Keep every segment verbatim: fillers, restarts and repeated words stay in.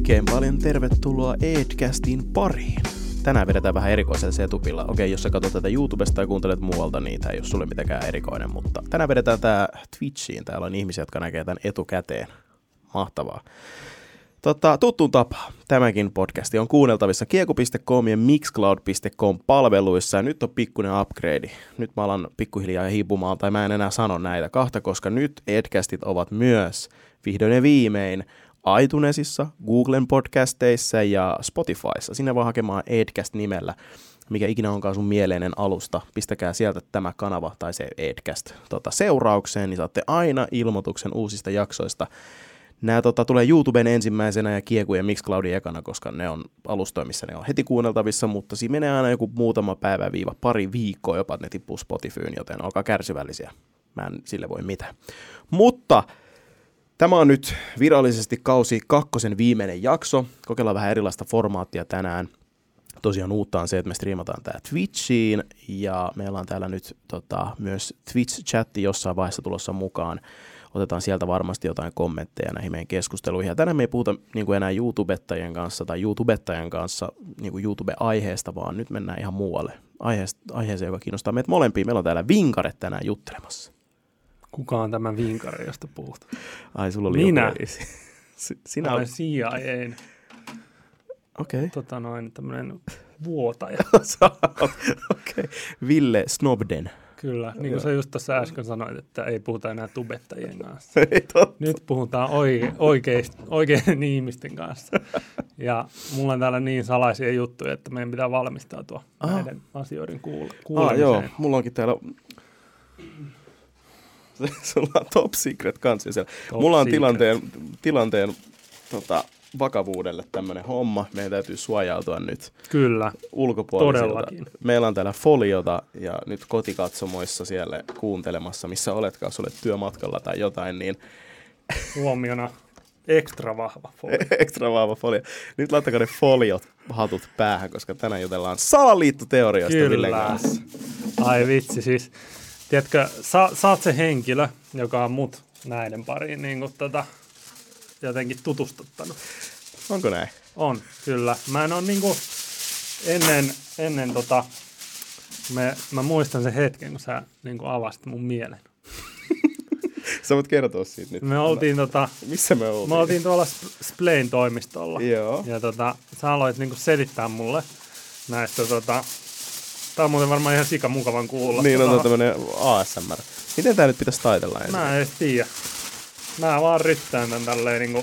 Oikein paljon tervetuloa Eetcastin pariin. Tänään vedetään vähän erikoisella setupilla. Okei, jos sä katsot tätä YouTubesta tai kuuntelet muualta, niin tää ei ole sulle mitenkään erikoinen, mutta tänään vedetään tää Twitchiin. Täällä on ihmisiä, jotka näkee tän etukäteen. Mahtavaa. Tota, tuttuun tapaan. Tämäkin podcasti on kuunneltavissa kieku piste com ja mixcloud piste com palveluissa. Ja nyt on pikkuinen upgrade. Nyt mä alan pikkuhiljaa hiipumaan, tai mä en enää sano näitä kahta, koska nyt Eetcastit ovat myös vihdoin ja viimein iTunesissa, Googlen podcasteissa ja Spotifyssa. Sinne voi hakemaan Eetcast-nimellä, mikä ikinä onkaan sun mieleinen alusta. Pistäkää sieltä tämä kanava tai se Eetcast tota, seuraukseen, niin saatte aina ilmoituksen uusista jaksoista. Nämä tota, tulee YouTuben ensimmäisenä ja Kieku ja Mixcloudin ekana, koska ne on alustoja, missä ne on heti kuunneltavissa, mutta siinä menee aina joku muutama päivä viiva pari viikkoa, jopa ne tippuu Spotifyyn, joten olkaa kärsivällisiä. Mä en sille voi mitään. Mutta tämä on nyt virallisesti kausi kakkosen viimeinen jakso. Kokeillaan vähän erilaista formaattia tänään. Tosiaan uutta on se, että me striimataan tää Twitchiin ja meillä on täällä nyt tota, myös Twitch-chatti jossain vaiheessa tulossa mukaan. Otetaan sieltä varmasti jotain kommentteja näihin meidän keskusteluihin. Ja tänään me ei puhuta niin kuin enää YouTubettajien kanssa tai YouTubettajan kanssa niin kuin YouTube-aiheesta, vaan nyt mennään ihan muualle aiheeseen, joka kiinnostaa meitä molempia. Meillä on täällä vinkaret tänään juttelemassa. Kuka on tämä vinkari, josta puhut? Ai, sulla oli Minä. joku. Sinä olen C I A:n okay. tota noin, tämmöinen vuotaja. Okei. Okay. Ville Snobden. Kyllä, niin kuin sä just tuossa äsken sanoit, että ei puhuta enää tubettajien kanssa. Ei totta. Nyt puhutaan oike- oikeist, oikeiden ihmisten kanssa. Ja mulla on täällä niin salaisia juttuja, että meidän pitää valmistautua Aha. näiden asioiden kuul- kuulemiseen. Ah, joo, mulla onkin täällä sulla on top secret kanssa siellä. Top Mulla on secret. tilanteen, tilanteen tota, vakavuudelle tämmönen homma. Meidän täytyy suojautua nyt Kyllä, ulkopuolisilta. Todellakin. Meillä on täällä foliota ja nyt kotikatsomoissa siellä kuuntelemassa, missä oletkaan, jos olet työmatkalla tai jotain, niin huomiona ekstra vahva folio. ekstra vahva folio. Nyt laittakaa ne foliot hatut päähän, koska tänään jutellaan salaliittoteorioista Villen kanssa. Ai vitsi, siis tiedätkö, sä, sä oot se henkilö, joka on mut näiden pariin niin kuin tota, jotenkin tutustuttanut. Onko näin? On, kyllä. Mä en ole niin kuin ennen, ennen tota, me, mä muistan sen hetken, kun sä niin kuin avasit mun mielen. Sä voit kertoa siitä nyt. Me oltiin tota... Missä me oltiin? Me oltiin tuolla Splayn toimistolla. Joo. Ja tota, sä aloit niin kuin selittää mulle näistä tota... Tää on muuten varmaan ihan sika mukavan kuulla. Niin, on tämmönen A S M R. Miten tää nyt pitäisi taitella ensin? Mä en edes tiedä. Mä vaan ryttään tän tälleen niinku...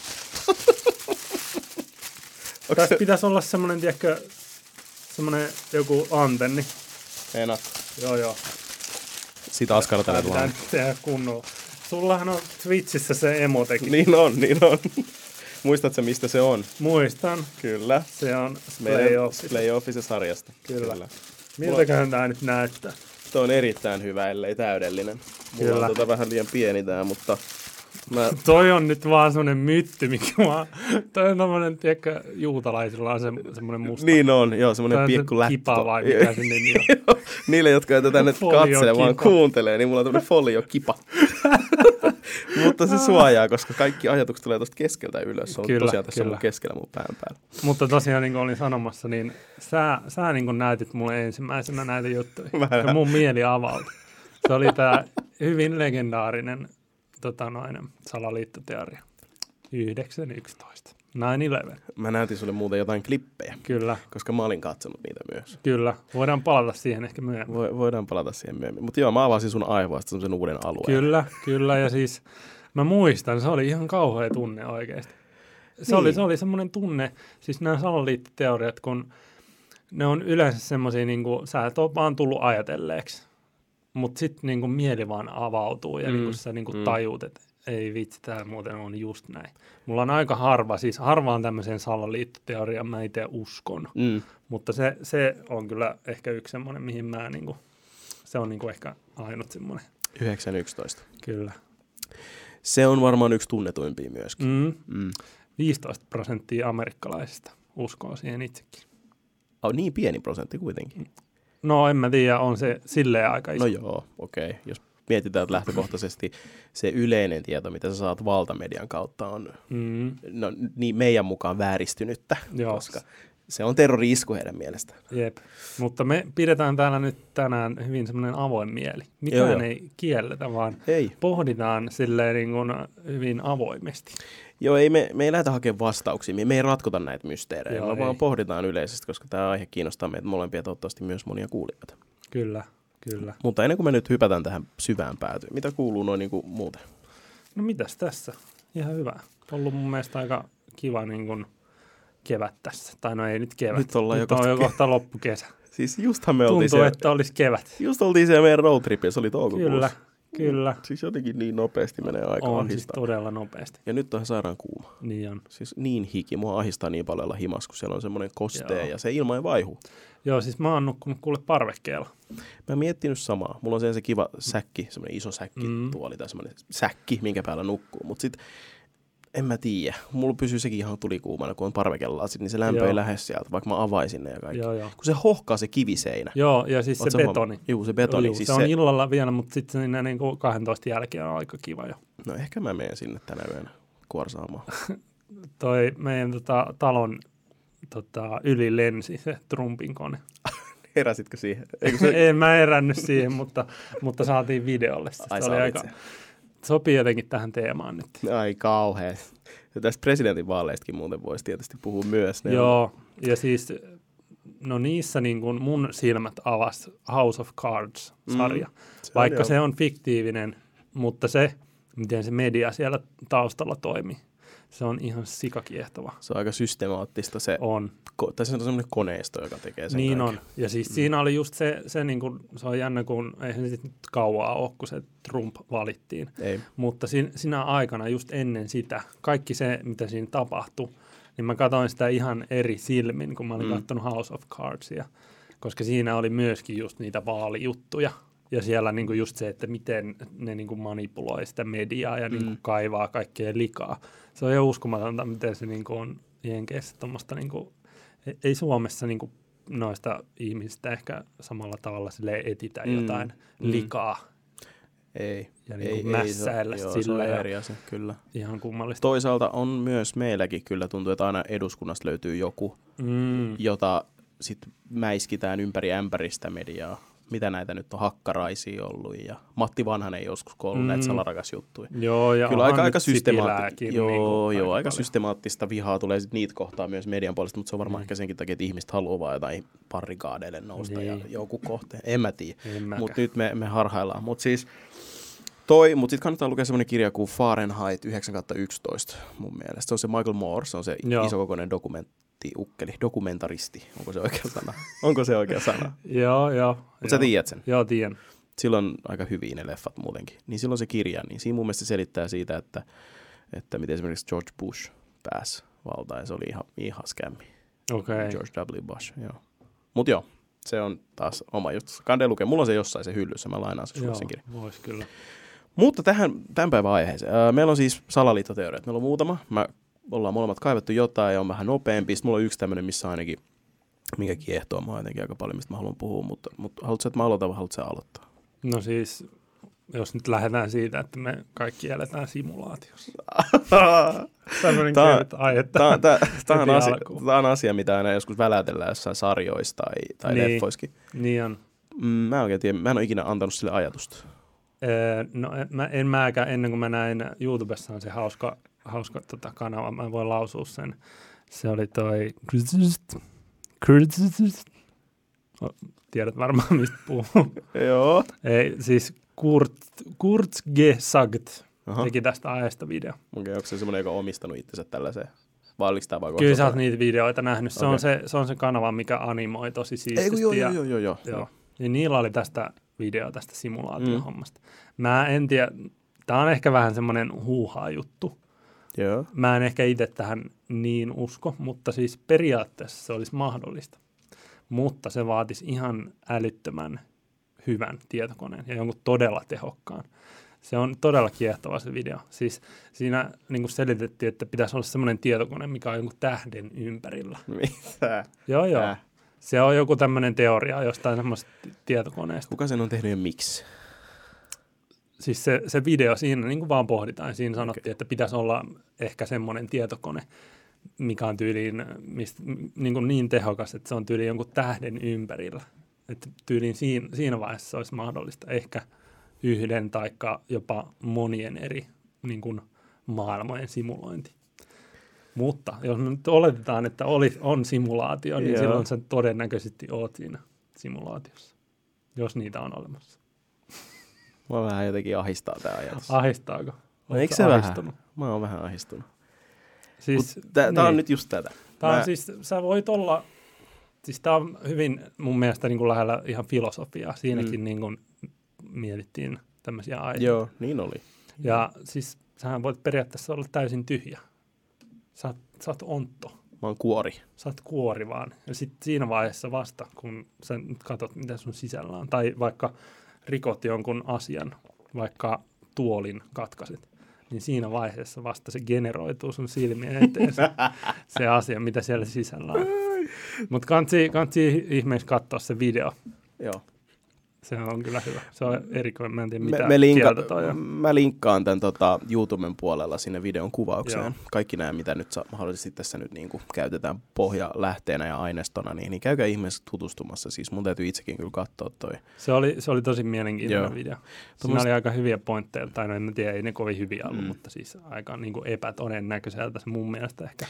Tässä se... pitäisi olla semmonen, tiedätkö, semmonen joku antenni. Enat. Joo, joo. Siitä askartelet vaan. Pitää tehdä kunnolla. Sullahan on Twitchissä se emotekin. Niin on, niin on. Muistatko mistä se on? Muistan. Kyllä. Se on Play Office. Play Office-sarjasta. Kyllä. Kyllä. Miltäköhän tää nyt näyttää? Tuo on erittäin hyvä, ellei täydellinen. Mulla Kyllä. on tota vähän liian pieni tää, mutta... Mä... Toi on nyt vaan semmonen mytty, mikä vaan... Toi on tommonen, tiedätkö, juutalaisilla on se, semmonen musta. Niin on, joo, semmonen pikku läppä. Kipa vai mikä se nimi on. Niille, jotka ei tätä nyt katsele, vaan kuuntelee, niin mulla on tämmönen folio-kipa. Mutta se suojaa, koska kaikki ajatukset tulee tosta keskeltä ylös. Se on kyllä, tosiaan tässä kyllä. mun keskellä mun pään päällä. Mutta tosiaan, niin kuin olin sanomassa, niin sä, sä niin kuin näytit mulle ensimmäisenä näitä juttuja. Vähän. Ja mun mieli avautui. Se oli tää hyvin legendaarinen tota noin, salaliittoteoria. yhdeksän yksitoista. nine eleven. Mä näytin sulle muuten jotain klippejä. Kyllä. Koska mä olin katsonut niitä myös. Kyllä. Voidaan palata siihen ehkä myöhemmin. Vo, voidaan palata siihen myöhemmin. Mutta joo, mä avasin sun aivoista semmoisen uuden alueen. Kyllä, kyllä. Ja siis mä muistan, se oli ihan kauhea tunne oikeasti. Se, niin. oli, se oli semmoinen tunne, siis nämä salaliittoteoriat, kun ne on yleensä semmoisia, niin kuin sä et ole vaan tullut ajatelleeksi. Mutta sitten niin mieli vaan avautuu ja mm. niin sä niin mm. tajuut, että ei vitsi, tämä muuten on just näin. Mulla on aika harva, siis harvaan tämmöiseen salaliittoteoriaan mä itse uskon. Mm. Mutta se, se on kyllä ehkä yksi semmoinen, mihin mä niinku, se on niinku ehkä ainut semmoinen. yhdeksän yksitoista. Kyllä. Se on varmaan yksi tunnetuimpia myöskin. Mm. Mm. viisitoista prosenttia amerikkalaisista uskoo siihen itsekin. Oh, niin pieni prosentti kuitenkin. No en mä tiedä, on se silleen aika iso. No joo, okei. Okay. Jos mietitään, että lähtökohtaisesti se yleinen tieto, mitä sä saat valtamedian kautta, on mm. no, niin meidän mukaan vääristynyttä, Joo. koska se on terrori-isku heidän mielestään. Jep, mutta me pidetään täällä nyt tänään hyvin semmoinen avoin mieli. Mitään ei kielletä, vaan ei. pohditaan silleen niin kuin hyvin avoimesti. Joo, ei me, me ei lähdetä hakemaan vastauksia, me, me ei ratkota näitä mysteerejä, Joo, me ei. vaan pohditaan yleisesti, koska tämä aihe kiinnostaa meitä molempia toivottavasti myös monia kuulijoita. Kyllä, kyllä. Mutta ennen kuin me nyt hypätään tähän syvään päätyyn, mitä kuuluu noin niin kuin muuten? No mitäs tässä? Ihan hyvä. Ollut mun mielestä aika kiva niin kuin kevät tässä. Tai no ei nyt kevät. Nyt ollaan nyt jo on jo kohta loppukesä. Siis justhan me oltiin Tuntuu, siellä, että olisi kevät. Just oltiin siellä meidän roadtripillä, se oli toukokuussa. Kyllä, kyllä. Siis jotenkin niin nopeasti menee aika On ahistaa. siis todella nopeasti. Ja nyt on ihan sairaan kuuma. Niin on. Siis niin hiki. Mua ahistaa niin paljon olla himas, kun siellä on semmoinen kostee Joo. ja se ilma ei vaihu. Joo, siis mä oon nukkunut kuule parvekkeella. Mä oon miettinyt samaa. Mulla on se, se kiva säkki, semmoinen iso säkki mm. tuoli tai semmoinen säkki, minkä päällä nukkuu. Mut sit en mä tiedä. Mulla pysyy sekin ihan tulikuumana, kun on parvekelasit, niin se lämpö Joo. ei lähde sieltä, vaikka mä avaisin ne ja kaikki. Joo, jo. Kun se hohkaa se kiviseinä. Joo, ja siis Oot se betoni. Juu, se betoni. Juu, siis se on se... illalla vielä, mutta sitten sinne niin kuin kahdentoista jälkeen on aika kiva jo. No ehkä mä menen sinne tänä yönä kuorsaamaan. Toi meidän tota, talon tota, yli lensi se Trumpin kone. Heräsitkö siihen? Se... en mä herännyt siihen, mutta, mutta saatiin videolle. Ai, se oli aika... Sopii jotenkin tähän teemaan nyt. Ai kauhean. Ja tästä presidentin vaaleistakin muuten voisi tietysti puhua myös. Ne Joo, on... ja siis no niissä niin kuin mun silmät avasi House of Cards-sarja. Mm, se Vaikka on se on fiktiivinen, mutta se, miten se media siellä taustalla toimii, se on ihan sikakiehtova. Se on aika systemaattista se. On. Ko- tai se on semmoinen koneisto, joka tekee sen Niin kaiken. on. Ja siis mm. siinä oli just se, se, niin kuin, se on jännä, kun eihän se sitten kauaa ole, kun se Trump valittiin. Ei. Mutta siinä, siinä aikana, just ennen sitä, kaikki se, mitä siinä tapahtui, niin mä katsoin sitä ihan eri silmin, kun mä olin mm. katsonut House of Cardsia. Koska siinä oli myöskin just niitä vaalijuttuja. Ja siellä niin kuin just se, että miten ne niin kuin manipuloi sitä mediaa ja mm. niin kuin kaivaa kaikkea likaa. Se on jo uskomatonta, miten se niin kuin on Jenkeissä tuommoista, niin kuin, ei Suomessa niin kuin noista ihmisistä ehkä samalla tavalla silleen etitä mm. jotain mm. likaa. Ei. Ja niin kuin ei, mässäillä ei, se, sillä. Se on eri asia, kyllä. Ihan kummallista. Toisaalta on myös meilläkin kyllä tuntuu, että aina eduskunnasta löytyy joku, mm. jota sitten mäiskitään ympäri ämpäristä mediaa. Mitä näitä nyt on, Hakkaraisia ollut ja Matti Vanhanen joskus, kun on ollut mm. näitä salarakasjuttuja. Joo, ja kyllä aika, aika, systemaatti- joo, niin joo, aika systemaattista vihaa tulee sitten niitä kohtaa myös median puolesta, mutta se on varmaan mm. ehkä senkin takia, että ihmiset haluaa vaan jotain parrikaadeille nousta niin. ja joku kohteen. En mä tiedä, mutta nyt me, me harhaillaan. Mutta siis toi, mutta sitten kannattaa lukea semmoinen kirja kuin Fahrenheit yhdeksän yksitoista mun mielestä. Se on se Michael Moore, se on se joo. isokokoinen dokumentti. Ukkeli, dokumentaristi. Onko se oikea sana? Onko se oikea sana? Joo, joo. Mutta sä tiedät sen? Joo, tiedän. Silloin on aika hyviä ne leffat muutenkin. Niin silloin se kirja, niin siinä mun mielestä se selittää siitä, että, että miten esimerkiksi George Bush pääsi valtaan. Ja se oli ihan, ihan skämmi. Okei. Okay. George W. Bush, joo. Mut joo, se on taas oma juttu. Kande lukee. Mulla on se jossain se hyllyssä. Mä lainaan se sulle sen kirjan. Joo, vois kyllä. Mutta tähän, tämän päivän aiheeseen. Meillä on siis salaliittoteoriat. Meillä on muutama. Mä ollaan molemmat kaivettu jotain ja on vähän nopeampi. Sitten mulla on yksi tämmöinen, missä ainakin, mikä kiehtoo mua jotenkin aika paljon, mistä mä haluan puhua. Mutta, mutta haluatko että mä aloitan vai haluatko aloittaa? No siis, jos nyt lähdetään siitä, että me kaikki eletään simulaatiossa. Tämmöinen kevyt aihe. Tämä on, asia, on asia, mitä aina joskus välätellään jossain sarjoissa tai, tai niin, leffoissakin. Niin on. Mä en oikein tiedä, mä en ole ikinä antanut sille ajatusta. Öö, no mä, en mäkään, ennen kuin mä näin YouTubessa on se hauska, hauska tota, kanava, mä voin lausua sen. Se oli toi... Tiedät varmaan, mistä puhuu. Joo. Ei, siis Kurt, Kurzgesagt teki tästä aiheesta video. Okei, okay, onko se semmoinen, joka on omistanut itsensä tällaiseen? Vai oliko tämä vaan Kyllä sä oot niitä videoita nähnyt. Se, okay. on se, se on se kanava, mikä animoi tosi siististi. Ei, joo, joo, joo, joo, joo. joo. Ja niillä oli tästä video tästä simulaatiohommasta. Mm. Mä en tiedä, tää on ehkä vähän semmoinen huuhaa juttu. Joo. Mä en ehkä itse tähän niin usko, mutta siis periaatteessa se olisi mahdollista. Mutta se vaatisi ihan älyttömän hyvän tietokoneen ja jonkun todella tehokkaan. Se on todella kiehtova se video. Siis siinä niin kuin selitettiin, että pitäisi olla semmoinen tietokone, mikä on jonkun tähden ympärillä. Mitä? Joo, joo. Äh. Se on joku tämmöinen teoria jostain semmoisesta tietokoneesta. Kuka sen on tehnyt ja miksi? siis se, se video siinä niin kuin vaan pohditaan. Siinä sanottiin, okay. että pitäisi olla ehkä semmoinen tietokone, mikä on tyyliin mistä, niin, kuin niin tehokas, että se on tyyliin jonkun tähden ympärillä. Että tyyliin siinä, siinä vaiheessa se olisi mahdollista ehkä yhden tai jopa monien eri niin kuin maailmojen simulointi. Mutta jos me nyt oletetaan, että oli, on simulaatio, niin Joo. silloin sä todennäköisesti oot siinä simulaatiossa, jos niitä on olemassa. Mä vähän jotenkin ahistaa tää ajatus. Ahistaako? No, eikö se ahistunut? Vähän? Mä oon vähän ahistunut. Siis, tää, niin. tää on nyt just tätä. Tää Mä... on siis, sä voit olla, siis tää on hyvin mun mielestä niin kuin lähellä ihan filosofiaa. Siinäkin mm. niin kuin mietittiin tämmöisiä aiheita. Joo, niin oli. Ja siis sähän voit periaatteessa olla täysin tyhjä. Sä oot, sä oot ontto. Mä oon kuori. Sä oot kuori vaan. Ja sitten siinä vaiheessa vasta, kun sä nyt katsot, mitä sun sisällä on, tai vaikka rikot jonkun asian, vaikka tuolin katkaiset, niin siinä vaiheessa vasta se generoituu sun silmien eteen se, se asia, mitä siellä sisällä on. Mutta kansi, kansi ihmeessä katsoa se video. Joo. Se on kyllä hyvä. Se on erikoinen. Mä en tiedä, mitä me, me linka- kieltä toi on. Mä linkkaan tämän tota, YouTuben puolella sinne videon kuvaukseen. Joo. Kaikki nämä, mitä nyt sa- mahdollisesti tässä nyt niin kuin käytetään pohjalähteenä ja aineistona, niin, niin käykää ihmeessä tutustumassa. Siis mun täytyy itsekin kyllä katsoa toi. Se oli, se oli tosi mielenkiintoinen Joo. video. Siinä Tuommoista... oli aika hyviä pointteja, tai no en tiedä, ei ne kovin hyviä ollut, mm. mutta siis aika niin kuin epätodennäköiseltä se mun mielestä ehkä.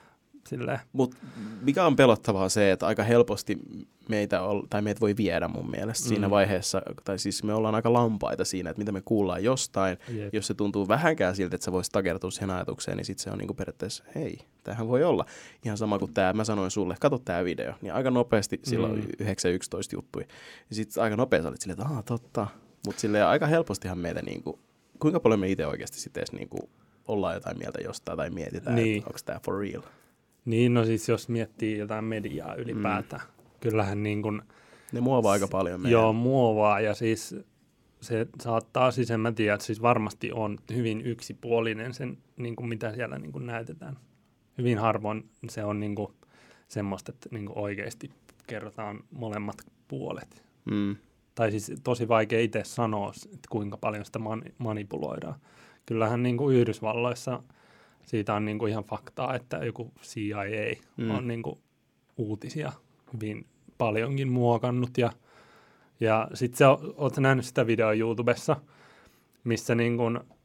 Mutta mikä on pelottavaa se, että aika helposti meitä, ol, tai meitä voi viedä mun mielestä mm. siinä vaiheessa, tai siis me ollaan aika lampaita siinä, että mitä me kuullaan jostain. Jep. Jos se tuntuu vähänkään siltä, että sä voisit takertua siihen ajatukseen, niin sitten se on niinku periaatteessa, hei, tämähän voi olla. Ihan sama kuin tämä, mä sanoin sulle, kato tämä video, niin aika nopeasti silloin mm. yhdeksän yksitoista juttui. Ja sitten aika nopeasti olit silleen, että aah, totta. Mutta silleen aika helpostihan meitä, niinku, kuinka paljon me itse oikeasti sitten edes niinku ollaan jotain mieltä jostain tai mietitään, niin. että onko tämä for real. Niin, no siis jos miettii jotain mediaa ylipäätään, mm. kyllähän niin kuin... Ne muovaa aika paljon meidän. Joo, muovaa ja siis se saattaa, siis en mä tiedä, että siis varmasti on hyvin yksipuolinen sen, niin kuin mitä siellä niin kuin näytetään. Hyvin harvoin se on niin kuin semmoista, että niin kuin oikeasti kerrotaan molemmat puolet. Mm. Tai siis tosi vaikea itse sanoa, että kuinka paljon sitä man- manipuloidaan. Kyllähän niin kuin Yhdysvalloissa... Siitä on niinku ihan faktaa, että joku C I A mm. on niinku uutisia hyvin paljonkin muokannut. Ja, ja sitten se, ootko nähnyt sitä videoa YouTubessa, missä niinku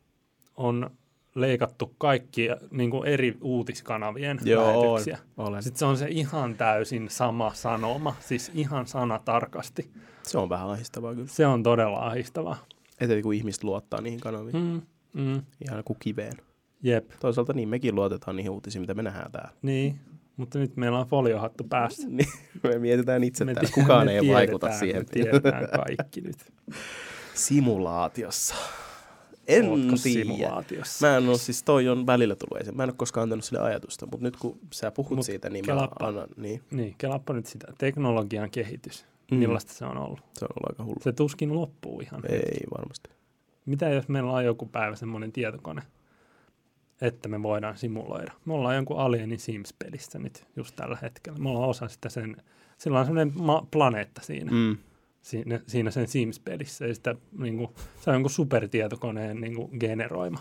on leikattu kaikki niinku eri uutiskanavien Joo, lähetyksiä. olen. Sitten se on se ihan täysin sama sanoma, siis ihan sanatarkasti. Se on vähän ahdistavaa kyllä. Se on todella ahdistavaa. Etenkin kun ihmiset luottaa niihin kanaviin. Mm, mm. Ihan kuin kiveen. Jep. Toisaalta niin mekin luotetaan niihin uutisiin, mitä me nähdään täällä. Niin, mutta nyt meillä on foliohattu päässä. Niin, me mietitään itse me täällä. Kukaan ei tiedetään, vaikuta siihen. Me tiedetään kaikki nyt. Simulaatiossa. En Ootko tiedä. Simulaatiossa? Mä en ole, siis toi on välillä tullut esiin. Mä en ole koskaan antanut sille ajatusta, mutta nyt kun sä puhut Mut siitä, niin kelappa, mä annan. Niin. niin, kelappa nyt sitä. Teknologian kehitys. Mm. Millaista se on ollut? Se on ollut aika hullu. Se tuskin loppuu ihan. Ei hetki. varmasti. Mitä jos meillä on joku päivä semmoinen tietokone, että me voidaan simuloida. Me ollaan jonkun Alienin Sims-pelissä nyt just tällä hetkellä. Me ollaan osa sitä sen, sillä on semmoinen ma- planeetta siinä, mm. siinä, siinä sen Sims-pelissä. Ja sitä, niin kuin, se on jonkun supertietokoneen niin kuin generoima.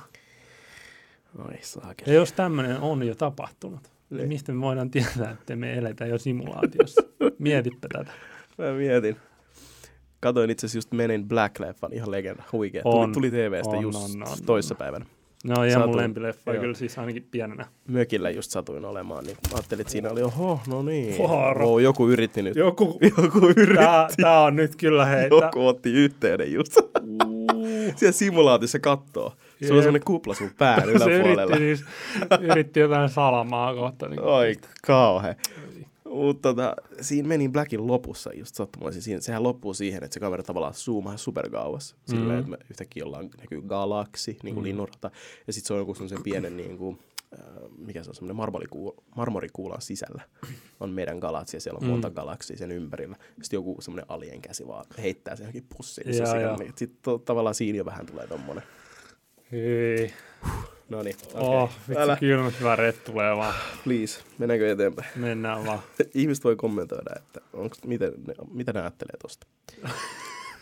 Oi saakeli. Ja jos tämmöinen on jo tapahtunut, niin, niin mistä me voidaan tietää, että me eletään jo simulaatiossa? Mietipä tätä. Mä mietin. Katoin itse asiassa just Men in Black-leffan, ihan legenda, huikea. Tuli, tuli T V:stä on, just on, on, toissapäivänä. No ihan mun lempileffa, kyllä siis ainakin pienenä. Mökillä just satuin olemaan, niin ajattelin, että siinä oli, oho, no niin. Oh, joku yritti nyt. Joku, joku yritti. Tää, tää on nyt kyllä heitä. Joku otti yhteyden just. Uh. Siellä simulaatiossa kattoo. Se on semmoinen kupla sun pään yläpuolella. Se yritti, siis, yritti jotain salamaa kohta. Niin Oi kauhe. Mutta tota, siinä meni Blackin lopussa just sattumoisin. Siinä, sehän loppuu siihen, että se kamera tavallaan zoomaa superkauas. Mm-hmm. Silleen, että me yhtäkkiä ollaan näkyy galaksi, niin kuin mm-hmm. linnunrata. Ja sitten se on joku semmoisen pienen, niin kuin, äh, mikä se on, semmoinen marmorikuulan sisällä. On meidän galatsi ja siellä on mm-hmm. monta galaksia sen ympärillä. Sitten joku semmoinen alien käsi vaan heittää sen johonkin pussiin. Niin sitten to, tavallaan siinä jo vähän tulee tommonen. Hei. No niin, okei. Okay. Oh, vitsi kylmät väreet tulee vaan. Please, mennäänkö eteenpäin? Mennään vaan. Ihmiset voi kommentoida, että onks, miten, ne, mitä ne ajattelee tosta.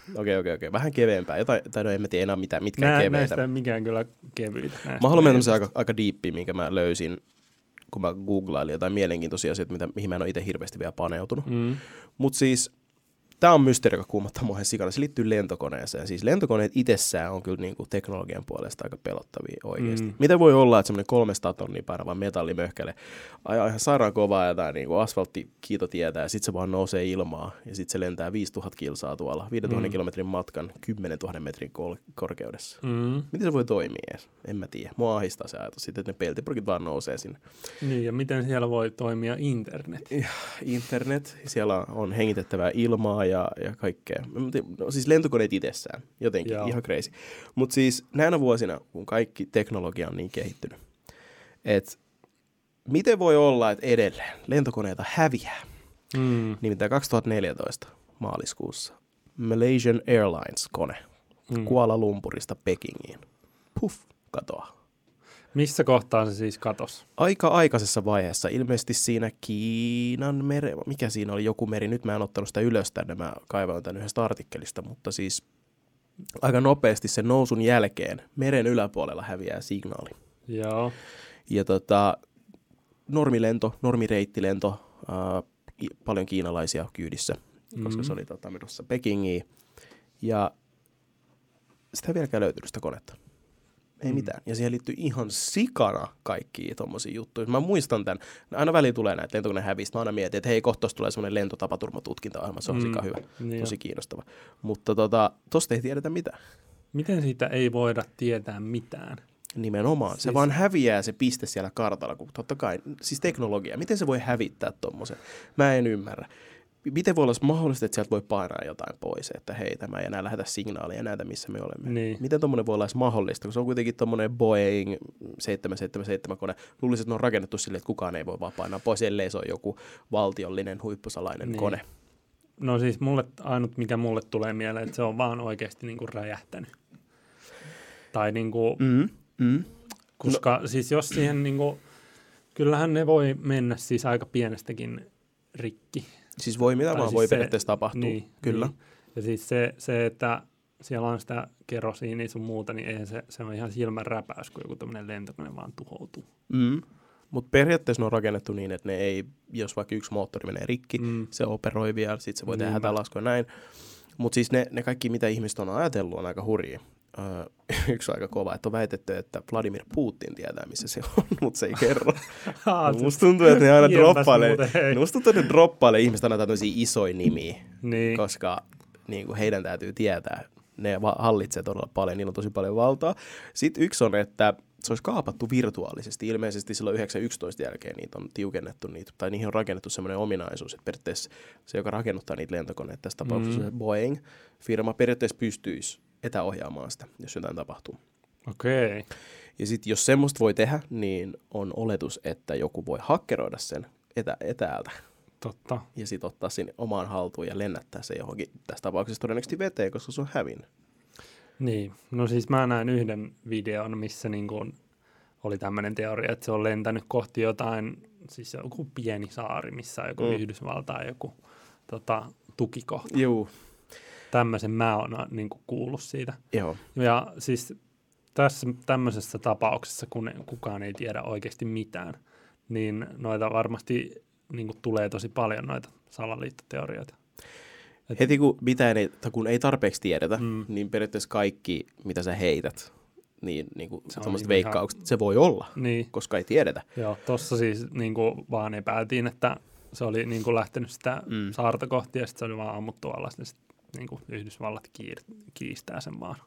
okei, okei, okei. Vähän keveämpää. Jotain, tai no en mä tiedä enää mitään, mitkä Nää, keveitä. näistä ei mikään kyllä kevyitä. Mä haluan mennä aika, aika diippiä, minkä mä löysin, kun mä googlailin jotain mielenkiintoisia asioita, mitä, mihin mä en ole itse hirveästi vielä paneutunut. Mm. Mutta siis tämä on mysteeri, joka kuumattaa mua ihan sikana. Se liittyy lentokoneeseen. Siis lentokoneet itsessään on kyllä niinku teknologian puolesta aika pelottavia oikeasti. Mm. Miten voi olla, että semmoinen kolmesataa tonnia painava metallimöhkäle ajaa ihan sairaan kovaa jotain niinku asfalttikiitotietä ja sitten se vaan nousee ilmaa ja sitten se lentää viisituhatta kilsaa tuolla viisituhatta mm. kilometrin matkan kymmenentuhatta metrin kol- korkeudessa. Mm. Miten se voi toimia edes? En mä tiedä. Mua ahistaa se ajatus sitten, että ne peltiprokit vaan nousee sinne. Niin, ja miten siellä voi toimia internet? Internet. Siellä on hengitettävää ilmaa ja, ja kaikkea. No, siis lentokoneet itsessään. Jotenkin. Joo. Ihan crazy. Mutta siis näinä vuosina, kun kaikki teknologia on niin kehittynyt, että miten voi olla, että edelleen lentokoneita häviää? Mm. Nimittäin kaksituhattaneljätoista maaliskuussa Malaysian Airlines-kone mm. Kuala Lumpurista Pekingiin. Puff, katoaa. Missä kohtaa se siis katosi? Aika aikaisessa vaiheessa. Ilmeisesti siinä Kiinan meri, mikä siinä oli, joku meri. Nyt mä en ottanut sitä ylös tänne, mä kaivan tämän yhdestä artikkelista, mutta siis aika nopeasti sen nousun jälkeen meren yläpuolella häviää signaali. Joo. Ja tota, normilento, normireittilento, äh, paljon kiinalaisia kyydissä, koska mm-hmm. se oli tota, menossa Pekingiin. Ja sitä ei vieläkään löytynyt sitä konetta. Ei mm. mitään. Ja siihen liittyy ihan sikana kaikkia tommosia juttuja. Mä muistan tämän. Aina väliin tulee näitä lentokoneen hävistä. Mä aina mietin, että hei, kohta tulee semmoinen lentotapaturmatutkinta-ohjelma. Se on mm. sika hyvä. Niin tosi jo. Kiinnostava. Mutta tota, tosta ei tiedetä mitään. Miten siitä ei voida tietää mitään? Nimenomaan. Siis... Se vaan häviää se piste siellä kartalla. Kun totta kai, siis teknologia. Miten se voi hävittää tommosen? Mä en ymmärrä. Miten voi olla mahdollista, että sieltä voi painaa jotain pois, että hei, tämä ei enää lähetä signaalia näitä, missä me olemme. Niin. Miten tuommoinen voi olla edes mahdollista, kun se on kuitenkin tuommoinen Boeing seitsemän seitsemän seitsemän kone. Luulisin, että ne on rakennettu silleen, että kukaan ei voi vaan painaa pois, ellei se on joku valtiollinen huippusalainen niin. kone. No siis mulle, ainut mikä mulle tulee mieleen, että se on vaan oikeasti niinku räjähtänyt. Tai niinku, mm, mm. koska no. siis jos siihen niinku, kyllähän ne voi mennä siis aika pienestäkin rikki. Siis voi mitä tai vaan siis voi se, periaatteessa tapahtua, niin, kyllä. Niin. Ja siis se, se, että siellä on sitä kerosiinia sun muuta, niin eihän se, se on ihan silmän räpäys, kun joku tämmöinen lentokone vaan tuhoutuu. Mm. Mutta periaatteessa ne on rakennettu niin, että ne ei, jos vaikka yksi moottori menee rikki, mm. se operoi vielä, sitten se voi tehdä hätälaskua näin. Mutta siis ne, ne kaikki, mitä ihmiset on ajatellut, on aika hurjia. Öö, yksi on aika kova, että on väitetty, että Vladimir Putin tietää, missä se on, mutta se ei kerro. Musta tuntuu, että ne aina droppailee, musta tuntuu, että ne droppailee ihmiset aina tämmöisiä isoja nimiä, niin. koska niin kuin heidän täytyy tietää. Ne hallitsee todella paljon, niillä on tosi paljon valtaa. Sitten yksi on, että se olisi kaapattu virtuaalisesti. Ilmeisesti silloin yhdeksän yksitoista jälkeen niitä on tiukennettu, niitä, tai niihin on rakennettu semmoinen ominaisuus, että periaatteessa se, joka rakennuttaa niitä lentokoneita, tässä tapauksessa mm. Boeing-firma, periaatteessa pystyisi etäohjaamaan sitä, jos jotain tapahtuu. Okei. Okay. Ja sitten jos semmoista voi tehdä, niin on oletus, että joku voi hakkeroida sen etä- etäältä. Totta. Ja sitten ottaa sen omaan haltuun ja lennättää se johonkin, tässä tapauksessa todennäköisesti veteen, koska se on hävinnyt. Niin, no siis mä näin yhden videon, missä niin kuin oli tämmöinen teoria, että se on lentänyt kohti jotain, siis joku pieni saari, missä on joku mm. Yhdysvaltain joku tota, tukikohta. Juu. Tämmöisen mä oon niin kuin kuullut siitä. Joo. Ja siis tässä tämmöisessä tapauksessa, kun kukaan ei tiedä oikeasti mitään, niin noita varmasti niin kuin tulee tosi paljon noita salaliittoteorioita. Et... Heti kun, mitään ei, kun ei tarpeeksi tiedetä, mm. niin periaatteessa kaikki, mitä sä heität, niin, niin kuin semmoiset veikkaukset, ihan... se voi olla, niin. koska ei tiedetä. Joo, tuossa siis niin kuin vaan epäiltiin, että se oli niin kuin lähtenyt sitä mm. saarta kohti ja sitten se oli vaan ammuttu alas, niin sitten niin kuin Yhdysvallat kiir- kiistää sen vaan.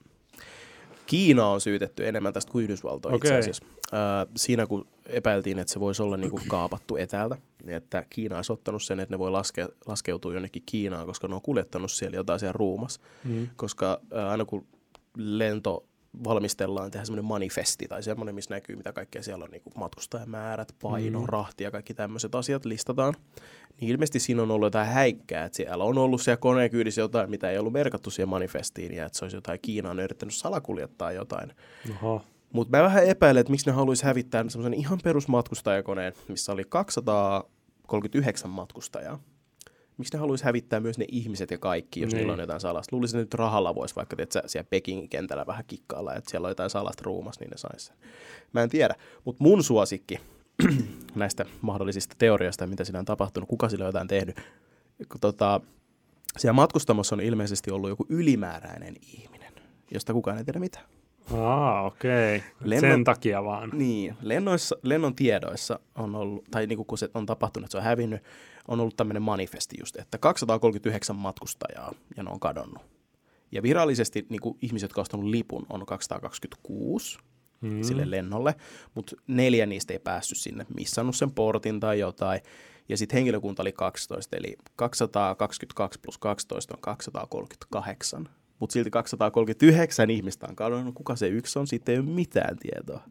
Kiina on syytetty enemmän tästä kuin Yhdysvaltoja okay. itse asiassa. Äh, siinä kun epäiltiin, että se voisi olla niin kuin kaapattu etäältä, niin että Kiina olisi ottanut sen, että ne voi laske, laskeutua jonnekin Kiinaan, koska ne on kuljettanut siellä jotain siellä ruumassa. Mm. Koska äh, aina kun lento valmistellaan, tehdään semmoinen manifesti tai semmoinen, missä näkyy, mitä kaikkea siellä on, niin kuin matkustajamäärät, paino, mm. rahti ja kaikki tämmöiset asiat listataan. Niin ilmeisesti siinä on ollut jotain häikkää, että siellä on ollut siellä koneen kyydissä jotain, mitä ei ollut merkattu siihen manifestiin, ja että se olisi jotain Kiinaan yrittänyt salakuljettaa jotain. Mutta mä vähän epäilen, että miksi ne haluaisi hävittää semmoisen ihan perusmatkustajakoneen, missä oli kaksisataakolmekymmentäyhdeksän matkustajaa. Miksi ne haluaisi hävittää myös ne ihmiset ja kaikki, jos niin. niillä on jotain salasta? Luulisin, että nyt rahalla voisi vaikka, että siellä Pekingin kentällä vähän kikkailla, että siellä on jotain salasta ruumassa, niin ne saisi sen. Mä en tiedä, mutta mun suosikki näistä mahdollisista teorioista, mitä siinä on tapahtunut, kuka sillä on jotain tehnyt. Kun tota, siellä matkustamossa on ilmeisesti ollut joku ylimääräinen ihminen, josta kukaan ei tiedä mitään. Aa, okei. Okay. Lennon, Sen takia vaan. Niin. Lennoissa, lennon tiedoissa on ollut, tai niin kun se on tapahtunut, että se on hävinnyt, on ollut tämmöinen manifesti just, että kaksisataakolmekymmentäyhdeksän matkustajaa ja ne on kadonnut. Ja virallisesti niin kuin ihmiset, jotka on ostanut lipun, on kaksisataakaksikymmentäkuusi mm. sille lennolle, mutta neljä niistä ei päässyt sinne, missannut sen portin tai jotain. Ja sitten henkilökunta oli kaksitoista, eli kaksisataakaksikymmentäkaksi plus kaksitoista on kaksisataakolmekymmentäkahdeksan. Mutta silti kaksisataakolmekymmentäyhdeksän ihmistä on kadonnut. Kuka se yksi on? Siitä ei ole mitään tietoa.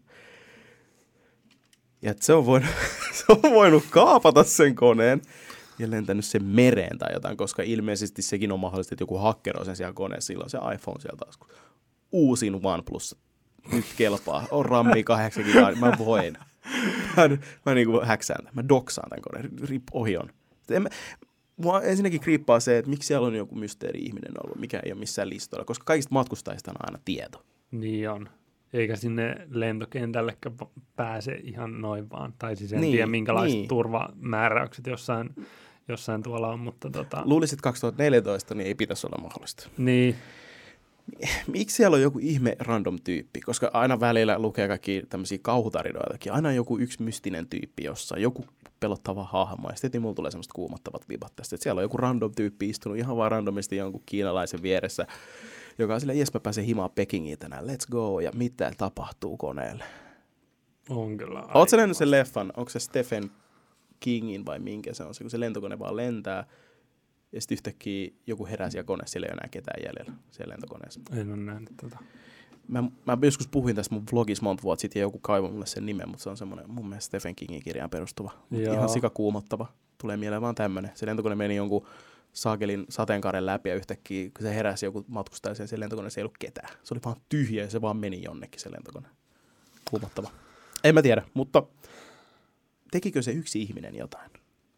Ja se on, voinut, se on voinut kaapata sen koneen ja lentänyt sen mereen tai jotain, koska ilmeisesti sekin on mahdollista, että joku hakkeroi sen siellä koneessa. Silloin se iPhone sieltä taas. Uusin OnePlus. Nyt kelpaa. On rammi kahdeksan gigaa. Mä voin. Mä, mä niinku häksään. Mä doksaan tämän koneen. Rip ohi on. Mä, mua ensinnäkin kriippaa se, että miksi siellä on joku mysteeri-ihminen ollut, mikä ei ole missään listoilla, koska kaikista matkustajista on aina tieto. Niin on. Eikä sinne lentokentällekään pääse ihan noin vaan. Tai siis en niin, tiedä, minkälaiset niin. turvamääräykset jossain, jossain tuolla on. Mutta tota... Luulisit kaksituhattaneljätoista, niin ei pitäisi olla mahdollista. Niin. Miksi siellä on joku ihme random tyyppi? Koska aina välillä lukee kaikki tämmöisiä kauhutarinoitakin. Aina on joku yksi mystinen tyyppi jossain, joku pelottava hahmo. Ja sitten mulla tulee semmoista kuumottavat vibat tästä. Että siellä on joku random tyyppi istunut ihan vaan randomisti jonkun kiinalaisen vieressä, joka on silleen, jes mä pääsen himaan Pekingiin tänään, let's go. Ja mitä tapahtuu koneelle? On kyllä. Ootko sä nähnyt sen leffan? Onko se Stephen Kingin vai minkä se on? Se, kun se lentokone vaan lentää. Ja sitten yhtäkkiä joku heräsi ja kone, siellä ei ole enää ketään jäljellä siellä lentokoneessa. En ole nähnyt tätä. Mä, mä joskus puhuin tässä mun vlogissa monta vuotta sitten ja joku kaivoi mulle sen nimen, mutta se on semmoinen mun mielestä Stephen Kingin kirjaan perustuva. Ihan sikakuumottava. Tulee mieleen vaan tämmöinen. Se lentokone meni jonkun saakelin sateenkaaren läpi ja yhtäkkiä, kun se heräsi joku matkustaja, se lentokoneessa ei ollut ketään. Se oli vaan tyhjä ja se vaan meni jonnekin se lentokone. Kuumottava. En mä tiedä, mutta tekikö se yksi ihminen jotain?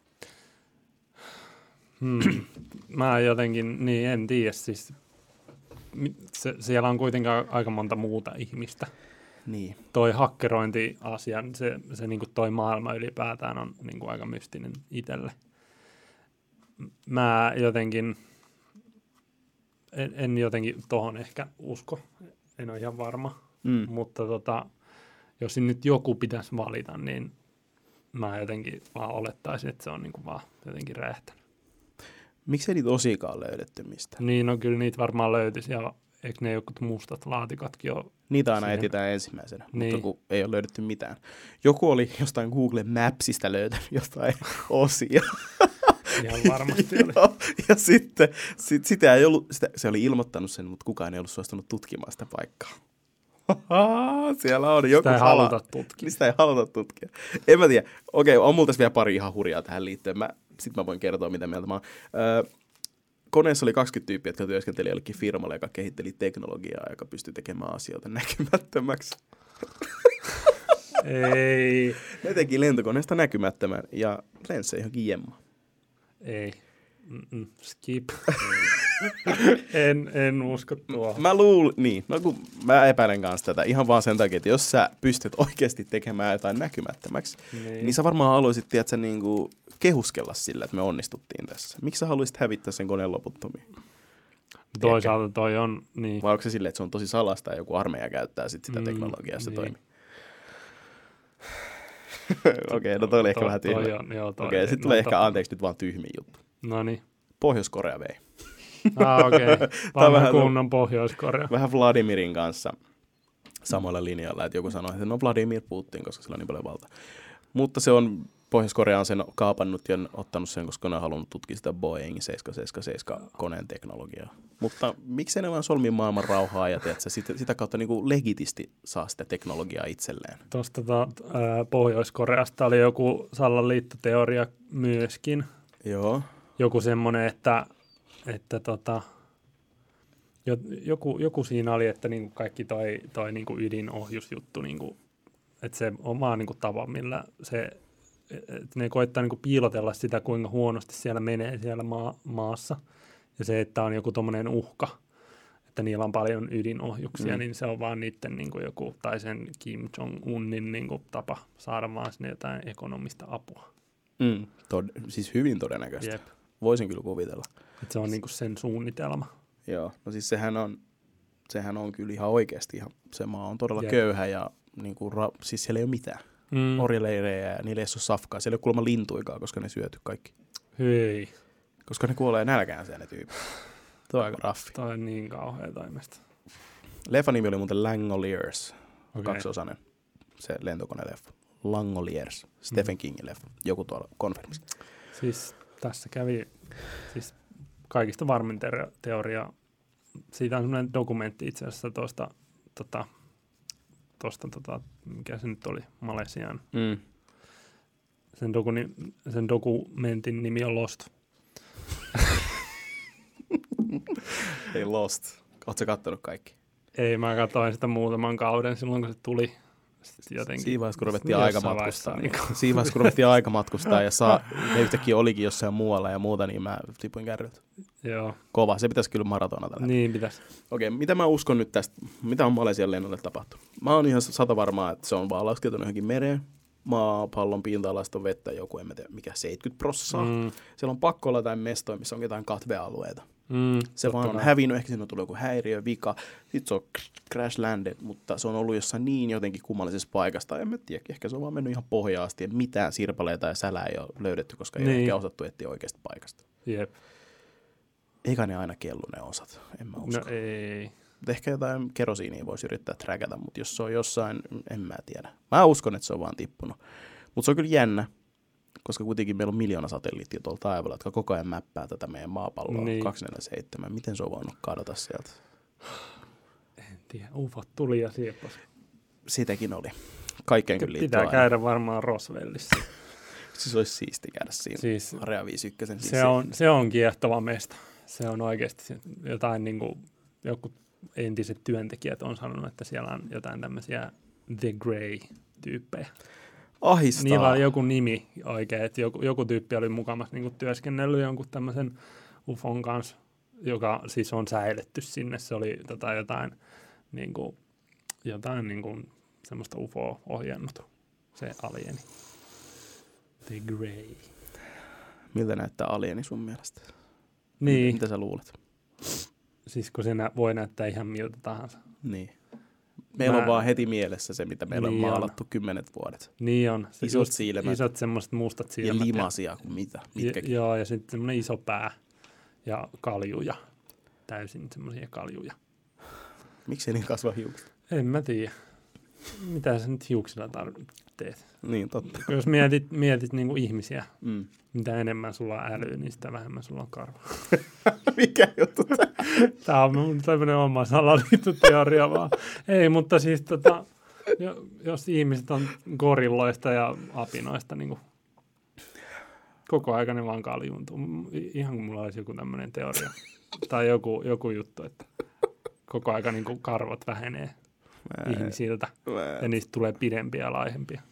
Hmm. Mä jotenkin, niin en tiedä, siis se, siellä on kuitenkaan aika monta muuta ihmistä. Niin. Toi hakkerointi-asia, se, se niin kuin toi maailma ylipäätään on niin kuin aika mystinen itselle. Mä jotenkin, en, en jotenkin tohon ehkä usko, en ole ihan varma, mm. mutta tota, jos nyt joku pitäisi valita, niin mä jotenkin vaan olettaisin, että se on niin kuin vaan jotenkin räjähtänyt. Miksi ei niitä osiakaan löydetty mistään? Niin, no kyllä niitä varmaan löytyisi, ja eikö ne jotkut mustat laatikotkin ole? Niitä aina siihen etsitään ensimmäisenä, niin. Mutta kun ei ole löydetty mitään. Joku oli jostain Google Mapsista löytänyt jotain osia. Ihan varmasti oli. ja, ja sitten sit, sitä ei ollut, sitä, se oli ilmoittanut sen, mutta kukaan ei ollut suostunut tutkimaan sitä paikkaa. Siellä on joku sitä ei sala. haluta tutkia. Sitä ei haluta tutkia. En mä tiedä. Okei, on mulla tässä vielä pari ihan hurjaa tähän liittyen. Mä, sit mä voin kertoa, mitä mieltä mä oon. Öö, koneessa oli kaksikymmentä tyyppiä, jotka työskenteli jollekin firmalle, joka kehitteli teknologiaa, joka pystyi tekemään asioita näkymättömäksi. Ei. Ne teki lentokoneesta näkymättömän ja lensi johonkin jemma. Ei. Mm-mm. Skip. en, en usko tuohon. Mä luulen, niin, no kun mä epäilen kanssa tätä ihan vaan sen takia, että jos sä pystyt oikeasti tekemään jotain näkymättömäksi, niin, niin sä varmaan haluaisit, tiedätkö, niin kuin kehuskella sillä, että me onnistuttiin tässä. Miksi sä haluaisit hävittää sen koneen loputtomiin? Toisaalta toi on, niin. Vai onko se silleen, että se on tosi salasta ja joku armeija käyttää sit sitä teknologiaa, mm, se niin. toimii? Okei, okay, no toi oli ehkä to, vähän tyhmä. Okei, okay, sitten tulee no, ehkä, anteeksi, nyt vaan tyhmiä juttu. No niin. Pohjois-Korea vei. Ah, okei. Okay. Vanha kunnon Pohjois-Korea. Vähän Vladimirin kanssa samalla linjalla, että joku sanoi, että no Vladimir Putin, koska sillä on niin paljon valtaa. Mutta se on, Pohjois-Korea on sen kaapannut ja ottanut sen, koska ne on halunnut tutkia sitä Boeing seitsemän seitsemän seitsemän koneen teknologiaa. Mutta miksei ne vaan solmi maailman rauhaa ja teet, sitä, sitä kautta niin kuin legitisti saa sitä teknologiaa itselleen? Tuosta to, äh, Pohjois-Koreasta oli joku salaliittoteoria myöskin. Joo. Joku semmoinen, että, että tota, joku, joku siinä oli, että niinku kaikki toi, toi niinku ydinohjusjuttu, niinku, että se oma niinku tapa, millä se että ne koittaa niin kuin piilotella sitä, kuinka huonosti siellä menee siellä maa, maassa. Ja se, että on joku tommoinen uhka, että niillä on paljon ydinohjuksia, mm. niin se on vaan niiden niin kuin joku, tai sen Kim Jong-unin niin kuin tapa saada vaan sinne jotain ekonomista apua. Mm. Tod- siis hyvin todennäköistä. Jep. Voisin kyllä kuvitella. Että se on niin kuin sen suunnitelma. Joo, no siis sehän on, sehän on kyllä ihan oikeasti, ihan, se maa on todella Jep. köyhä ja niin kuin, ra- siis siellä ei ole mitään. Mm. Orjaleirejä ja niillä ei ole safkaa. Siellä ei ole kuulemma lintuikaan, koska ne syöty kaikki. Hyi. Koska ne kuolee nälkään siellä ne tyypit. Tuo on aika raffi. Toi on niin kauhea toimesta. Leffan nimi oli muuten Langoliers, Okay. kaksiosainen, se lentokoneleffa. Langoliers, Stephen mm. Kingin leffa, joku tuolla konferenssissa. Siis tässä kävi siis kaikista varmin te- teoria. Siitä on semmoinen dokumentti itse asiassa tuosta, tota, tosta, tota, mikä se nyt oli, Malesian. Mm. Sen, dokuni, sen dokumentin nimi on Lost. Ei Lost. Ootko sä kattonut kaikki? Ei, mä katsoin sitä muutaman kauden silloin, kun se tuli. Jotenkin. Siinä vaiheessa, kun ruvettiin aika matkustaa. Niin Siinä vaiheessa, kun ruvettiin aika matkustaa ja saa, ne yhtäkkiä olikin jossain muualla ja muuta, niin mä tipuin kärryltä. Joo. Kova. Se pitäisi kyllä maratonata. Niin pitäisi. Okei, mitä mä uskon nyt tästä? Mitä on Malesian lennolle tapahtunut? Mä oon ihan sata varmaa, että se on vaan laskeutunut johonkin mereen. Maapallon pinta-alasta on vettä joku, en mä tiedä, mikä seitsemänkymmentä prossaa. Mm. Siellä on pakko olla jotain mestoja, missä on jotain katvealueita. Mm, se vaan on hävinnyt, ehkä siinä on tullut joku häiriö, vika, sitten se on crash landed, mutta se on ollut jossain niin jotenkin kummallisessa paikasta, en mä tiedä, ehkä se on vaan mennyt ihan pohjaan asti, että mitään sirpaleita ja sälää ei ole löydetty, koska ei niin. ole ehkä osattu etsiä oikeasta paikasta. Jep. Eikä ne aina kellu ne osat, en mä usko. No ei. Mutta ehkä jotain kerosiinia voisi yrittää trackata, mutta jos se on jossain, en mä tiedä. Mä uskon, että se on vaan tippunut. Mutta se on kyllä jännä, koska kuitenkin meillä on miljoona satelliittia tuolla taivaalla, jotka koko ajan mäppää tätä meidän maapalloa niin. kaksikymmentäseitsemän. Miten se on voinut kadota sieltä? En tiedä. Ufot tuli ja sieppas. Sitäkin oli. Kaikkeen kyllä liittyy Pitää aina. Käydä varmaan Roswellissa. Siis olisi siisti käydä siinä. Siis Area viisikymmentäyksi. Se on, se on kiehtova mesta. Se on oikeasti jotain niin kuin, joku entiset työntekijät on sanonut, että siellä on jotain tämmöisiä The Grey-tyyppejä. Ahistaa. Niillä oli joku nimi oikein, että joku, joku tyyppi oli mukamassa niin kuin työskennellyt jonkun tämmöisen ufon kanssa, joka siis on säiletty sinne. Se oli tota, jotain, niin kuin, jotain niin kuin, semmoista ufoa ohjannut, se alieni. The Grey. Miltä näyttää alieni sun mielestä? Niin. Mitä sä luulet? Siis kun se nä- voi näyttää ihan miltä tahansa. Niin. Meillä Mä... on vaan heti mielessä se, mitä meillä niin on maalattu on. kymmenet vuodet. Niin on. Se isot silmät. Isot semmoiset mustat silmät. Ja limasia kuin mitä. Mitkäkin. Ja, joo, ja sitten semmoinen iso pää ja kaljuja. Täysin semmoisia kaljuja. Miksi ei niin kasva hiukset? En mä tiedä. Mitä sä nyt hiuksilla tar- teet? Niin, totta. Jos mietit, mietit niinku ihmisiä, mm. mitä enemmän sulla on älyä, niin sitä vähemmän sulla on karva. Mikä juttu? Tämä on mun tämmöinen oma salaliittoteoria vaan. Ei, mutta siis tota, jos ihmiset on gorilloista ja apinoista, niin kuin koko aika ne vaan kaljuntuu. Ihan kuin mulla olisi joku tämmöinen teoria. Tai joku, joku juttu, että koko aika niin kuin karvat vähenee mä ihmisiltä. Mä ja niistä tulee pidempiä ja laihempia.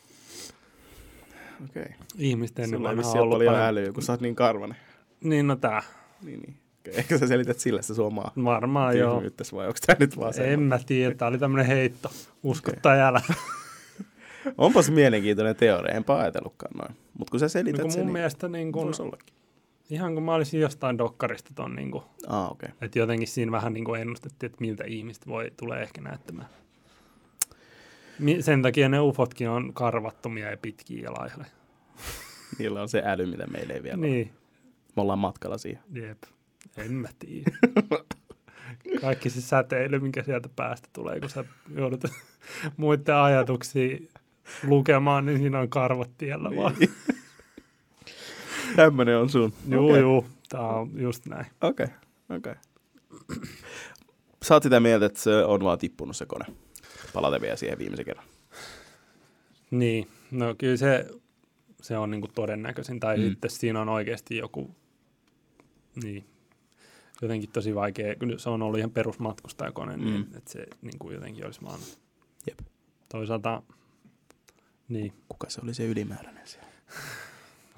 Okei. Okay. Ihmisten ennen sulla vanhaa on ollut paljon älyä, kun sä oot niin karvanen. Niin, no tää. Niin, niin. Okay. Ehkä sä selität sillä sitä suomaa. Varmaan joo. Vai onko tää nyt vaan en semmoinen? Mä tiedä. Tää oli tämmönen heitto. Usko okay. tai älä. Onpas mielenkiintoinen teoria. Enpä ajatellutkaan noin. Mut kun sä selität no, kun sen, mun niin mielestä niin kun, voisi ollakin. Ihan kun mä olisin jostain dokkarista ton, niin kun, ah, okay. että jotenkin siinä vähän niin kuin ennustettiin, että miltä ihmiset voi, tulee ehkä näyttämään. Sen takia ne ufotkin on karvattomia ja pitkiä ja laihoja. Niillä on se äly, mitä meillä ei vielä niin. ole. Me ollaan matkalla siihen. Jep. En mä tiedä. Kaikki se säteily, minkä sieltä päästä tulee, kun sä joudut muiden ajatuksia lukemaan, niin siinä on karvat tiellä niin. vaan. Tämmönen on sun. Juu, okay. juu. Tää on just näin. Okei, okay. okei. Okay. Sä oot sitä mieltä, että se on vaan tippunut se kone. Palataan vielä siihen viimeisen kerran. Niin, no kyllä se, se on niinku todennäköisin. Tai mm. sitten siinä on oikeasti joku, niin, jotenkin tosi vaikea. Kyllä se on ollut ihan perusmatkustajakone, mm. niin että se niinku jotenkin olisi vaan. Jep. Toisaalta, niin. Kuka se oli se ylimääräinen siellä?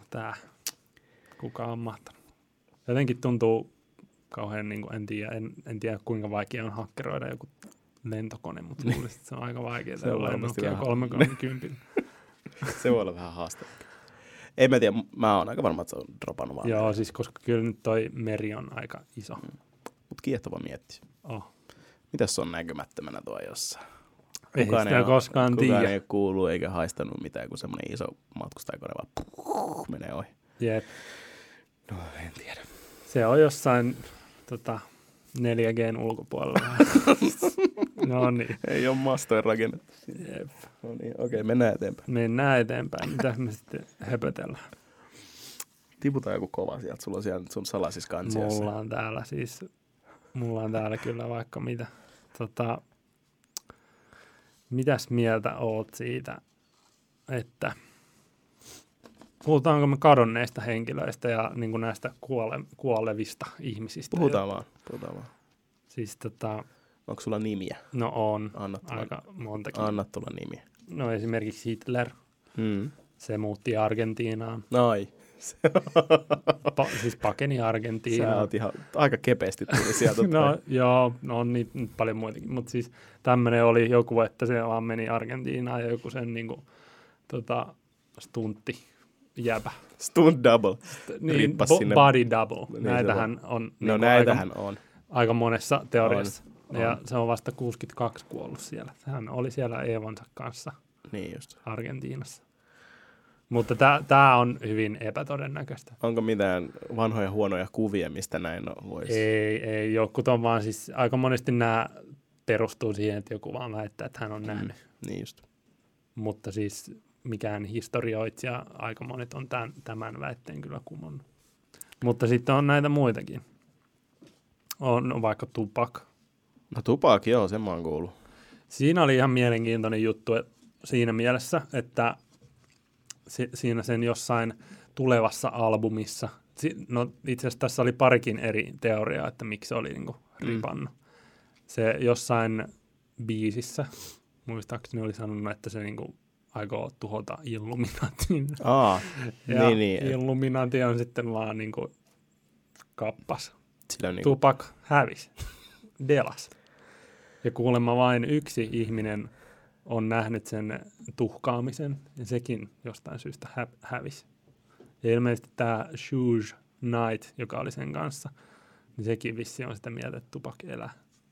tää, kuka on mahtanut. Jotenkin tuntuu kauhean, niin kuin, en, tiedä, en, en tiedä kuinka vaikea on hakkeroida joku lentokone, mutta luulisin, että se on aika vaikeaa. Se on varmasti vähän. kolmesataakolmekymmentä. Se voi olla vähän haastavaa. Ei mä tiedä, mä oon aika varma, että se on dropannut vaan. Joo, siis koska kyllä nyt toi meri on aika iso. Mm. Mut kiehtova mietti. Oh. Mitäs se on näkymättömänä tuo jossain? Ei kukaan sitä ei koskaan tiedä. Kukaan ei kuulu eikä haistanut mitään, kun semmoinen iso matkustajakone vaan puh, menee ohi. Jep. No, en tiedä. Se on jossain tota, neljä G:n ulkopuolella. No niin. Ei ole mastoja rakennettu. Jep. No niin, okei, mennään eteenpäin. Mennään eteenpäin. Mitä me sitten höpötellään? Tiputaan joku kova sieltä. Sulla on siellä sun salaisissa kansioissa. Mulla on täällä siis, mulla on täällä kyllä vaikka mitä. Tota, mitäs mieltä oot siitä, että puhutaanko me kadonneista henkilöistä ja niin kuin näistä kuole, kuolevista ihmisistä? Puhutaan vaan, puhutaan vaan. Siis tota... Onko sulla nimiä? No on, anna tulla, aika montakin. Anna tulla nimiä. No esimerkiksi Hitler, hmm. se muutti Argentiinaan. Ai. pa- siis pakeni Argentiinaan. Sä oot ihan aika kepeästi tuli sieltä. No joo, no on niin, niin paljon muitakin, mutta siis tämmöinen oli joku, että se vaan meni Argentiinaan ja joku sen niinku tota, stuntti jäbä. Stunt double. Niin, bo- body double. Niin näitähän on, no, niin näitähän aika, on aika monessa teoriassa. On, ja on. se on vasta kuusikymmentäkaksi kuollut siellä. Hän oli siellä Eevonsa kanssa niin just. Argentiinassa. Mutta tämä on hyvin epätodennäköistä. Onko mitään vanhoja huonoja kuvia, mistä näin voisi? Ei, ei jotkut on vaan siis, aika monesti nämä perustuu siihen, että joku vaan väittää, että hän on mm, nähnyt. Niin just. Mutta siis mikään historioitsija, aika monet on tämän, tämän väitteen kyllä kumonnut. Mutta sitten on näitä muitakin. On vaikka Tupac. No Tupac, joo, sen mä oon kuullut. Siinä oli ihan mielenkiintoinen juttu siinä mielessä, että si- siinä sen jossain tulevassa albumissa, si- no itse asiassa tässä oli parikin eri teoriaa, että miksi se oli niinku ripannut. Mm. Se jossain biisissä, muistaakseni oli sanonut, että se niinku aikoo tuhota Illuminatin. Aa, ja niin, niin. Illuminati on sitten vaan niinku kappas. Niinku... Tupac hävisi. Delas. Ja kuulemma vain yksi ihminen on nähnyt sen tuhkaamisen, ja sekin jostain syystä hä- hävisi. Ja ilmeisesti tämä Suge Knight, joka oli sen kanssa, niin sekin vissi on sitä mieltä, että Tupac elää.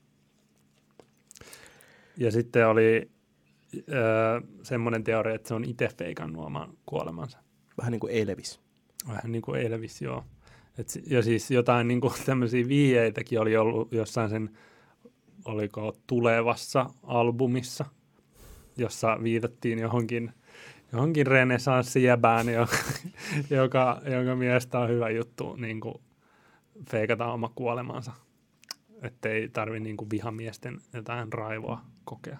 Ja sitten oli öö, semmoinen teoria, että se on itse feikannut oman kuolemansa. Vähän niin kuin Elvis. Vähän niin kuin Elvis, joo. Et, ja siis jotain niin kuin tämmöisiä viieitäkin oli ollut jossain sen, oliko tulevassa albumissa, jossa viitattiin johonkin, johonkin renesanssijäbään, joka, joka, jonka mielestä on hyvä juttu niin kuin feikata oma kuolemansa, ettei tarvitse niin kuin vihamiesten jotain raivoa kokea.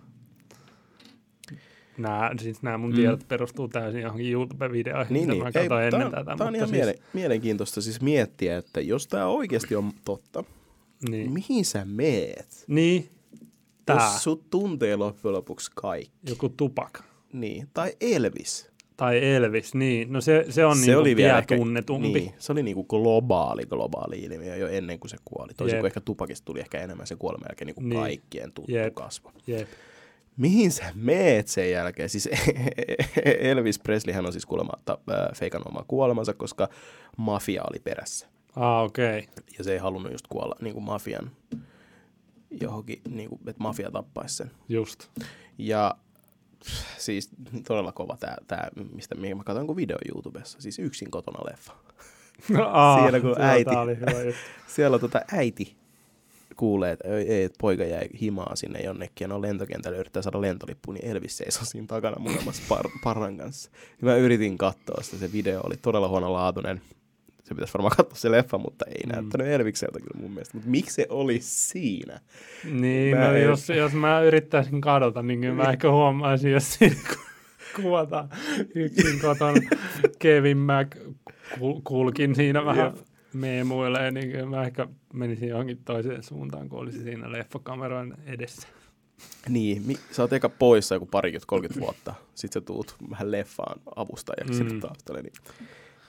Nämä, siis nämä mun tiedot mm. perustuu täysin johonkin YouTube-videoihin, niin, mitä niin. mä katsoin Ei, ennen tää, tätä. Tämä on ihan siis... mielenkiintoista siis miettiä, että jos tämä oikeasti on totta, niin mihin sä meet? Niin, tää. Jos sut tuntee loppujen lopuksi kaikki. Joku Tupac. Niin, tai Elvis. Tai Elvis, niin. No se, se on se niinku oli vielä tunnetumpi. Niin, se oli niinku globaali, globaali ilmiö jo ennen kuin se kuoli. Toisin kuin ehkä Tupacista tuli ehkä enemmän sen kuoleman jälkeen niinku niin. kaikkien tuttu Jep. kasvo. Jep. Mihin sä meet sen jälkeen? Siis Elvis Presleyhän on siis kuulemma feikannut omaa kuolemansa, koska mafia oli perässä. Ah, okei. Okay. Ja se ei halunnut just kuolla niin kuin mafian johonkin, niin kuin, että mafia tappaisi sen. Just. Ja siis todella kova tämä, tämä mistä mä katsoin kuin video YouTubessa, siis yksin kotona leffa. No, aa, siellä kun äiti, oli hyvä juttu. siellä tota äiti kuulee, että ei, että poika jäi himaa sinne jonnekin ja no lentokentällä yrittää saada lentolippu, niin Elvis seisoo siinä takana mukamassa par, parran kanssa. Ja mä yritin katsoa sitä, se video oli todella huonolaatuinen. Se pitäisi varmaan katsoa se leffa, mutta ei mm. näyttänyt Elvikseltä kyllä mun mielestä. Mutta miksi se oli siinä? Niin, no, en... jos, jos mä yrittäisin kadota, niin kyllä mä ehkä huomaisin, jos siinä kuvataan yksin kotona Kevin Mac kulkin siinä vähän meemuilee, niin kyllä mä ehkä menisin johonkin toiseen suuntaan, kun olisi siinä leffakameran edessä. Niin, mi- sä oot eka poissa joku parikymmentä kolmekymmentä vuotta, sit sä tuut vähän leffaan avustajaksi mm. taustalla, niin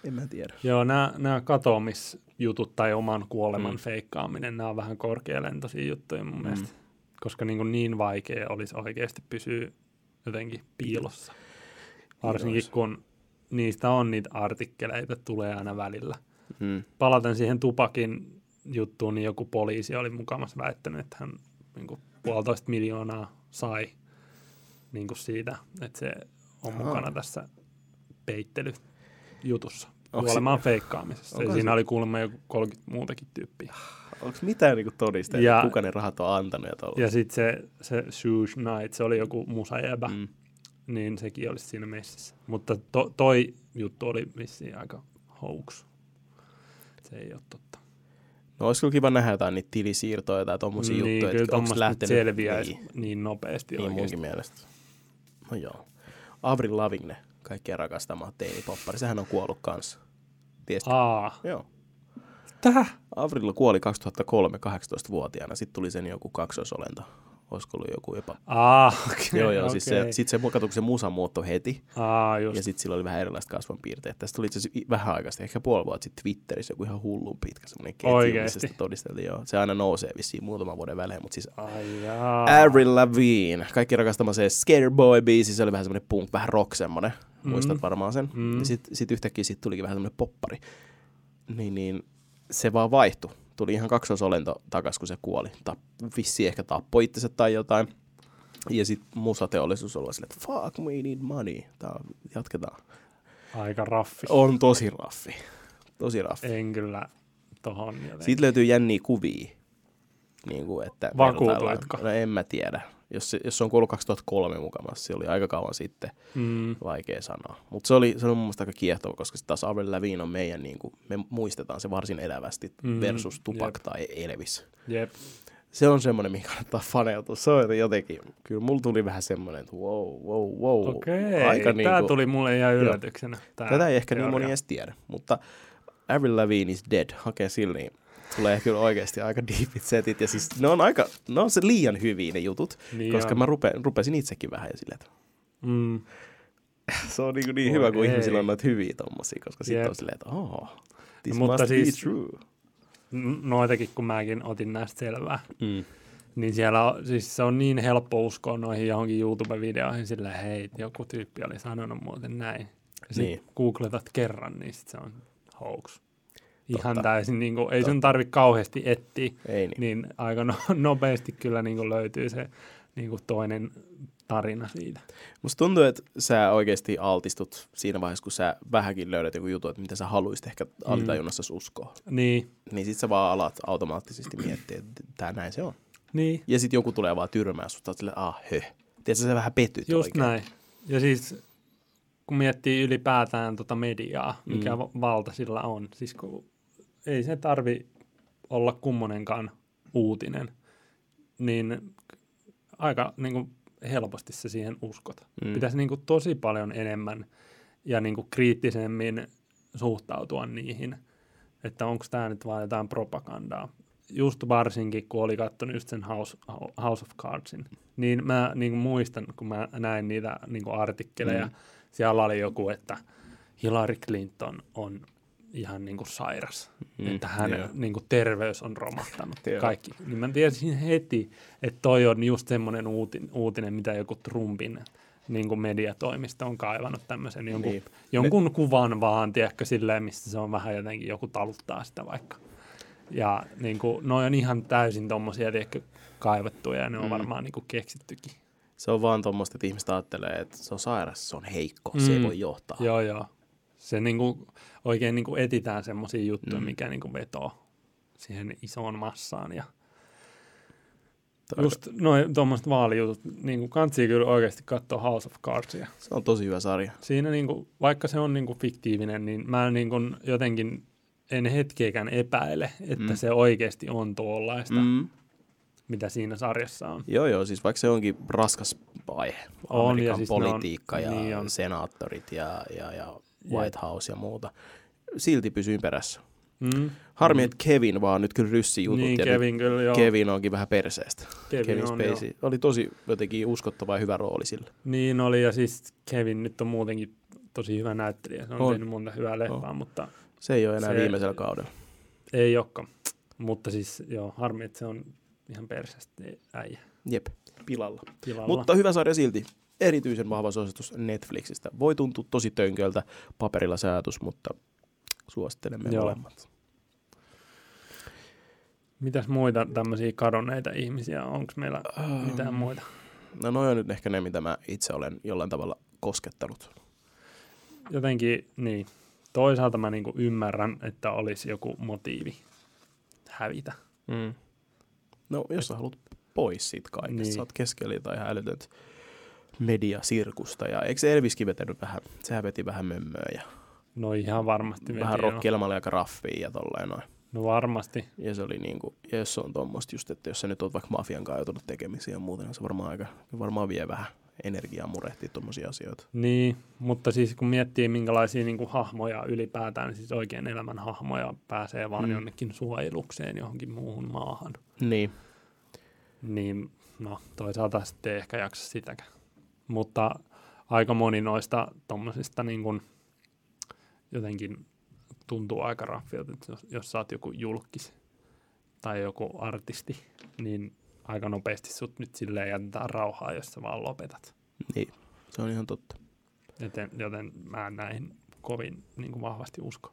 En mä tiedä. Joo, nämä, nämä katoamisjutut tai oman kuoleman Mm. feikkaaminen, nämä on vähän korkealentoisia juttuja mun Mm. mielestä. Koska niin, kuin niin vaikea olisi oikeasti pysyä jotenkin piilossa. Varsinkin Piiloissa. kun niistä on niitä artikkeleita, tulee aina välillä. Mm. Palaten siihen tupakin juttuun, niin joku poliisi oli mukamassa väittänyt, että hän niin kuin puolitoista miljoonaa sai niin kuin siitä, että se on Aha. mukana tässä peittelyjutussa. Onko Kuolemaan si- feikkaamisessa. Ja onko siinä si- oli kuulemma joku kolmekymmentä muutakin tyyppiä. Onko mitään niinku todisteita, Ja- kuka ne rahat on antanut ja tolla? Ja sitten se, se Shoes Knight, se oli joku musajäbä, Mm. niin sekin olisi siinä messissä. Mutta to, toi juttu oli vissiin aika hoax. Se ei ole totta. No olisi kyllä kiva nähdä jotain niitä tilisiirtoja tai tommosia niin, juttuja, kyllä että onko tuommoista lähtenyt. selviäisi Niin, niin, niin nopeasti niin oikeasti. munkin mielestä. No joo. Avril Lavigne, kaikkien rakastama teinipoppari, sehän on kuollut kanssa. Tiesitkö? Aa, Joo. täh? Avril kuoli kaksituhattakolme kahdeksantoistavuotiaana, sitten tuli sen joku kaksoisolento. Olisiko ollut joku jopa... Aa, okei. Okay, joo, joo, okay. siis se, sit se, kato, kun se musa muuttui heti, Aa, just. ja sitten sillä oli vähän erilaiset kasvonpiirteet. Tästä tuli itse asiassa vähän aikaisesti, ehkä puoli vuotta sitten Twitterissä joku ihan hullun pitkä semmoinen ketju, Oikeesti? missä sitä todisteltiin. Joo. Se aina nousee vissiin muutaman vuoden välein, mutta siis Ai jaa. Avril Lavigne, kaikki rakastama se Skater Boy-biisi, se oli vähän semmoinen punk, vähän rock semmoinen, Mm. muistat varmaan sen. Mm. Ja sitten sit yhtäkkiä sit tulikin vähän semmoinen poppari. Niin, niin se vaan vaihtui. Tuli ihan kaksoisolento takas, kun se kuoli. Ta- vissiin ehkä tappoi itsensä tai jotain. Ja sitten musateollisuus oli silleen, että fuck, we need money. Tää on, jatketaan. Aika raffi. On tosi raffi. Tosi raffi. En kyllä tohon jotenkin. Siitä löytyy jänniä kuvia. Niin kuin, että Vakuutuitko? No en mä tiedä. Jos se, jos se on kuollut kaksituhattakolme mukamassa, se oli aika kauan sitten. Mm. Vaikea sanoa. Mutta se oli, se oli mun mielestä aika kiehtova, koska taas Avril Lavigne on meidän, niin kuin, me muistetaan se varsin elävästi Mm, versus Tupac jep. tai Elvis. Jep. Se on semmoinen, mikä kannattaa faneutua. Se on jotenkin, kyllä mulla tuli vähän semmoinen, että wow, wow, wow. Okei, Aika tämä niinku- tuli mulle ihan yllätyksenä. Tää Tätä ei ehkä niin teoria. moni edes tiedä, mutta Avril Lavigne is dead, hakee sillä niin tulee kyllä oikeasti aika deepit setit. Ja siis ne on aika, ne on se liian hyviä ne jutut, Niin koska on. mä rupe, rupesin itsekin vähän jo silleen, että Mm. se on niin, niin Voi hyvä, kun ei. ihmisillä on noita hyviä tommosia, koska sitten Jep. on silleen, että oh, this No, mutta must siis- be true. N- Noitakin, kun mäkin otin näistä selvää, Mm. niin siellä on, siis se on niin helppo uskoa noihin johonkin YouTube-videoihin sillä hei, joku tyyppi oli sanonut muuten näin. Ja sit Niin. googletat kerran, niin sit se on hoax. Ihan Totta. täysin, niin kuin, ei sun tarvitse kauheasti etsiä, Ei niin. niin aika no, nopeasti kyllä niin kuin löytyy se niin kuin toinen tarina siitä. Musta tuntuu, että sä oikeasti altistut siinä vaiheessa, kun sä vähänkin löydät joku juttu, että mitä sä haluaisit ehkä alitajunnassa uskoa. Niin, Niin sit sä vaan alat automaattisesti miettiä, että tää näin se on. niin. Ja sit joku tulee vaan tyrmää susta, että silleen, ah, höh. Tiedätkö, sä vähän petyt Just oikein. näin. Ja siis kun miettii ylipäätään tota mediaa, mikä Mm. mm. valta sillä on, siis kun ei se tarvi olla kummonenkaan uutinen, niin aika niin kuin helposti se siihen uskot. Mm. Mm. Pitäisi niin kuin tosi paljon enemmän ja niin kuin kriittisemmin suhtautua niihin, että onko tämä nyt vaan jotain propagandaa. Just varsinkin, kun oli katsonut just sen House, House of Cardsin, niin mä niin kuin muistan, kun mä näin niitä niin kuin artikkeleja, Mm. mm. siellä oli joku, että Hillary Clinton on ihan niin kuin sairas, Mm, mm, että hänen joo. niin kuin terveys on romahtanut. Joo. Kaikki. Niin mä tiesin heti, että toi on just semmoinen uutinen, uutinen mitä joku Trumpin niin kuin mediatoimisto on kaivannut tämmöisen jonkun, Niin. jonkun ne... kuvan vaan, tiedätkö, silleen, missä se on vähän jotenkin, joku taluttaa sitä vaikka. Ja niin kuin, noi on ihan täysin tommosia, tiedätkö, kaivettuja ja ne on Mm. varmaan niin kuin keksittykin. Se on vaan tommoista, että ihmiset ajattelee, että se on sairas, se on heikko, mm. se ei Mm. voi johtaa. Joo, joo. Se niin kuin, oikein niin kuin etitään semmoisia juttuja, Mm. mm. mikä niin kuin vetoo siihen isoon massaan. Ja Toi- just noin tuommoiset vaalijutut, niin kuin kantsii kyllä oikeasti katsoa House of Cardsia. Se on tosi hyvä sarja. Siinä niin kuin, vaikka se on niin kuin fiktiivinen, niin mä niin kuin jotenkin en hetkeäkään epäile, että Mm. mm. se oikeasti on tuollaista, mm. Mm. mitä siinä sarjassa on. Joo, joo, siis vaikka se onkin raskas aihe, On, Amerikan ja siis ne on- politiikka ja niin on. senaattorit ja, ja, ja Jep. White House ja muuta, silti pysyy perässä. Mm. Harmi, Mm. että Kevin vaan nyt kyllä ryssi jutut. Niin, ja Kevin kyllä joo. nyt Kevin onkin vähän perseestä. Kevin Kevin on, Spacey oli tosi jotenkin uskottava ja hyvä rooli sillä. Niin oli, ja siis Kevin nyt on muutenkin tosi hyvä näyttelijä. Se on, On. tehnyt monta hyvää leffaa, On. mutta Se ei ole enää se, viimeisellä kaudella. Ei olekaan. Mutta siis joo, harmi, että se on ihan perseestä äijä. Jep, pilalla. Pilalla. Mutta hyvä sarja silti. Erityisen vahva suositus Netflixistä. Voi tuntua tosi tönköltä paperilla se ajatus, mutta suosittelemme Joo. molemmat. Mitäs muita tämmöisiä kadonneita ihmisiä? Onko meillä mitään muita? No noi on nyt ehkä ne, mitä mä itse olen jollain tavalla koskettanut. Jotenkin, niin. Toisaalta mä niinku ymmärrän, että olisi joku motiivi hävitä. Mm. No, jos sä haluat pois siitä kaikesta, Niin. sä oot keskellä jotain ihan älytöntä mediasirkusta. Ja eikö se Elviskin vetänyt vähän, sehän veti vähän mömmöä ja No ihan varmasti. vähän veti, joo. rockielämällä aika raffia ja tolleen noin. No varmasti. Ja se oli niinku, ja jos se on tommoista just, että jos sä nyt oot vaikka mafian kanssa joutunut tekemisiin ja muuten, niin se varmaan aika, varmaan vie vähän energiaa murehtia tommosia asioita. Niin, mutta siis kun miettii minkälaisia niin kuin hahmoja ylipäätään, niin siis oikein elämän hahmoja pääsee vaan Mm. mm. jonnekin suojelukseen johonkin muuhun maahan. Niin. Niin no toisaalta sitten ei ehkä jaksa sitäkään. Mutta aika moni noista tommosista niin kuin jotenkin tuntuu aika raffilta, että jos, jos sä oot joku julkis tai joku artisti, niin aika nopeasti sut nyt silleen jätetään rauhaa, jos sä vaan lopetat. Niin, se on ihan totta. Joten, joten mä näihin kovin niin kuin vahvasti usko.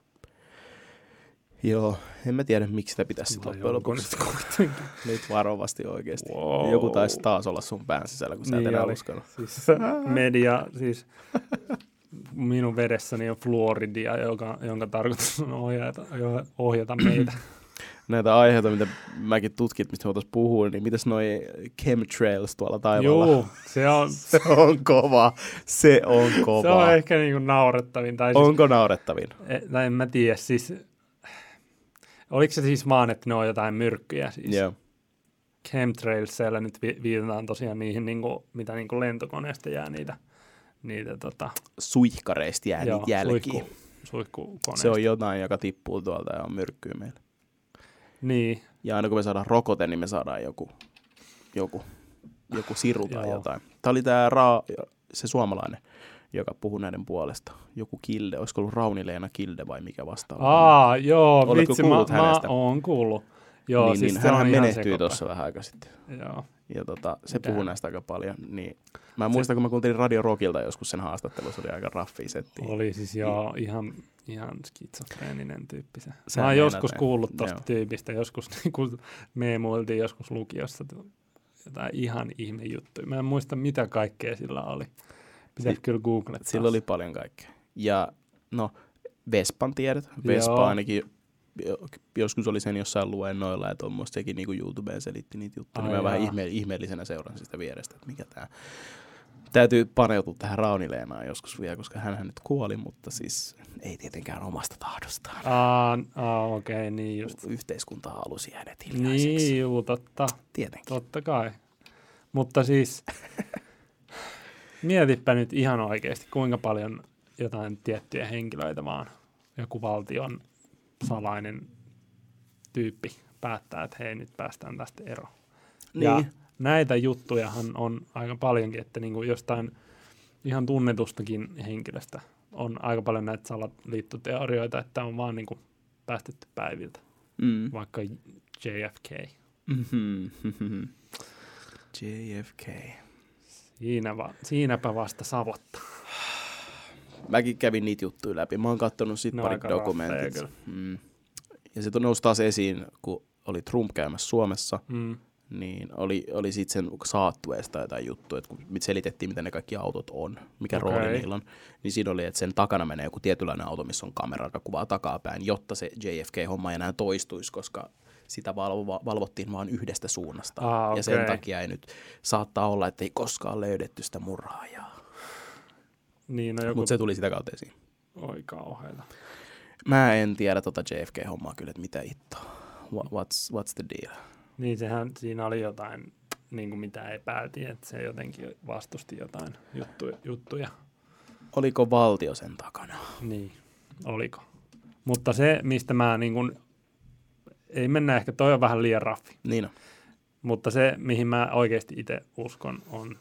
Joo, en mä tiedä, miksi sitä pitäisi sitten Vai loppujen onko lopuksi. nyt kuitenkin? Nyt varovasti oikeasti. Wow. Joku taisi taas olla sun pään sisällä, kun sä et Niin enää oli. uskonut. Siis media, siis minun veressäni on fluoridia, joka, jonka tarkoitus on ohjata, ohjata meitä. Näitä aiheita, mitä mäkin tutkin, mistä voitaisiin puhua, niin mitäs noi chemtrails tuolla taivaalla? Joo, se on, Se on kova. Se on kova. se on ehkä niinku naurettavin. Tai, siis, Onko naurettavin? e- tai en mä tiedä, siis oliko se siis vaan, että ne on jotain myrkkyjä siis? Joo. Chemtrailsilla nyt vi- viitataan tosiaan niihin, niinku, mitä niinku lentokoneesta jää niitä, niitä tota, Suihkareista jää joo, niitä jälkiä. suihku, suihkukoneesta. Se on jotain, joka tippuu tuolta ja on myrkkyä meillä. Niin, Ja aina kun me saadaan rokote, niin me saadaan joku, joku, joku siru tai Joo. jotain. Tämä oli tämä Ra- se suomalainen, joka puhui näiden puolesta. Joku Kilde, olisiko ollut Rauni-Leena Kilde vai mikä vastaava? Aa, joo, Oletko vitsi, mä, kuullut mä hänestä? oon kuullut. Joo, niin, siis niin, se on hänhän ihan menehtyi sekopä. tuossa vähän aika sitten. Joo. Ja tota, se Mitä? puhui näistä aika paljon. Niin, mä muistan, kun mä kuuntelin Radio Rockilta joskus sen haastattelun, se oli aika raffia settiä. Oli siis joo, ihan, ihan skitsofreeninen tyyppi se. Sä Mä oon meinaat joskus näin. kuullut tosta Joo. tyypistä, joskus niin kun meemuiltiin joskus lukiossa jotain ihan ihme juttuja. Mä en muista, mitä kaikkea sillä oli. Pitäisi Si- kyllä googlettaa. Sillä oli paljon kaikkea. Ja no, Vespan tiedät. Vespa Joo. ainakin jo- joskus oli sen jossain luennoilla ja tuommoista sekin niin YouTubeen selitti niitä juttuja. Ai Niin mä vähän jaa. ihme- ihmeellisenä seurasin sitä vierestä, että mikä tää. Täytyy paneutua tähän Rauni-Leenaan joskus vielä, koska hänhän nyt kuoli, mutta siis ei tietenkään omasta tahdostaan. Aa, aa okei, okay, niin just. Yhteiskunta halusi hänet hiljaiseksi. Niin, juu, totta. Tietenkin. Totta kai. Mutta siis mietipä nyt ihan oikeasti, kuinka paljon jotain tiettyjä henkilöitä vaan joku valtion salainen tyyppi päättää, että hei, nyt päästään tästä eroon. Ja Niin. näitä juttujahan on aika paljonkin, että niinku jostain ihan tunnetustakin henkilöstä on aika paljon näitä salaliittoteorioita, että on vaan niinku päästetty päiviltä, Mm. vaikka J F K. Mhm. J F K. Siinä va- siinäpä vasta savottaa. Mäkin kävin niitä juttuja läpi. Mä oon kattonut sit Ne on pari aika dokumentit. raffeja Mm. Ja se nousi taas esiin, kun oli Trump käymässä Suomessa, Mm. niin oli, oli sit sen saattueesta jotain juttuja, että kun selitettiin, mitä ne kaikki autot on, mikä Okei. rooli niillä on, niin siinä oli, että sen takana menee joku tietynlainen auto, missä on kamera, joka kuvaa takapäin, jotta se J F K-homma ei enää toistuisi, koska sitä valvo, valvottiin vain yhdestä suunnasta. Aa, ja sen okei. takia ei nyt saattaa olla, että ei koskaan löydetty sitä murhaajaa. Niin, no joku... Mutta se tuli sitä kautta esiin. Oi kauheeta. Mä en tiedä tota J F K-hommaa kyllä, että mitä hittoa. Wha- What's, what's the deal? Niin sehän siinä oli jotain, niin kuin mitä epäiltiin, että se jotenkin vastusti jotain juttuja. juttuja. Oliko valtio sen takana? Niin, oliko. Mutta se, mistä mä niin kuin, ei mennä ehkä, toi on vähän liian raffi, Niin on. mutta se, mihin mä oikeasti itse uskon, on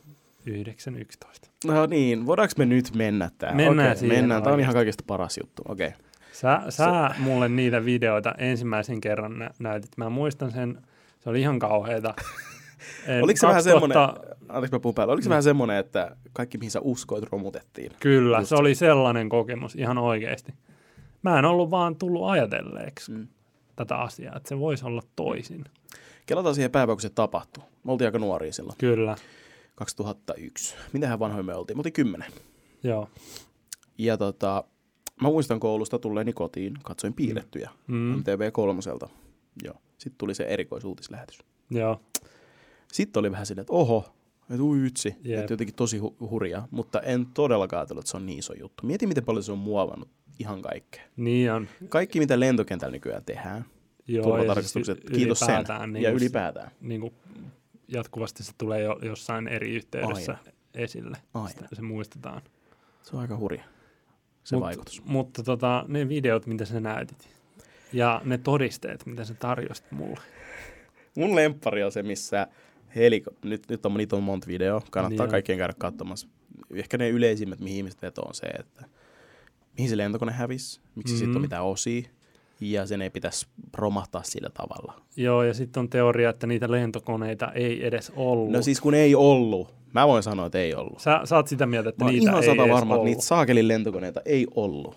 yhdeksän yksitoista. No niin, voidaanko me nyt mennä tähän? Mennään Okei, siihen mennään. Tämä on oikeasti. ihan kaikista paras juttu. Okei. Sä, sä mulle niitä videoita ensimmäisen kerran nä- näytit. Mä muistan sen, se oli ihan kauheeta. En, Oliko se vähän kaksituhatta semmoinen, anteeksi mä puhun päälle, oliko se vähän semmoinen, että kaikki mihin sä uskoit romutettiin? Kyllä, Just se oli sellainen kokemus ihan oikeasti. Mä en ollut vaan tullut ajatelleeksi mm. tätä asiaa, että se voisi olla toisin. Kelataan siihen päivään, kun se tapahtui. Me oltiin aika nuoria silloin. Kyllä. kaksituhattayksi. Mitähän vanhoja me oltiin? Me oltiin kymmenen. Joo. Ja tota, mä muistan koulusta tulleeni kotiin, katsoin Piirrettyjä mm. M T V kolmoselta. Joo. Sitten tuli se erikoisuutislähetys. Joo. Sitten oli vähän silleen, että oho, että ui vitsi, Yep. että jotenkin tosi hu- hurjaa, mutta en todellakaan ajatellut, että se on niin iso juttu. Mieti, miten paljon se on muovannut ihan kaikkea. Niin on. Kaikki, mitä lentokentällä nykyään tehdään, Joo, turvatarkastukset, ja siis kiitos sen, niin ja kuin, ylipäätään. Niin kuin jatkuvasti se tulee jo jossain eri yhteydessä Aina. esille. Aina. Sitä, se muistetaan. Se on aika hurja, se Mut, vaikutus. Mutta tota, ne videot, mitä sä näytit, ja ne todisteet, mitä sä tarjosit mulle. Mun lemppari on se, missä heliko... Nyt, nyt on, niitä on monta videoa, kannattaa Niin kaikkien käydä katsomassa. Ehkä ne yleisimmät, mihin ihmiset vetoo, on se, että mihin se lentokone hävisi, miksi mm-hmm. siitä on mitään osia, ja sen ei pitäisi romahtaa sillä tavalla. Joo, ja sitten on teoria, että niitä lentokoneita ei edes ollut. No siis kun ei ollut. Mä voin sanoa, että ei ollut. Sä, sä oot sitä mieltä, että Mä oon niitä ihan ei sata edes varma, että ollut. niitä saakelin lentokoneita ei ollut.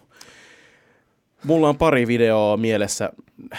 Mulla on pari videoa mielessä.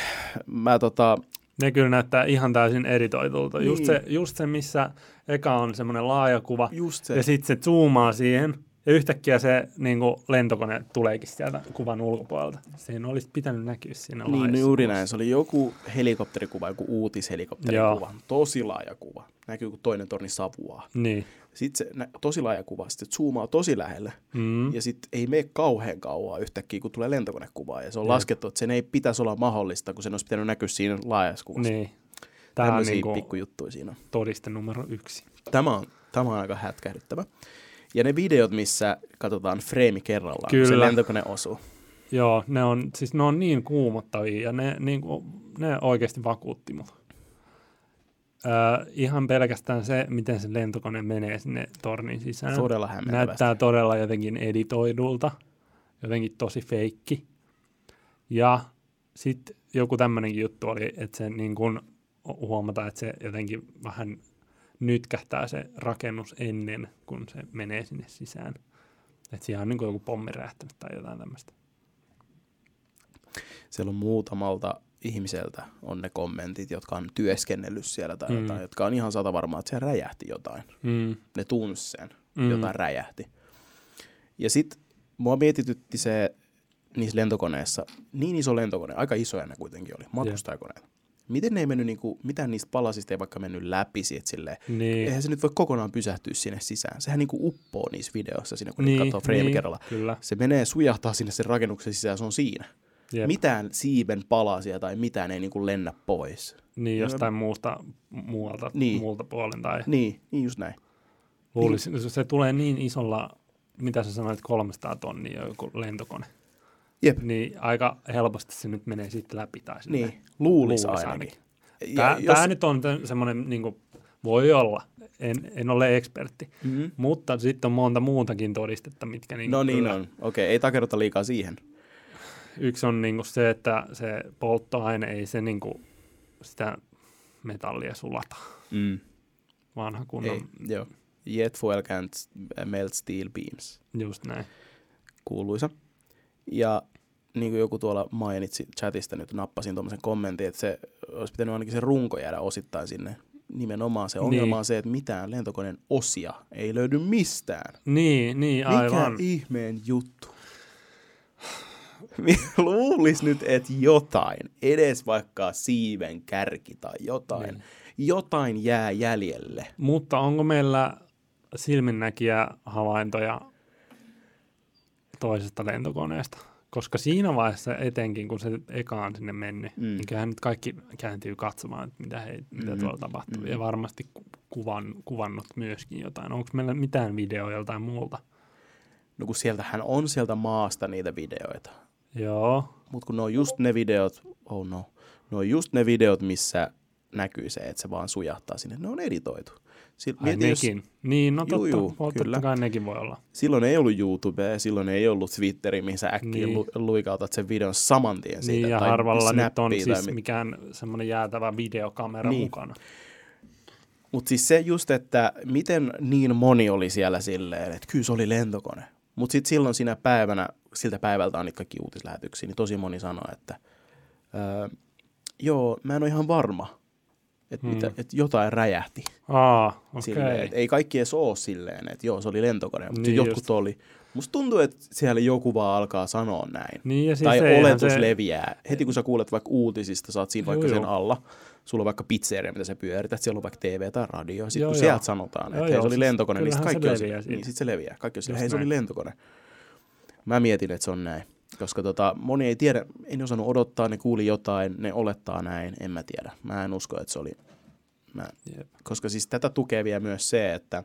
Mä tota... Ne kyllä näyttää ihan täysin editoitulta. Niin. Just, se, just se, missä eka on semmoinen laaja kuva, Just se. ja sitten se zoomaa siihen, ja yhtäkkiä se niin kuin lentokone tuleekin sieltä kuvan ulkopuolelta. Siinä olisi pitänyt näkyä siinä Niin, no laajassa juuri kuvassa. näin. Se oli joku helikopterikuva, joku uutishelikopterikuva. Tosi laaja kuva. Näkyy, kun toinen torni savuaa. Niin. Sitten se nä- tosi laaja kuva, sitten zoomaa tosi lähelle. Mm. Ja sitten ei mene kauhean kauan yhtäkkiä, kun tulee lentokonekuvaa. Ja se on Jep. laskettu, että sen ei pitäisi olla mahdollista, kun sen olisi pitänyt näkyä siinä laajassa kuvassa. Niin. Tämä on Tämmöisiä niin kuin pikkujuttuja siinä on. todiste numero yksi. Tämä on, tämä on aika hätkähdyttävä. Ja ne videot, missä katsotaan freimi kerrallaan, Kyllä. kun se lentokone osuu. Joo, ne on, siis ne on niin kuumottavia ja ne, niin kuin, ne oikeasti vakuutti mut. Öö, ihan pelkästään se, miten se lentokone menee sinne tornin sisään. Todella hämmentävästi. Näyttää todella jotenkin editoidulta, jotenkin tosi feikki. Ja sitten joku tämmöinenkin juttu oli, että se niin kun huomataan, että se jotenkin vähän nytkähtää se rakennus ennen, kun se menee sinne sisään. Että siellä on niin kuin joku pommi räjähtänyt tai jotain tämmöistä. Siellä on muutamalta ihmiseltä on ne kommentit, jotka on työskennellyt siellä tai Mm. jotain, jotka on ihan sata varmaa, että siellä räjähti jotain. Mm. Ne tunsi sen, Mm. jotain räjähti. Ja sitten mua mietitytti se niissä lentokoneissa, niin iso lentokone, aika isoja ne kuitenkin oli, matkustajakoneet. Miten ne ei mennyt, niinku, mitään niistä palasista ei vaikka mennyt läpi, että silleen, Niin. eihän se nyt voi kokonaan pysähtyä sinne sisään. Sehän niinku uppoo niissä videoissa siinä, kun Niin, niin, katsoo frame niin, kerralla. kyllä. Se menee, sujahtaa sinne sen rakennuksen sisään, se on siinä. Jep. Mitään siiven palasia tai mitään ei niinku lennä pois. Niin, jostain muusta, muualta, Niin. muulta puolen. Tai Niin, niin just näin. luulisin, niin. Se tulee niin isolla, mitä sä sanoit, kolmesataa tonnia joku lentokone. Jep. Niin aika helposti se nyt menee sitten läpi. Tai Niin, luulisi luulisi ainakin. Tämä, jos... tämä nyt on semmoinen, niin kuin, voi olla, en, en ole ekspertti, Mm-hmm. mutta sitten on monta muutakin todistetta, mitkä niin No niin kyllä, on. Okei, ei takerrota liikaa siihen. Yksi on niin kuin se, että se polttoaine ei se niin kuin, sitä metallia sulata. Mm. Vanha kunnon, Ei, joo. Jet fuel can't melt steel beams. just näin. Kuuluisa. Ja niin kuin joku tuolla mainitsi chatista, nyt nappasin tuommoisen kommentin, että se olisi pitänyt ainakin se runko jäädä osittain sinne. Nimenomaan se ongelma Niin. on se, että mitään lentokoneen osia ei löydy mistään. Niin, niin aivan. Mikä ihmeen juttu? Luulis nyt, että jotain, edes vaikka siiven kärki tai jotain, Niin. jotain jää jäljelle. Mutta onko meillä silminnäkijä havaintoja toisesta lentokoneesta? Koska siinä vaiheessa etenkin, kun se eka on sinne mennyt, Mm. niin kyllähän nyt kaikki kääntyy katsomaan, että mitä, he, mitä Mm. tuolla tapahtuu. Mm. Ja varmasti ku- kuvan, kuvannut myöskin jotain. Onko meillä mitään videoa joltain muulta? No kun sieltähän on sieltä maasta niitä videoita. Joo. Mutta kun ne on just ne videot, oh no, ne on just ne videot, missä näkyy se, että se vaan sujahtaa sinne. Ne on editoitu. Sil- Ai nekin. Jos... Niin, no totta, juu, juu, totta kai nekin voi olla. Silloin ei ollut YouTubea, silloin ei ollut Twitteri, mihin sä äkkiä niin. lu- luikautat sen videon saman tien siitä. Niin, ja tai harvalla nyt on siis mit... mikään semmoinen jäätävä videokamera niin. mukana. Mutta siis se just, että miten niin moni oli siellä silleen, että kyllä se oli lentokone. Mutta sitten silloin siinä päivänä, siltä päivältä on niitä kaikki uutislähetyksiä, niin tosi moni sanoi, että öö, joo, mä en ole ihan varma, että hmm. et jotain räjähti. Aa, okei. Okay. Et ei kaikki edes ole silleen, että joo, se oli lentokone, mutta niin jotkut just. oli. Musta tuntuu, että siellä joku vaan alkaa sanoa näin. Niin, ja siis tai oletus se... leviää. Heti kun sä kuulet vaikka uutisista, sä oot siinä vaikka joo, sen joo. alla. Sulla on vaikka pizzeria, mitä sä pyörität, siellä on vaikka T V tai radio. Sitten joo, kun joo. sieltä sanotaan, että joo, hei, se oli siis lentokone, niin kaikki on se niin, sitten se leviää. Kaikki on sille, hei, se näin. oli lentokone. Mä mietin, että se on näin. Koska tota, moni ei tiedä, ei ne osannut odottaa, ne kuuli jotain, ne olettaa näin, en mä tiedä. Mä en usko, että se oli... Mä, koska siis tätä tukee vielä myös se, että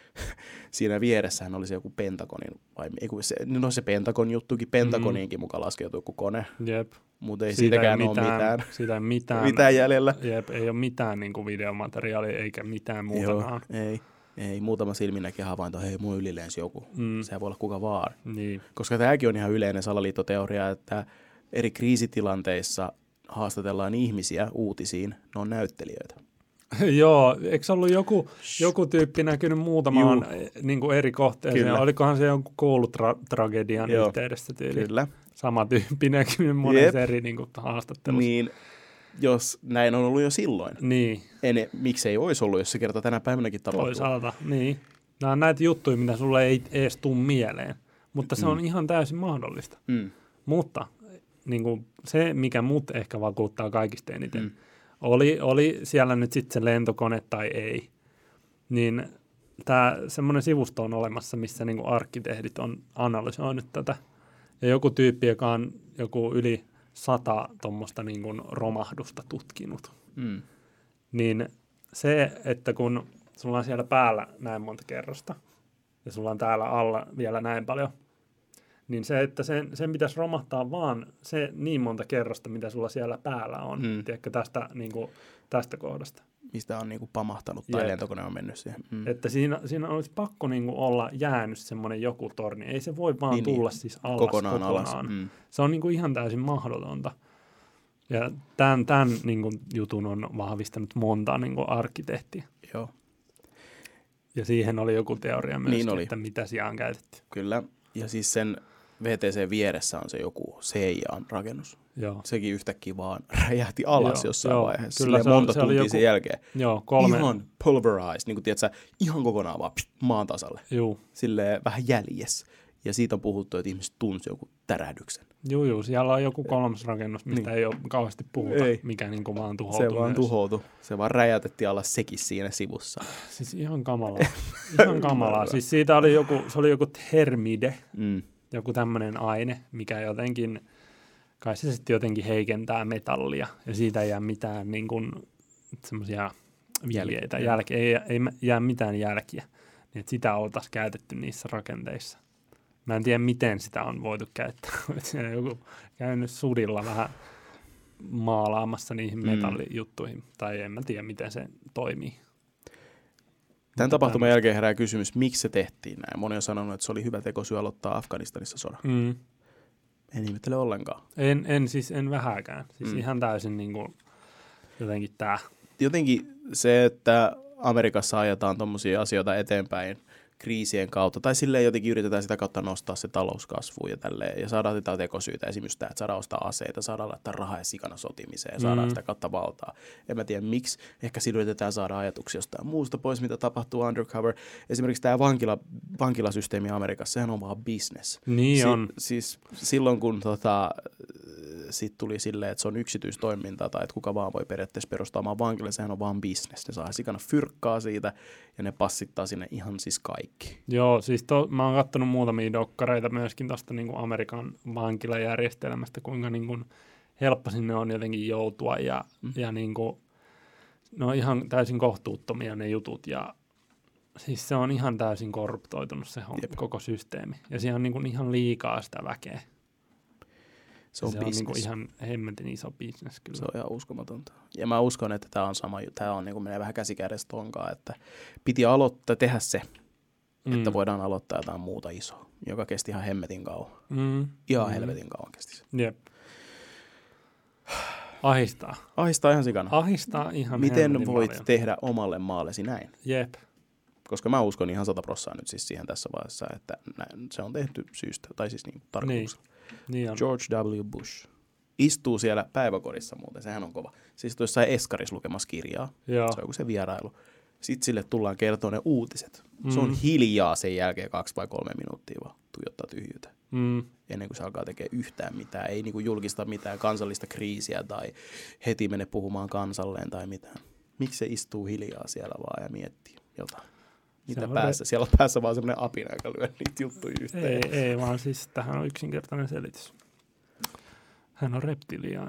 siinä vieressähän oli se joku Pentagonin, vai se, no se Pentagon juttukin, Pentagoniinkin mm. mukaan laskeutuu joku kone, Jep. mutta ei siitä siitäkään ei mitään, ole mitään, siitä ei mitään, mitään jäljellä. Jep, ei ole mitään niin kuin videomateriaalia eikä mitään muutakaan. Ei, ei, muutama silminnäkin havainto, hei mun ylilensi joku, mm. sehän voi olla kuka vaan. Niin. Koska tämäkin on ihan yleinen salaliittoteoria, että eri kriisitilanteissa haastatellaan ihmisiä uutisiin, ne on näyttelijöitä. Joo, eikö ollut joku, joku tyyppi näkynyt muutamaan niin kuin eri kohteeseen? Kyllä. Olikohan se jonkun koulutragedian Joo. yhteydessä tyyli? Kyllä. Sama tyyppi näkynyt monessa eri niin kuin, haastattelussa. Niin, jos näin on ollut jo silloin. Niin. En, miksei olisi ollut, jos se kerta tänä päivänäkin tapahtuu. Toisaalta, niin. Nämä on näitä juttuja, mitä sulle ei edes tule mieleen, mutta se mm. on ihan täysin mahdollista. Mm. Mutta niin kuin, se, mikä mut ehkä vakuuttaa kaikista eniten, mm. Oli, oli siellä nyt sitten se lentokone tai ei, niin tämä semmoinen sivusto on olemassa, missä niinku arkkitehdit on analysoinut tätä. Ja joku tyyppi, joka on joku yli sata tuommoista niinku romahdusta tutkinut. Mm. Niin se, että kun sulla on siellä päällä näin monta kerrosta ja sulla on täällä alla vielä näin paljon, niin se, että sen, sen pitäisi romahtaa vaan se niin monta kerrosta, mitä sulla siellä päällä on, mm. tiedätkö, tästä, niin kuin, tästä kohdasta. Mistä on niin kuin pamahtanut tai Jep. lentokone on mennyt siihen. Mm. Että siinä, siinä olisi pakko niin kuin olla jäänyt semmoinen joku torni. Ei se voi vaan niin, tulla niin. siis alas kokonaan. kokonaan. Alas. Mm. Se on niin kuin ihan täysin mahdotonta. Ja tämän, tämän niin kuin jutun on vahvistanut monta niin kuin arkkitehtiä. Joo. Ja siihen oli joku teoria myös, niin että mitä siellä on käytetty. Kyllä. Ja siis sen V T C vieressä on se joku C I A-rakennus. Joo. Sekin yhtäkkiä vaan räjähti alas joo, jossain joo, vaiheessa. Kyllä se monta se tuntia joku, sen jälkeen. Joo, kolme. Ihan pulverized, niin kuin tiedätkö, ihan kokonaan vaan pst, maan tasalle. Joo. Silleen vähän jäljessä. Ja siitä on puhuttu, että ihmiset tunsi joku tärähdyksen. Joo, joo. Siellä on joku kolmas rakennus, mistä niin. ei ole kauheasti puhuta, ei. mikä niin kuin vaan tuhoutui. Se vaan myös. tuhoutui. Se vaan räjätettiin alas sekin siinä sivussa. Siis ihan kamalaa. ihan kamalaa. Siis siitä oli joku, se oli joku termide. Mm. Joku tämmöinen aine, mikä jotenkin, kai se sitten jotenkin heikentää metallia, ja siitä ei jää mitään niin kuin semmoisia villeitä, jälkeä, ei, ei jää mitään jälkiä, niin että sitä oltaisiin käytetty niissä rakenteissa. Mä en tiedä, miten sitä on voitu käyttää, siellä joku käynyt sudilla vähän maalaamassa niihin mm. metallijuttuihin, tai en mä tiedä, miten se toimii. Tämän tapahtuman jälkeen herää kysymys, miksi se tehtiin näin. Moni on sanonut, että se oli hyvä teko syy aloittaa Afganistanissa sodan. Mm. En ihmettele ollenkaan. En, en siis en vähääkään. Siis mm. ihan täysin niin kuin jotenkin tämä. Jotenkin se, että Amerikassa ajetaan tommosia asioita eteenpäin kriisien kautta, tai silleen jotenkin yritetään sitä kautta nostaa se talouskasvu ja tälleen, ja saadaan sitä tekosyitä, esimerkiksi tämä, että saadaan ostaa aseita, saadaan laittaa rahaa ja sikana sotimiseen, ja saadaan mm. sitä kautta valtaa. En mä tiedä miksi, ehkä sillä yritetään saada ajatuksia jostain muusta pois, mitä tapahtuu undercover. Esimerkiksi tämä vankila, vankilasysteemi Amerikassa, sehän on vaan business. Niin si- on. Siis silloin, kun tota, sit tuli silleen, että se on yksityistoimintaa, tai että kuka vaan voi periaatteessa perustaa oman vankilan, sehän on vaan business. Ne saa sikana fyrkkaa siitä, ja ne passittaa sinne ihan siis kaikki. Joo, siis to, mä oon katsonut muutamia dokkareita myöskin tuosta niin Amerikan vankilajärjestelmästä, kuinka niin kuin helppo sinne on jotenkin joutua ja, mm. ja niin kuin, ne on ihan täysin kohtuuttomia ne jutut ja siis se on ihan täysin korruptoitunut se on, koko systeemi ja siellä on niin kuin ihan liikaa sitä väkeä. Se on, se on niinku ihan hemmetin iso business kyllä. Se on ihan uskomatonta. Ja mä uskon, että tämä on sama, tämä on niinku menee vähän käsikädessä tonkaan, että piti aloittaa, tehdä se, mm. että voidaan aloittaa jotain muuta isoa, joka kesti ihan hemmetin kauan. Mm. Ihan mm. helvetin kauan kesti se. Jep. Ahistaa. Ahistaa ihan sikana. Ahistaa ihan Miten voit paljon. tehdä omalle maallesi näin? Jep. Koska mä uskon ihan sata prosenttia nyt siis siihen tässä vaiheessa, että näin, se on tehty syystä, tai siis niin tarkoituksella. Niin. Niin George W. Bush istuu siellä päiväkodissa muuten, sehän on kova. Siis jossain eskarissa lukemassa kirjaa, Joo. se on joku se vierailu. Sitten sille tullaan kertoa ne uutiset. Mm. Se on Mm. hiljaa sen jälkeen kaksi vai kolme minuuttia vaan tuijottaa tyhjyyttä. Mm. Ennen kuin se alkaa tekemään yhtään mitään. Ei niinku julkista mitään kansallista kriisiä tai heti mene puhumaan kansalleen tai mitään. Miksi se istuu hiljaa siellä vaan ja miettii jotain? Mitä päässä? Re- Siellä on päässä vaan semmoinen apina, joka lyö niitä juttuja yhteen. Ei, ei, vaan siis tähän on yksinkertainen selitys. Hän on reptiliaani.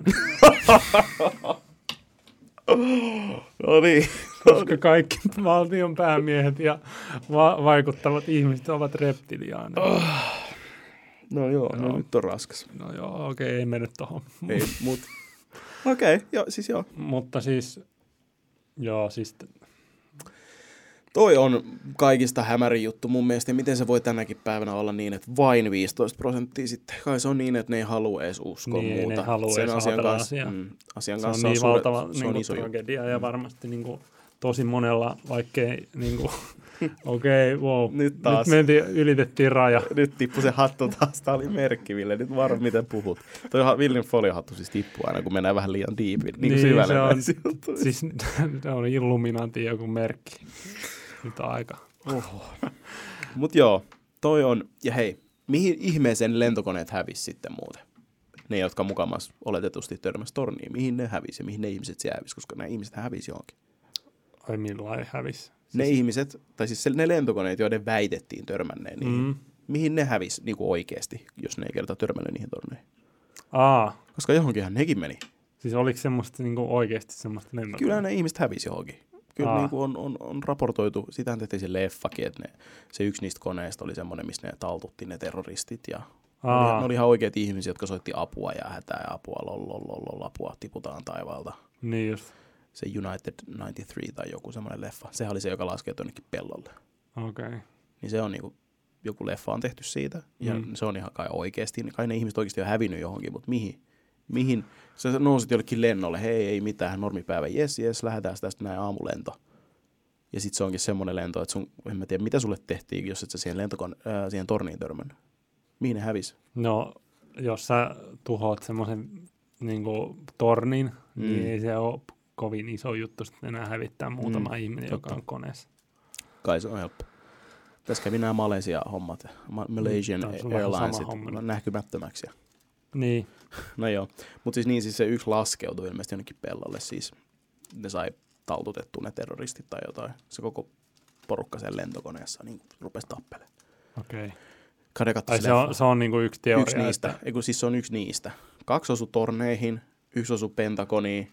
No niin. Koska kaikki valtion päämiehet ja va- vaikuttavat ihmiset ovat reptiliaaneja. Oh. No joo, joo, no nyt on raskas. No joo, okei, okay, ei mene tohon. Ei, mut. Okei, okay, joo, siis joo. Mutta siis, joo, siis... Toi on kaikista hämärin juttu mun mielestä, ja miten se voi tänäkin päivänä olla niin, että vain viisitoista prosenttia sitten. Kai se on niin, että ne ei halua edes uskoa niin, muuta. Ne halua sen edes asian kanssa, asiaa. mm, asian se kanssa on niin on valtava suure, se niin on iso tragedia juttu. ja varmasti niin kuin, tosi monella, vaikkei niin kuin, okei, okay, wow, nyt, taas. nyt mentiin, ylitettiin raja. Nyt tippui se hattu taas, tää oli merkki, Ville, nyt varo miten puhut. Toi Villin foliohattu siis tippuu aina, kun mennään vähän liian diipin, niin, niin syvälle. Se on, siis se on Illuminatin joku merkki. Nyt on aika. Oho. Mut joo, toi on, ja hei, mihin ihmeeseen lentokoneet hävisi sitten muuten? Ne, jotka mukamas oletetusti törmäsi torniin, mihin ne hävisi ja mihin ne ihmiset siellä hävisi, koska ne ihmiset hävisi johonkin. Ai millainen hävisi? Ne siis... ihmiset, tai siis ne lentokoneet, joiden väitettiin törmänneen niihin, mm. mihin ne hävisi niin kuin oikeasti, jos ne ei kerta törmännyt niihin torneihin? Aa. Koska johonkinhan nekin meni. Siis oliko semmoista niin kuin oikeasti semmoista lentokoneita? Kyllä ne ihmiset hävisi johonkin. Kyllä niin kuin on, on, on raportoitu, sitähän tehtiin se leffakin, että ne, se yksi niistä koneista oli semmoinen, missä ne taltutti ne terroristit ja ne oli, ne oli ihan oikeat ihmisiä, jotka soitti apua ja hätää ja apua, lolololol, apua, tiputaan taivaalta. Niin just. Se United yhdeksänkymmentäkolme tai joku semmoinen leffa, sehän oli se, joka laskee jonnekin pellolle. Okei. Okay. Niin se on niinku, joku leffa on tehty siitä ja mm. se on ihan kai oikeasti, kai ne ihmiset oikeasti on hävinnyt johonkin, mutta mihin? Mihin? Sä nousit jollekin lennolle, hei ei mitään, normipäivä, jes jes, lähdetään tästä näin aamulento. Ja sit se onkin semmoinen lento, että sun, en mä tiedä mitä sulle tehtiin, jos et sä siihen, lentokon, äh, siihen torniin törmännyt. Mihin ne hävisi? No, jos sä tuhoat semmoisen niinku tornin, mm. niin ei se ole kovin iso juttu sitten enää hävittää muutama mm. ihminen, Totta. joka on koneessa. Kai se on helppo. Tässä kävi nämä Malesia-hommat, Malaysian mm, Airlinesit näkymättömäksi. Niin. No joo, mutta siis niin siis se yksi laskeutui ilmeisesti jonnekin pellolle, siis ne sai taltutettua ne terroristit tai jotain. Se koko porukka sen lentokoneessa niin rupesi tappelemaan. Okei. Okay. Se on, se on niinku yksi teoria. Yksi niistä, että... eiku, siis se on yksi niistä. Kaksi osui torneihin, yksi osui Pentagoniin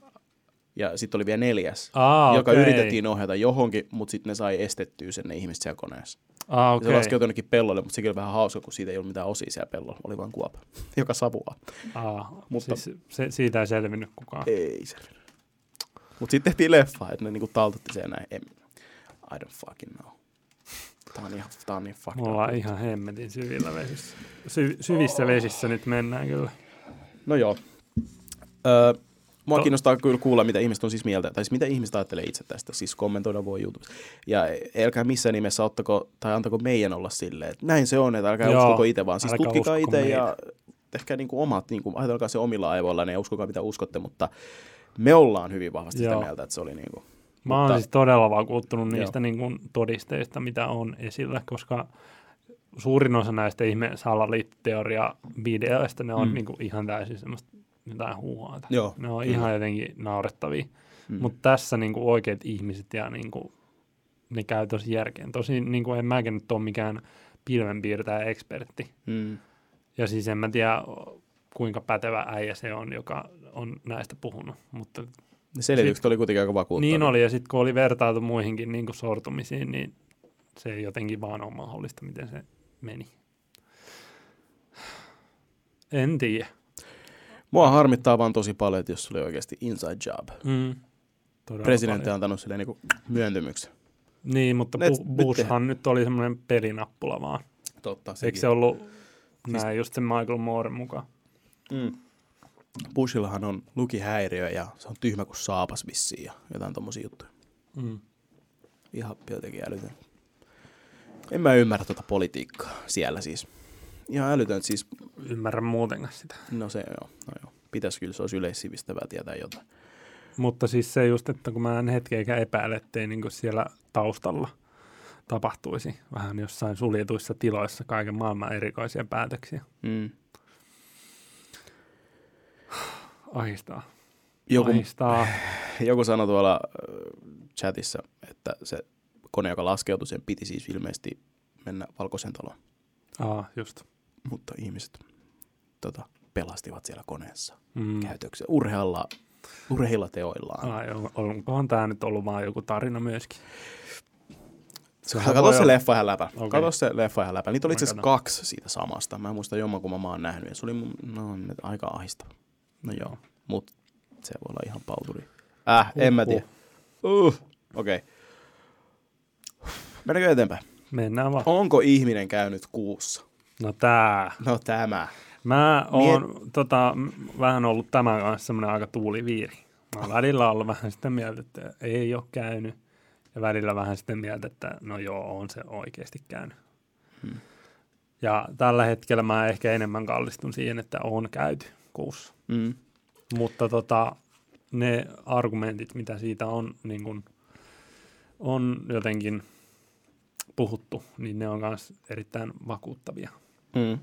ja sitten oli vielä neljäs, Aa, joka okay. yritettiin ohjata johonkin, mutta sitten ne sai estettyä sen ne ihmiset siellä koneessa. Ah, okay. Se laskeutui jonnekin pellolle, mutta sekin oli vähän hauska, kun siitä ei ollut mitään osia siellä pellolla. Oli vain kuopa, joka savuaa. Ah, mutta siis se, siitä ei selvinnyt kukaan. Ei selvinnyt. Mutta sitten tehtiin leffa, että ne niinku taltutti sen näin. I don't fucking know. Tää on, ihan, tää on niin fucked up. Me ollaan ihan hemmetin syvillä vesissä. Sy- syvissä oh. vesissä nyt mennään kyllä. No joo. Öö, Mua to- kiinnostaa kyllä kuulla, mitä ihmiset on siis mieltä, tai siis mitä ihmiset ajattelee itse tästä, siis kommentoida voi YouTubessa. Ja älkää missään nimessä ottako, tai antako meidän olla silleen, että näin se on, että älkää Joo, uskoko itse, vaan siis tutkikaa itse ja tehkää niinku omat, niinku, ajatelkaa se omilla aivoilla ja uskokaa mitä uskotte, mutta me ollaan hyvin vahvasti Joo. sitä mieltä, että se oli niinku. Mä oon siis todella vakuuttunut niistä niinku todisteista, mitä on esillä, koska suurin osa näistä ihme salaliittoteoria-videoista, ne on mm. niinku ihan täysin semmoista jotain huuhaata. Joo, ne on kyllä. ihan jotenkin naurettavia. Mm. Mutta tässä niinku oikeat ihmiset ja niinku, ne käy tosi järkeen. Tosi niinku, en mäkään nyt ole mikään pilvenpiirtäjä-ekspertti. Mm. Ja siis en mä tiedä, kuinka pätevä äijä se on, joka on näistä puhunut. Mutta ne selitykset oli kuitenkin aika vakuuttavia. Niin oli, ja sitten kun oli vertailtu muihinkin niinku sortumisiin, niin se ei jotenkin vaan ole mahdollista, miten se meni. En tiedä. Mua harmittaa vaan tosi paljon, että jos se oli oikeasti inside job. Mm. Presidentti on antanut silleen niin myöntymyksen. Niin, mutta Net, Bushhan nyt, nyt oli semmoinen pelinappula vaan. Totta. Eikö se ollut siis... näin just sen Michael Mooren mukaan? Mm. Bushillahan on lukihäiriö ja se on tyhmä kuin saapas vissiin ja jotain tommosia juttuja. Mm. Ihan jotenkin älytön. En mä ymmärrä tuota politiikkaa siellä siis. Ihan älytön siis. Ymmärrän muutenkaan sitä. No se joo, no joo. Pitäisi kyllä, se olisi yleissivistävää tietää jotain. Mutta siis se just, että kun mä en hetkeäkään epäile, ettei niin kuin siellä taustalla tapahtuisi vähän jossain suljetuissa tiloissa kaiken maailman erikoisia päätöksiä. Mm. Ahistaa. Joku, Ahistaa. joku sanoi tuolla chatissa, että se kone, joka laskeutui, sen piti siis ilmeisesti mennä Valkoisen taloon. Aa, just. Mutta ihmiset tota, pelastivat siellä koneessa mm. käytöksiä urhealla, urheilla teoillaan. Ai, onkohan tämä nyt ollut vaan joku tarina myöskin? Kato se leffa ihan läpä. Okay. Kato se leffa ihan läpä. Niitä oli itse asiassa kaksi siitä samasta. Mä en muista jommankumman mä oon nähnyt. Ja se oli mun, no, aika ahistava. No joo, mut se voi olla ihan pauturi. Äh, uh, en mä tiedä. Uh, okei. Okay. Mennäänkö eteenpäin? Mennään vaan. Onko ihminen käynyt kuussa? No tää. No tämä. Mä oon Miet... tota, vähän ollut tämän kanssa semmoinen aika tuuliviiri. Mä oon välillä ollut vähän sitä mieltä, että ei ole käynyt. Ja välillä vähän sitä mieltä, että no joo, on se oikeasti käynyt. Hmm. Ja tällä hetkellä mä ehkä enemmän kallistun siihen, että on käyty kuussa. Hmm. Mutta tota, ne argumentit, mitä siitä on, niin kun, on jotenkin puhuttu, niin ne on myös erittäin vakuuttavia. Hmm.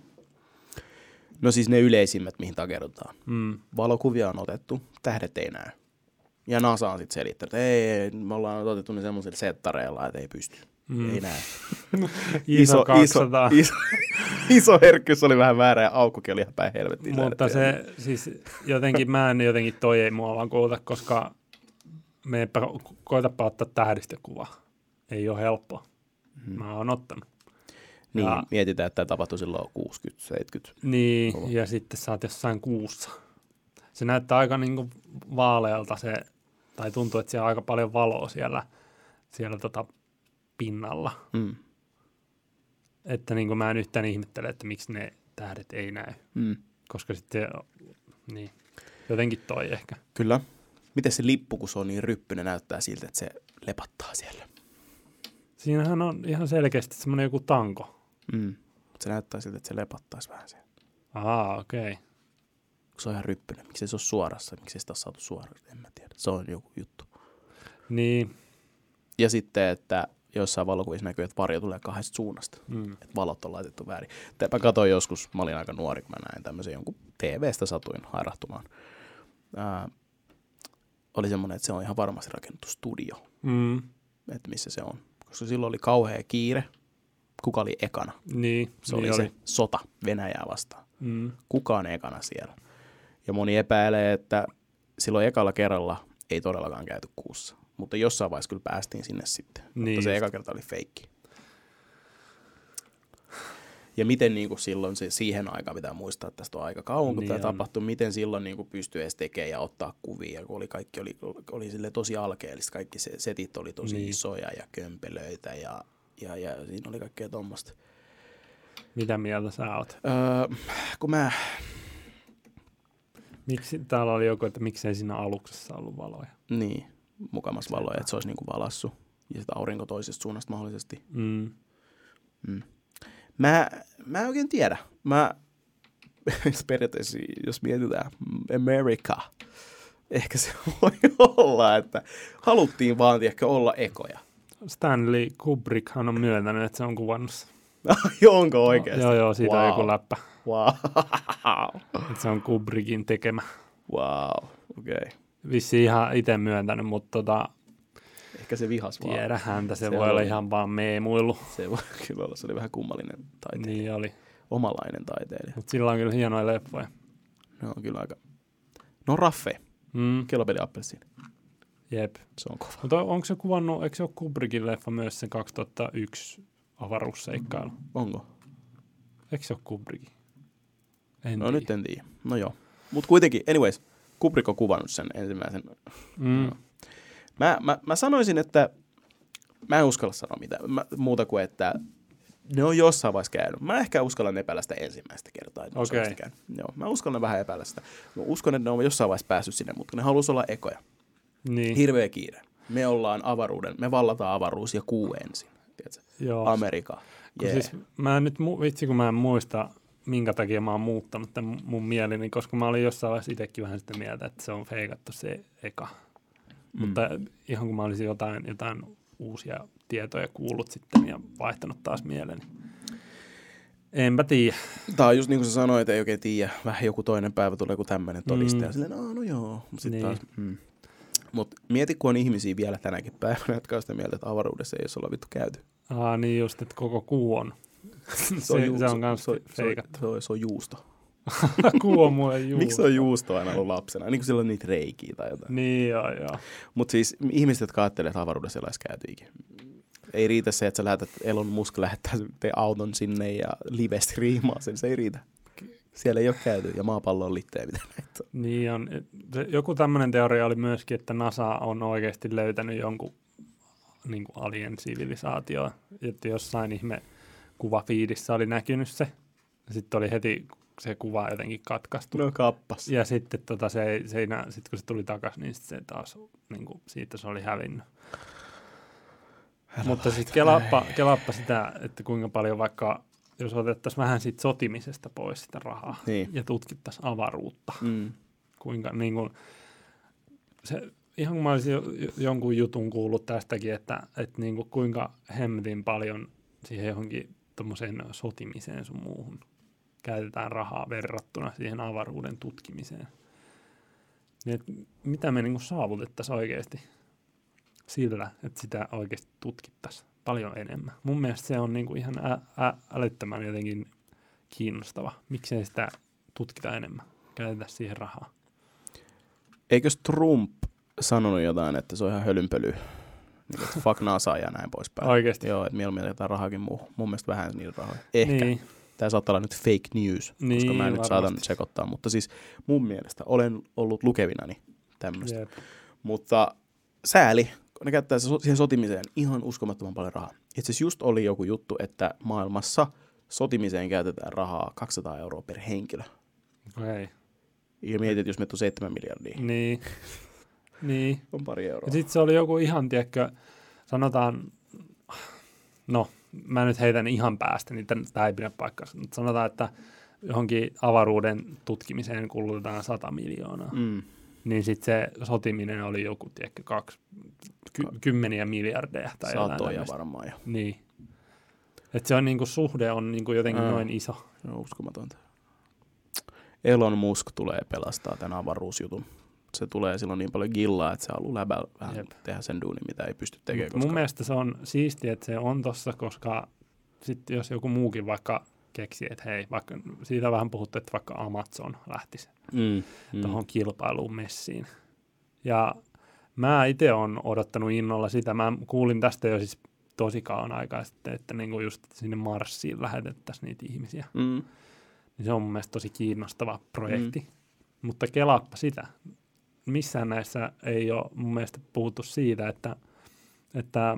No siis ne yleisimmät, mihin takerrutaan. Hmm. Valokuvia on otettu, tähdet ei näy. Ja NASA on sitten selittänyt, että ei, ei, me ollaan otettu ne semmoisilla settareilla, että ei pysty. Mm. Ei näe. iso, iso, iso, iso herkkyys oli vähän väärä ja aukkokin oli ihan päin helvettiin. Mutta se siis jotenkin, mä en jotenkin toi ei mua vaan koota, koska me koetapa ottaa tähdistökuva. Ei ole helppoa. Mm. Mä oon ottanut. Niin, ja, mietitään, että tämä tapahtui silloin kuusikymmentä seitsemänkymmentä. Niin, Kova. Ja sitten sä oot jossain kuussa. Se näyttää aika niin kuin vaalealta se, tai tuntuu, että siellä on aika paljon valoa siellä, siellä tota pinnalla. Mm. Että niin kuin mä en yhtään ihmettele, että miksi ne tähdet ei näy. Mm. Koska sitten, niin, jotenkin toi ehkä. Kyllä. Miten se lippu, kun se on niin ryppyinen, näyttää siltä, että se lepattaa siellä? Siinähän on ihan selkeästi semmoinen joku tanko. Mm. Se näyttää siltä, että se lepattaisi vähän siellä. Aa, okei. Okay. Se on ihan ryppyinen. Miksi se on suorassa? Miksi sitä on saatu suorassa? En mä tiedä. Se on joku juttu. Niin. Ja sitten, että jossain valokuvissa näkyy, että varjo tulee kahdesta suunnasta. Mm. Että valot on laitettu väärin. Mä katsoin joskus, mä olin aika nuori, kun mä näin tämmöisen jonkun T V:stä satuin hairahtumaan. Ää, oli semmoinen, että se on ihan varmasti rakennettu studio. Mm. Että missä se on. Koska silloin oli kauhea kiire. Kuka oli ekana? Niin. Se niin oli, oli se sota Venäjää vastaan. Mm. Kukaan ekana siellä. Ja moni epäilee, että silloin ekalla kerralla ei todellakaan käyty kuussa. Mutta jossain vaiheessa kyllä päästiin sinne sitten. Niin mutta se just. eka kerta oli feikki. Ja miten niin kuin silloin se, siihen aikaan pitää muistaa, että tästä on aika kauan, kun niin tämä on. tapahtui. Miten silloin niin kuin pystyi edes tekemään ja ottaa kuvia, kun oli, kaikki oli, oli sille tosi alkeellista. Kaikki se, setit oli tosi niin. isoja ja kömpelöitä ja, ja, ja siinä oli kaikkea tuommoista. Mitä mieltä sä oot? Öö, kun mä... Miksi, täällä oli joku, että miksei siinä aluksessa ollut valoja. Niin, mukamas valoja, että se olisi niin kuin valassu. Ja sitä aurinko toisesta suunnasta mahdollisesti. Mm. Mm. Mä, mä en oikein tiedä. Mä, periaatteessa, jos mietitään America, ehkä se voi olla, että haluttiin vaan tiedäkö, olla ekoja. Stanley Kubrickhan on myöntänyt, että se on kuvannut. Onko oikeasti? Joo, joo, siitä wow. on joku läppä. Wow. Että se on Kubrickin tekemä. Wow, okei. Okay. Vissiin ihan itse myöntänyt, mutta tota, ehkä se vihas vaan. tiedä häntä, se, se voi on, olla ihan vaan meemuillu. Se voi kyllä olla, se oli vähän kummallinen taiteilija. Niin oli. Omalainen taiteilija. Mutta sillä on kyllä hienoja leffoja. Ne on kyllä aika, no raffe. Mm. Kellopeli appelsiini. Jep. Se on kova. Mutta onko se kuvannut, eikö se ole Kubrickin leffa myös sen kaksituhattayksi avaruusseikkailu? Onko? Eikö se ole Kubrickin? En no tiedä. nyt en tiedä. No joo. Mutta kuitenkin, anyways, Kubrick on kuvannut sen ensimmäisen. Mm. No. Mä, mä, mä sanoisin, että mä en uskalla sanoa mitään mä, muuta kuin, että ne on jossain vaiheessa käynyt. Mä ehkä uskallan epäillä sitä ensimmäistä kertaa. Okei. Okay. Joo, mä uskallan vähän epäillä sitä. Mä uskon, että ne on jossain vaiheessa päässyt sinne, mutta ne halusi olla ekoja. Niin. Hirveä kiire. Me ollaan avaruuden, me vallataan avaruus ja kuu ensin. Joo. Amerika. Yeah. Siis, mä en nyt, vitsi kun mä en muista, minkä takia mä oon muuttanut tämän mun mieleni, koska mä olin jossain vaiheessa itsekin vähän sitä mieltä, että se on feikattu se eka. Mm. Mutta ihan kun mä olisin jotain, jotain uusia tietoja kuullut sitten ja vaihtanut taas mieleni. Enpä tiedä. Tää on just niin kuin sä sanoit, ei oikein tiedä. Vähän joku toinen päivä tulee joku tämmöinen todiste. Mm. Ja silleen, no joo. Sitten niin. taas, mm. Mutta mieti, kun on ihmisiä vielä tänäkin päivänä, jotka on sitä mieltä, että avaruudessa ei ole vittu käyty. Aa, niin just, että koko kuu on. se, se, on, ju- se on kans se, feikattu. Se, se, se on juusto. Kuu on mulle juusto. Miksi on juusto aina ollut lapsena? Niin kuin sillä on niitä reikiä tai jotain. Niin joo, joo. Mutta siis ihmiset, jotka ajattelee, että avaruudessa ei olisi käyty ikinä. Ei riitä se, että sä lähetät, Elon Musk lähettää te auton sinne ja live-striimaa sen. Se ei riitä. Siellä ei ole käyty ja maapallo on litteä, mitä näitä on. Niin on. Se, joku tämmöinen teoria oli myöskin, että NASA on oikeasti löytänyt jonkun niin kuin alien-sivilisaatio. Että jossain ihme kuvafiidissä oli näkynyt se. Sitten oli heti se kuva jotenkin katkaistu. No kappas. Ja sitten tota, se ei, se ei nä, sit kun se tuli takaisin, niin se taas niin kuin, siitä se oli hävinnyt. Älä Mutta sitten kelaappa, kelaappa sitä, että kuinka paljon vaikka, jos otettaisiin vähän siitä sotimisesta pois sitä rahaa niin. ja tutkittaisiin avaruutta. Mm. Kuinka niin kuin, se, ihan kun mä olisin jo, jonkun jutun kuullut tästäkin, että, että niin kuin, kuinka hemmetin paljon siihen johonkin tommoseen sotimiseen sun muuhun käytetään rahaa verrattuna siihen avaruuden tutkimiseen. Niin, mitä me niin kuin saavutettaisiin oikeasti sillä, että sitä oikeasti tutkittaisiin paljon enemmän. Mun mielestä se on niin kuin ihan ä- ä- älyttömän jotenkin kiinnostava. Miksei sitä tutkita enemmän? Käytetään siihen rahaa. Eikös Trump sanonut jotain, että se on ihan hölynpölyä? Niin, että fuck NASA ja näin poispäin. Oikeasti? Joo, että mieluummin jätetään rahaakin muuhun. Mun mielestä vähän niitä rahoja. Ehkä. Niin. Tämä saattaa olla nyt fake news, niin, koska mä en nyt varmasti. saatan sekoittaa. Mutta siis mun mielestä olen ollut lukevinani tämmöistä. Jep. Mutta sääli, kun ne käyttää siihen sotimiseen ihan uskomattoman paljon rahaa. Itse asiassa just oli joku juttu, että maailmassa sotimiseen käytetään rahaa kaksisataa euroa per henkilö. Okei. Ja mietit, että jos meitä on seitsemän miljardia. Niin. niin. On pari euroa. Ja sitten se oli joku ihan, tiedätkö, sanotaan, no, mä nyt heitän ihan päästä, niin tämä ei pidä paikkaansa, mutta sanotaan, että johonkin avaruuden tutkimiseen kulutetaan sata miljoonaa. Mm. Niin sitten se sotiminen oli joku, tiedätkö, kaksi, ky, kymmeniä miljardeja. Tai Satoja varmaan jo. Niin. Että se on niinku, suhde on niinku jotenkin mm. noin iso. Joo, uskomatonta. Elon Musk tulee pelastaa tämän avaruusjutun. Se tulee silloin niin paljon gillaa, että se haluaa läbällä vähän Jep. tehdä sen duunin, mitä ei pysty tekemään. Koska... Mun mielestä se on siistiä, että se on tossa, koska sitten jos joku muukin vaikka keksii, että hei, vaikka siitä vähän puhuttu, että vaikka Amazon lähtisi mm, mm. tuohon kilpailuun messiin. Ja mä itse olen odottanut innolla sitä. Mä kuulin tästä jo siis tosi kauan aikaa sitten, että niinku just sinne Marsiin lähetettäisiin niitä ihmisiä. Mm. Niin se on mun mielestä tosi kiinnostava projekti. Mm. Mutta kelaappa sitä. Missään näissä ei ole mun mielestä puhuttu siitä, että, että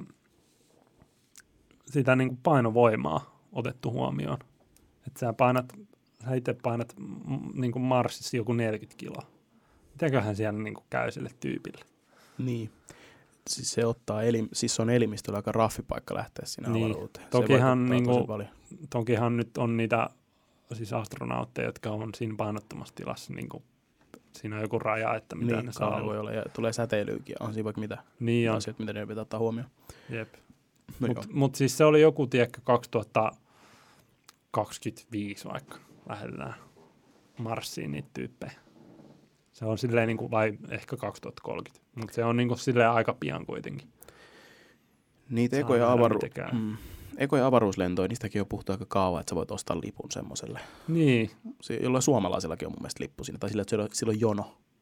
sitä niin kuin painovoimaa otettu huomioon. Että sä painat, sä itse painat niin kuin Marsissa joku neljäkymmentä kiloa. Mitäköhän siellä niin kuin käy sille tyypille? Niin. Siis se ottaa, elim, siis on elimistöllä aika raffi paikka lähteä sinne niin. avaruuteen. Tokihan, niin kuin, tokihan nyt on niitä siis astronautteja, jotka on siinä painottomassa tilassa niin kuin siinä on joku raja, että mitä niin, ne saa voi olla. Ja tulee säteilyykin ja on siinä vaikka mitä niin asioita, mitä ne pitää ottaa huomioon. Jep. No Mutta mut siis se oli joku, tiedäkö, kaksituhattakaksikymmentäviisi vaikka lähdetään Marsiin niitä tyyppejä. Se on silleen niin kuin, vai ehkä kaksituhattakolmekymmentä, mutta se on niin kuin silleen aika pian kuitenkin. Niitä ekoja, avaru- mm. ekoja avaruuslentoja, niistäkin on puhuttu aika kauan, että sä voit ostaa lipun semmoiselle. Niin. Jollain suomalaisillakin on mun mielestä lippu siinä, tai sillä, että sillä on jono.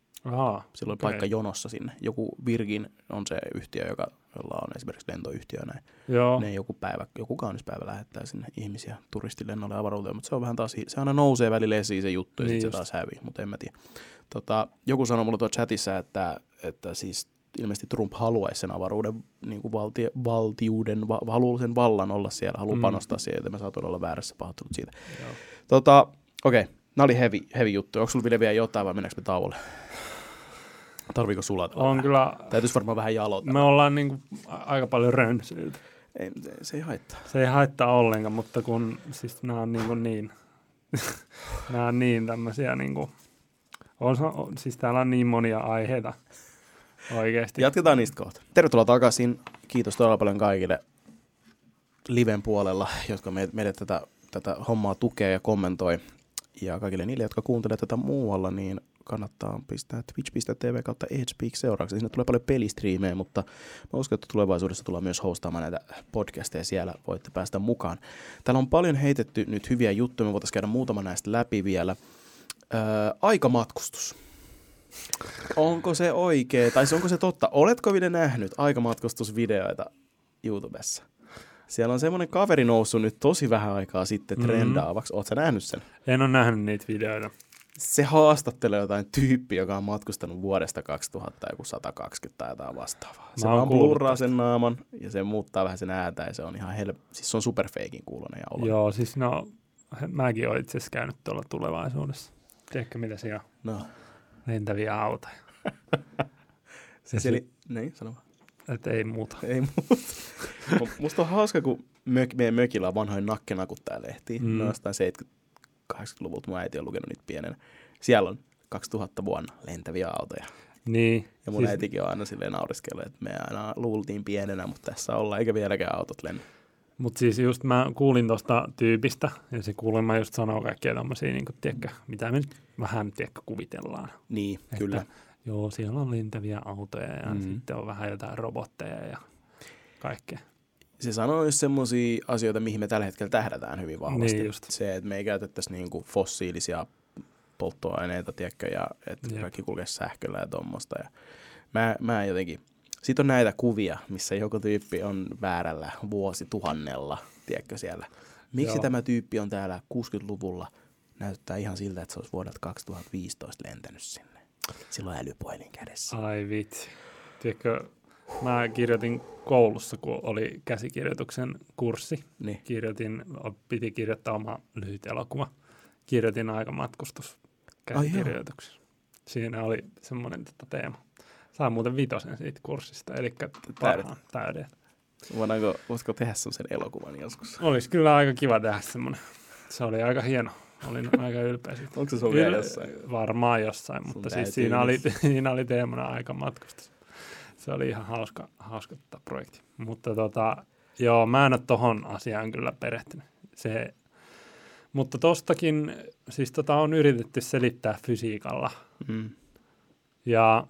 Aha, Silloin okay. paikka jonossa sinne. Joku Virgin on se yhtiö, joka, jolla on esimerkiksi lentoyhtiö näin. Joo. Ne joku päivä, joku kaunis päivä lähettää sinne ihmisiä turistilennolle avaruuteen, mutta se on vähän taas, se aina nousee välillä esiin se juttu ja niin sitten se taas hävii, mutta en mä tiedä. Tota, joku sanoi mulle tuolla chatissa, että, että siis ilmeisesti Trump haluaisi sen avaruuden niin kuin valti, valtiuden, va, haluaa sen vallan olla siellä, haluaa mm. panostaa siihen, joten mä saatoin olla väärässä, pahoittunut siitä. Tota, okei, okay. Nämä oli heavy, heavy juttu. Onko sulla vielä jotain vai mennäänkö me tauolle? Tarviiko sulatella? On kyllä. Täytyisi varmaan vähän jalottaa. Me ollaan niin kuin aika paljon rönsyiltä. Ei, se, se ei haittaa. Se ei haittaa ollenkaan, mutta kun siis nämä on niin kuin niin, nämä on niin tämmöisiä niin kuin, on, on, siis täällä on niin monia aiheita oikeasti. Jatketaan niistä kohta. Tervetuloa takaisin. Kiitos todella paljon kaikille liven puolella, jotka meille tätä, tätä hommaa tukee ja kommentoi. Ja kaikille niille, jotka kuuntelevat tätä muualla, niin kannattaa pistää twitch piste tv kautta edgespeak seuraavaksi. Sinne tulee paljon pelistriimejä, mutta mä uskon, että tulevaisuudessa tullaan myös hostaamaan näitä podcasteja. Siellä voitte päästä mukaan. Täällä on paljon heitetty nyt hyviä juttuja. Me voitaisiin käydä muutama näistä läpi vielä. Öö, aikamatkustus. Onko se oikea, tai onko se totta? Oletko vielä nähnyt aikamatkustusvideoita YouTubessa? Siellä on semmoinen kaveri noussut nyt tosi vähän aikaa sitten trendaavaksi. Mm-hmm. Ootko sä nähnyt sen? En ole nähnyt niitä videoita. Se haastattelee jotain tyyppiä, joka on matkustanut vuodesta kaksituhatta joku sata kaksikymmentä tai jotain vastaavaa. Se vaan blurraa sen naaman ja se muuttaa vähän sen ääntä ja se on ihan hel... Siis se on superfeikin kuulonen ja olo. Joo, siis no, mäkin olen itse asiassa käynyt tuolla tulevaisuudessa. Tiedätkö mitä siellä on? No. Lentäviä autoja. se eli... Niin, sano vaan. Että ei muuta. Ei muuta. Musta on hauska, kun mök, meidän mökillä on vanhoin nakkenakuttaa-lehti. Mm. Ne on jostain seitsemänkymmentä-kahdeksankymmentäluvulta. Mun äiti on lukenut niitä pienenä. Siellä on kaksituhatta vuonna lentäviä autoja. Niin. Ja mun siis... äitikin on aina silleen nauriskellut, että me aina luultiin pienenä, mutta tässä ollaan, eikä vieläkään autot lennä. Mutta siis just mä kuulin tuosta tyypistä, ja se kuulemma just sanoo kaikkia tommosia, niin tiedätkö, mitä me nyt vähän tiedätkö, kuvitellaan. Niin, että, kyllä. Joo, siellä on lentäviä autoja ja mm. sitten on vähän jotain robotteja ja kaikkea. Se sanoo just semmoisia asioita, mihin me tällä hetkellä tähdätään hyvin vahvasti. Niin just. Se, että me ei käytettäisi niinku fossiilisia polttoaineita, tiedätkö, ja että Jep. kaikki kulkee sähköllä ja tuommoista. Ja mä, mä jotenkin... Sitten on näitä kuvia, missä joku tyyppi on väärällä vuosituhannella, tiedätkö siellä. Miksi Joo. tämä tyyppi on täällä kuusikymmentäluvulla? Näyttää ihan siltä, että se olisi vuodelta kaksituhattaviisitoista lentänyt sinne. Silloin älypuhelin kädessä. Ai vitsi. Tiedätkö, mä kirjoitin koulussa, kun oli käsikirjoituksen kurssi. Niin. Kirjoitin, piti kirjoittaa oma lyhyt elokuva. Kirjoitin aikamatkustus käsikirjoituksessa. Siinä oli semmoinen tota teema. Sain muuten vitosen siitä kurssista, eli parhaan täyden. Voidaanko, voisiko tehdä semmoisen elokuvan joskus? Olisi kyllä aika kiva tehdä semmoinen. Se oli aika hieno. Olin aika ylpeä siitä. Onko se sun vielä jossain? Varmaan jossain, sun mutta siis siinä oli, siinä oli teemana aikamatkustus. Se oli ihan hauska, hauska tota projekti. Mutta tota, joo, mä en ole tohon asiaan kyllä perehtynyt. Se, mutta tostakin, siis tota on yritetty selittää fysiikalla. Mm. Ja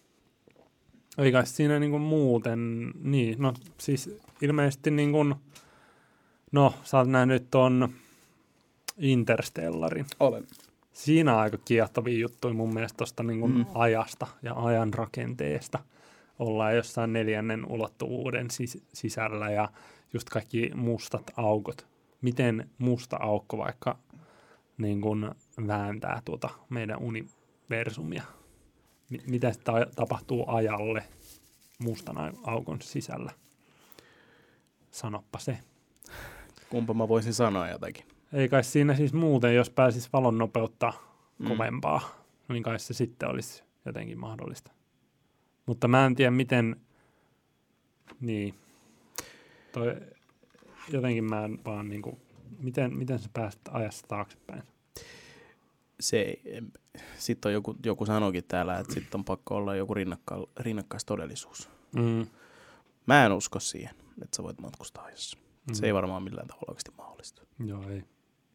eikä siinä niinku muuten, niin, no siis ilmeisesti niin kuin, no sä oot nähnyt ton Interstellarin. Olen. Siinä on aika kiehtovia juttuja mun mielestä tuosta niin kuin mm. ajasta ja ajan rakenteesta. Ollaan jossain neljännen ulottuvuuden sis- sisällä ja just kaikki mustat aukot. Miten musta aukko vaikka niin kuin vääntää tuota meidän universumia? M- mitä ta- tapahtuu ajalle mustan aukon sisällä? Sanoppa se. Kumpa mä voisin sanoa jotakin. Ei kai siinä siis muuten, jos pääsisi valon nopeutta kovempaa, mm. niin kai se sitten olisi jotenkin mahdollista. Mutta mä en tiedä, miten, niin, toi, jotenkin mä en vaan niin kuin, miten, miten sä pääset ajassa taaksepäin? Se, sitten on joku, joku sanoikin täällä, että sitten on pakko olla joku rinnakka, rinnakkaistodellisuus. Mm. Mä en usko siihen, että sä voit matkustaa ajassa. Mm. Se ei varmaan millään tavalla oikeasti mahdollista. Joo, ei.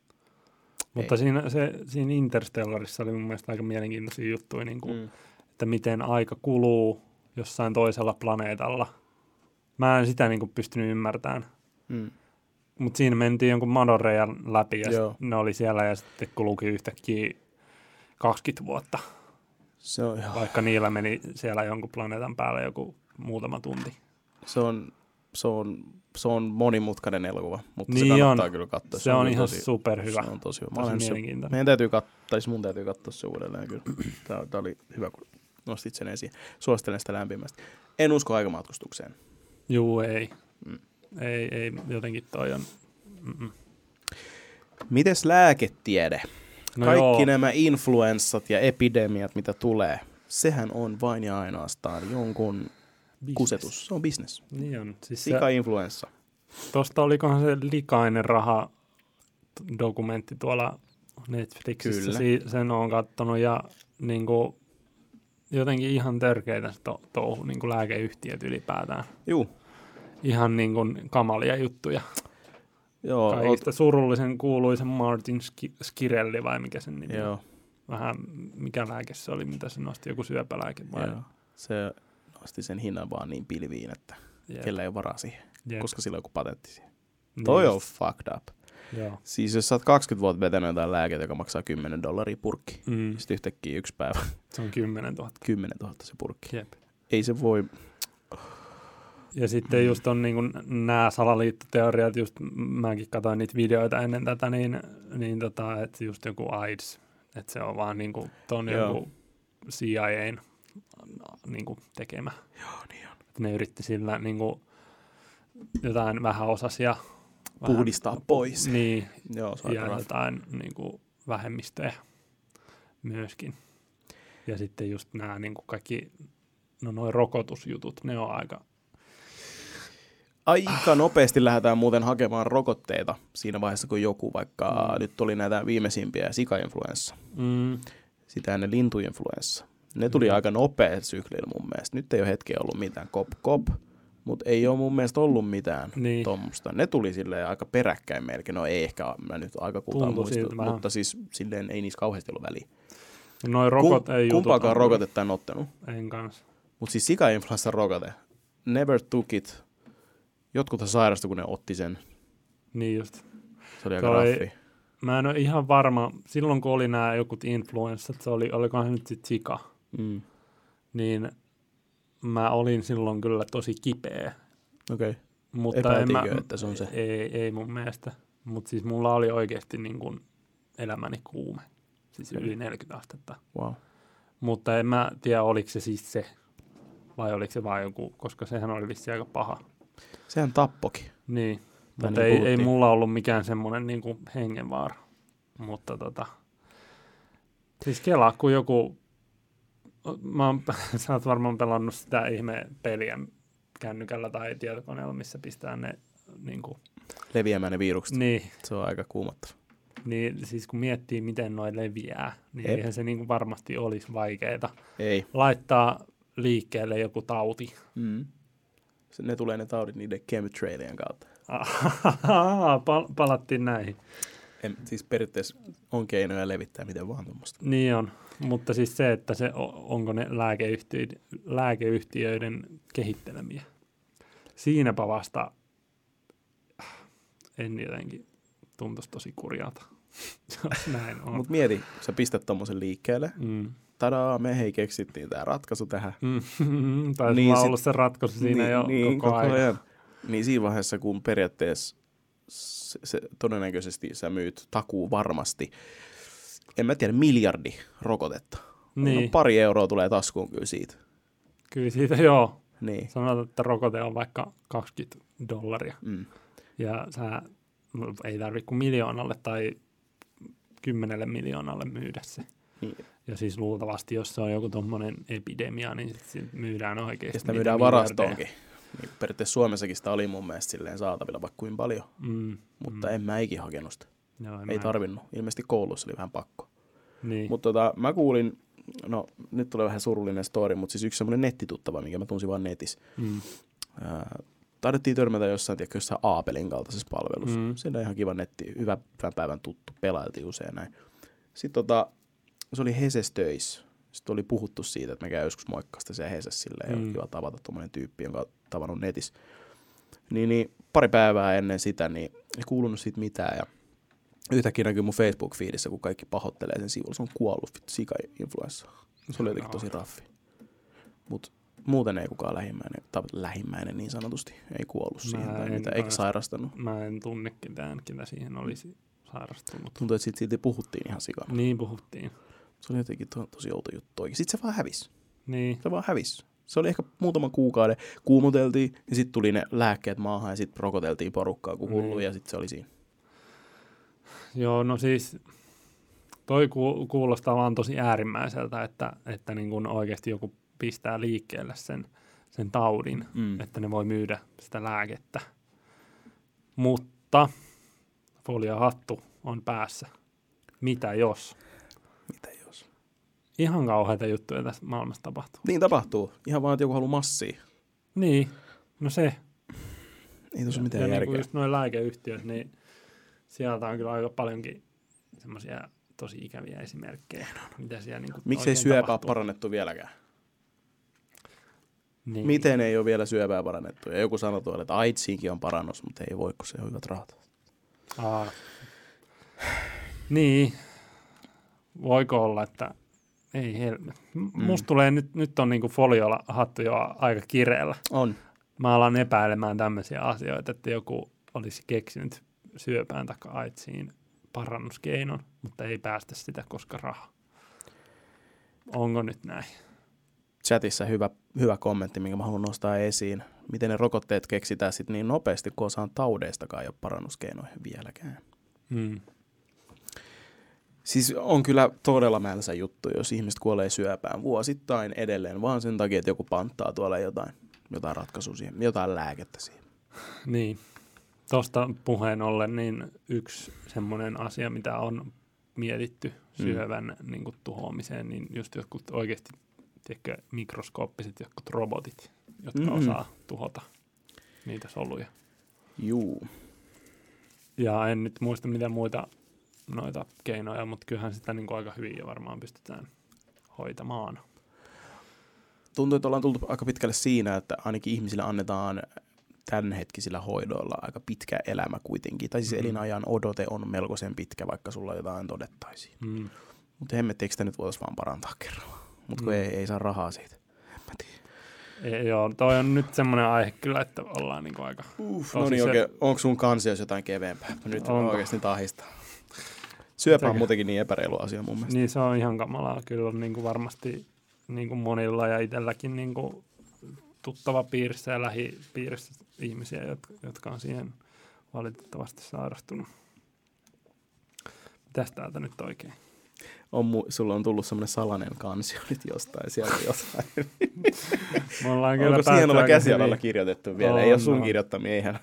Mutta siinä, se, siinä Interstellarissa oli mun mielestä aika mielenkiintoisia juttuja, niin kuin, mm. että miten aika kuluu jossain toisella planeetalla. Mä en sitä niin kuin pystynyt ymmärtämään. Mm. Mutta siinä mentiin jonkun madonreiän läpi ja ne oli siellä ja sitten kulukin yhtäkkiä kaksikymmentä vuotta. Se on, vaikka niillä meni siellä jonkun planeetan päällä joku muutama tunti. Se on, se on, se on monimutkainen elokuva, mutta niin se kannattaa on. kyllä katsoa. Se, se on, on ihan tosi, superhyvä. Se on tosi hyvä. Tosi se, mielenkiintoinen. meidän täytyy katsoa, tai siis mun täytyy katsoa se uudelleen kyllä. Tämä, tämä oli hyvä, kun nostit sen esiin. Suosittelen sitä lämpimästi. En usko aikamatkustukseen. Juu, ei. Mm. Ei, ei, jotenkin toi on. Mm-mm. Mites lääketiede? No Kaikki joo. nämä influenssat ja epidemiat, mitä tulee, sehän on vain ja ainoastaan jonkun Business. kusetus. Se on business. Niin on. Siis Sika-influenssa. tuosta olikohan se Likainen raha dokumentti tuolla Netflixissä. Kyllä. Si- sen on kattonut ja niinku, jotenkin ihan törkeitä se to- touhu, niinku lääkeyhtiöt ylipäätään. Juu. Ihan niinku kamalia juttuja. Joo, Kaikista surullisen kuuluisen Martin Sk- Skirelli vai mikä sen nimi Joo. on. Vähän mikä lääke se oli, mitä se nosti, joku syöpälääke vai? Joo. Se nosti sen hinnan vaan niin pilviin, että Jep. kellä ei ole varaa siihen, Jep. koska sillä on joku patentti siihen. Niin Toi on just. fucked up. Joo. Siis jos sä oot kaksikymmentä vuotta vetänyt jotain lääkettä, joka maksaa kymmenen dollaria purkki, Mm. sitten yhtäkkiä yksi päivä Se on kymmenen tuhatta. kymmenen tuhatta se purkki. Jep. Ei se voi... Ja sitten just on niin nämä salaliittoteoriat, just mäkin katsoin niitä videoita ennen tätä, niin, niin tota, että just joku AIDS, että se on vaan niin kuin ton Joo. joku C I A:n niin kuin tekemä. Joo, niin on. Että ne yritti sillä niin kuin jotain vähäosaisia Puhdistaa vähän, pois. Niin, Joo, se on ja aika rough. jotain niin kuin vähemmistöjä myöskin. Ja sitten just nämä niin kuin kaikki, no noi rokotusjutut, ne on aika... Aika nopeasti lähdetään muuten hakemaan rokotteita siinä vaiheessa, kun joku vaikka Mm. nyt oli näitä viimeisimpiä sika-influenssa, Mm, sitä ennen lintuinfluenssa. Ne tuli Mm. aika nopea syklillä mun mielestä. Nyt ei ole hetkeä ollut mitään kop kop, mutta ei ole mun mielestä ollut mitään niin. tuommoista. Ne tuli silleen aika peräkkäin melkein. No ei ehkä, mä nyt aika kultaan Tuntui muista, siltä vähän. mutta siis silleen ei niissä kauheasti ollut väliä. Noi rokot Kum, ei kumpaakaan jutut, rokotetta en ottanut. En kanssa. Mutta siis sika-influenssan rokote, never took it. Jotkuthan sairastu, kun ne otti sen. Niin just. Se oli aika Toi- raffi. Mä en ole ihan varma, silloin kun oli nämä jokut influenssat, se oli, olikohan nyt sit Zika, Mm. niin mä olin silloin kyllä tosi kipeä. Okei. Okay. Mutta en mä, Epäiltiinkö, että se on se? Ei, ei mun mielestä. Mutta siis mulla oli oikeasti niin kuin elämäni kuume. Siis Okei. yli neljäkymmentä astetta. Wow. Mutta en mä tiedä, oliko se siis se. Vai oliko se vaan joku, koska sehän oli vissiin aika paha. Sehän tappokin. Niin. Tai Mutta niin ei, ei puhuttiin. mulla ollut mikään semmoinen niin kuin hengenvaara. Mutta tota, siis kelaa, kun joku, mä oon, sä oot varmaan pelannut sitä ihme peliä kännykällä tai tietokoneella, missä pistää ne niin kuin, Leviämään ne virukset. niin, Se on aika kuumottava. niin siis kun miettii, miten noi leviää, niin Jep. eihän se niin kuin varmasti olisi vaikeaa Ei. laittaa liikkeelle joku tauti. Mm. Se, ne tulee ne taudit niiden chemtrailien kautta. Pal- palattiin näihin. En, siis periaatteessa on keinoja levittää miten vaan tuommoista. Niin on, mutta siis se, että se, o- onko ne lääkeyhtiöiden, lääkeyhtiöiden kehittelemiä. Siinäpä vasta en jotenkin tuntuisi tosi kurjalta, jos näin on. Mutta mieti, sä pistät tommosen liikkeelle. Mm. Tadaa, me hei keksittiin tää ratkaisu tähän. Mm. Taisi Niin niin sit- ollut se ratkaisu siinä niin, jo niin, koko, ajan. ajan. Niin siinä vaiheessa, kun periaatteessa se, se, todennäköisesti sä myyt takuu varmasti, en mä tiedä, miljardi rokotetta. Niin, No, pari euroa tulee taskuun kyllä siitä. kyllä siitä joo. Niin. Sanotaan, että rokote on vaikka kaksikymmentä dollaria. Mm. Ja sä no, ei tarvitse kuin miljoonalle tai kymmenelle miljoonalle myydä se. Niin. Ja siis luultavasti, jos se on joku tommonen epidemia, niin sit, sit myydään oikeasti. Ja sitä niitä myydään miljardeja. varastoonkin. Niin periaatteessa Suomessakin sitä oli mun mielestä silleen saatavilla vaikka kuin paljon. Mm, Mutta mm. en mä ikin hakenut sitä. Joo, en Ei mä- tarvinnut. Ilmeisesti koulussa oli vähän pakko. Niin. Mutta tota, mä kuulin, no nyt tulee vähän surullinen story, mutta siis yksi semmoinen nettituttava, minkä mä tunsin vaan netissä. Mm. Ää, taidettiin törmätä jossain, tiedätkö, jossain Aapelin kaltaisessa palvelussa. Mm. Siinä on ihan kiva netti, hyvä, hyvän päivän tuttu, pelailtiin usein näin. Sitten tota, se oli Heses töissä. Sitten oli puhuttu siitä, että me käy joskus moikkaa sitä siellä Hesessä silleen, ja Mm. on kiva tavata tuommoinen tyyppi, jonka on tavannut netissä. Niin, niin pari päivää ennen sitä, niin ei kuulunut siitä mitään, ja yhtäkkiä näkyy mun Facebook-fiidissä, kun kaikki pahoittelee sen sivulla, se on kuollut, vittu, sika-influenssa. Se oli jotenkin tosi raffi. Mut muuten ei kukaan lähimmäinen, tai lähimmäinen niin sanotusti, ei kuollut mä siihen tai mitä, eikä sairastanut. Mä en tunne ketään, ketä siihen olisi sairastunut. Tuntuu, että siitä, siitä puhuttiin ihan sikana. Niin puhuttiin. Se oli jotenkin to, tosi outo juttu oikein. Sitten se vaan hävisi. Niin. Se vaan hävisi. Se oli ehkä muutaman kuukauden, kuumoteltiin ja sitten tuli ne lääkkeet maahan ja sitten rokoteltiin porukkaa kuin hullu niin. Ja sitten se oli siinä. Joo, no siis toi kuulostaa vaan tosi äärimmäiseltä, että, että niin kun oikeasti joku pistää liikkeelle sen, sen taudin, mm. että ne voi myydä sitä lääkettä. Mutta foliohattu on päässä. Mitä jos? Mitä jos? Ihan kauheita juttuja tässä maailmassa tapahtuu. Niin tapahtuu. Ihan vaan, että joku haluaa massia. Niin, no se. Ei tuossa mitään ja järkeä. Niin kuin just nuo lääkeyhtiöt, niin sieltä on kyllä aika paljonkin semmoisia tosi ikäviä esimerkkejä. Mitä siellä niin Miksi ei syöpää ole parannettu vieläkään? Niin. Miten ei ole vielä syöpää parannettu? Ja joku sanoo tuolla, että AIDSiinkin on parannus, mutta ei voi, kun se on hyvät rahat. Aa. Niin. Voiko olla, että ei helmet. Musta mm. tulee nyt, nyt on niinku foliolla hattu jo aika kireellä. On. Mä alan epäilemään tämmöisiä asioita, että joku olisi keksinyt syöpään tai AIDSiin parannuskeinon, mutta ei päästä sitä, koska raha. Onko nyt näin? Chatissa hyvä, hyvä kommentti, minkä mä haluan nostaa esiin. Miten ne rokotteet keksitään sit niin nopeasti, kun osaan taudeistakaan ei ole parannuskeinoihin vieläkään. Mm. Siis on kyllä todella mälsä juttu, jos ihmiset kuolee syöpään vuosittain edelleen, vaan sen takia, että joku panttaa tuolla jotain, jotain ratkaisua siihen, jotain lääkettä siihen. Niin. Tuosta puheen ollen, niin yksi semmoinen asia, mitä on mietitty syövän mm. niin kuin tuhoamiseen, niin just jotkut oikeasti tiedätkö, mikroskooppiset jotkut robotit, jotka mm-hmm. osaa tuhota niitä soluja. Juu. Ja en nyt muista mitä muita noita keinoja, mutta kyllähän sitä niin kuin aika hyvin jo varmaan pystytään hoitamaan. Tuntuu, että ollaan tultu aika pitkälle siinä, että ainakin ihmisille annetaan tämänhetkisillä hoidoilla aika pitkä elämä kuitenkin. Tai siis mm. elinajan odote on melkoisen pitkä, vaikka sulla jotain todettaisiin. Mm. Mutta hemmettiinkö sitä nyt voitaisiin vaan parantaa kerran? Mutta kun mm. ei, ei saa rahaa siitä. Ei, joo, toi on nyt semmoinen aihe kyllä, että ollaan niinku aika... Uff, no niin, se... oikein, onko sun kansiossa jotain keveämpää? Nyt on oikeasti tahistaa. Syöpä on muutenkin niin epäreilu asia mun mielestä. Niin se on ihan kamalaa. Kyllä on niinku varmasti niinku monilla ja itselläkin niinku tuttava piirissä ja lähipiirissä ihmisiä, jotka, jotka on siihen valitettavasti sairastunut. Mitäs täältä nyt oikein? On mu- sulla on tullut semmoinen salainen kansio nyt jostain, siellä jotain. Onko hienolla käsialalla kirjoitettu vielä? On, ei ole sun no. kirjoittamia, eihän.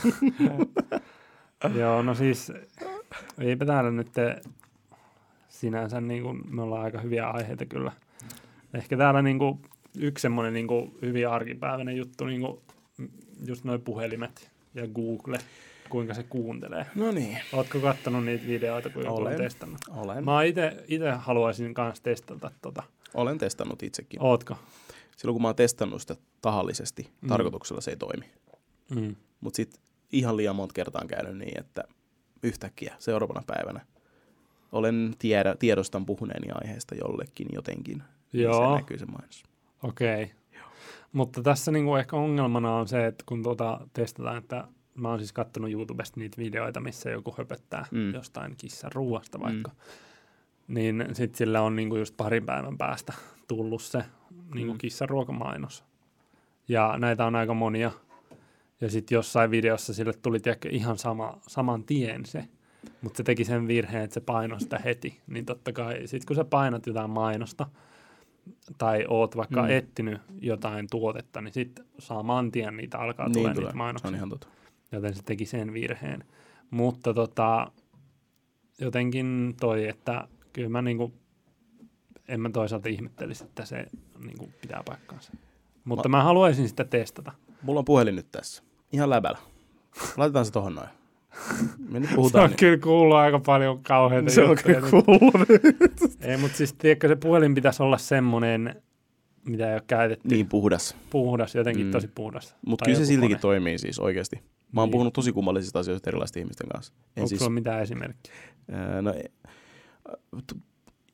Joo, no siis eipä täällä nyt sinänsä, niin kuin, me ollaan aika hyviä aiheita kyllä. Ehkä täällä niin kuin, yksi semmoinen niin kuin, hyvin arkipäiväinen juttu, niin kuin, just nuo puhelimet ja Google, kuinka se kuuntelee. No niin. Ootko kattonut niitä videoita, kun joku on testannut? Olen. Mä itse haluaisin kanssa testata tota. Olen testannut itsekin. Ootko? Silloin kun mä oon testannut sitä tahallisesti, mm. tarkoituksella se ei toimi. Mm. Mutta sitten ihan liian monta kertaa on käynyt niin, että yhtäkkiä seuraavana päivänä olen tiedä, tiedostan puhuneeni aiheesta jollekin jotenkin. Joo. Niin se näkyy se mainos. Okei. Okay. Mutta tässä niinku ehkä ongelmana on se, että kun tuota testataan, että mä oon siis kattonut YouTubesta niitä videoita, missä joku höpöttää mm. jostain kissan ruuasta vaikka. Mm. Niin sitten sillä on niinku just parin päivän päästä tullut se niinku mm. kissan ruokamainos. Ja näitä on aika monia. Ja sitten jossain videossa sille tuli tiedäkö, ihan sama, saman tien se. Mutta se teki sen virheen, että se painoi sitä heti. Niin totta kai sitten kun sä painat jotain mainosta tai oot vaikka mm. etsinyt jotain tuotetta, niin sitten saman tien niitä alkaa niin tulla niitä mainoksia. Se on ihan totta. Joten se teki sen virheen. Mutta tota, jotenkin toi, että kyllä mä niinku, en mä toisaalta ihmettelisi, että se niinku pitää paikkaansa. Mutta mä, mä haluaisin sitä testata. Mulla on puhelin nyt tässä. Ihan läpällä. Laitetaan se tohon noin. Me nyt puhutaan. Se on niin. kyllä kuullut aika paljon kauheita se juttuja. Se on kyllä kuullut. Ei, mutta siis tiedätkö, se puhelin pitäisi olla semmoinen, mitä ei ole käytetty. Niin, puhdas. Puhdas, jotenkin mm. tosi puhdas. Mutta kyllä se siltikin kone. Toimii siis oikeasti. Mä oon niin. puhunut tosi kummallisista asioista erilaisten ihmisten kanssa. En Onko siis, sulla mitään esimerkkiä? Ää, no, t-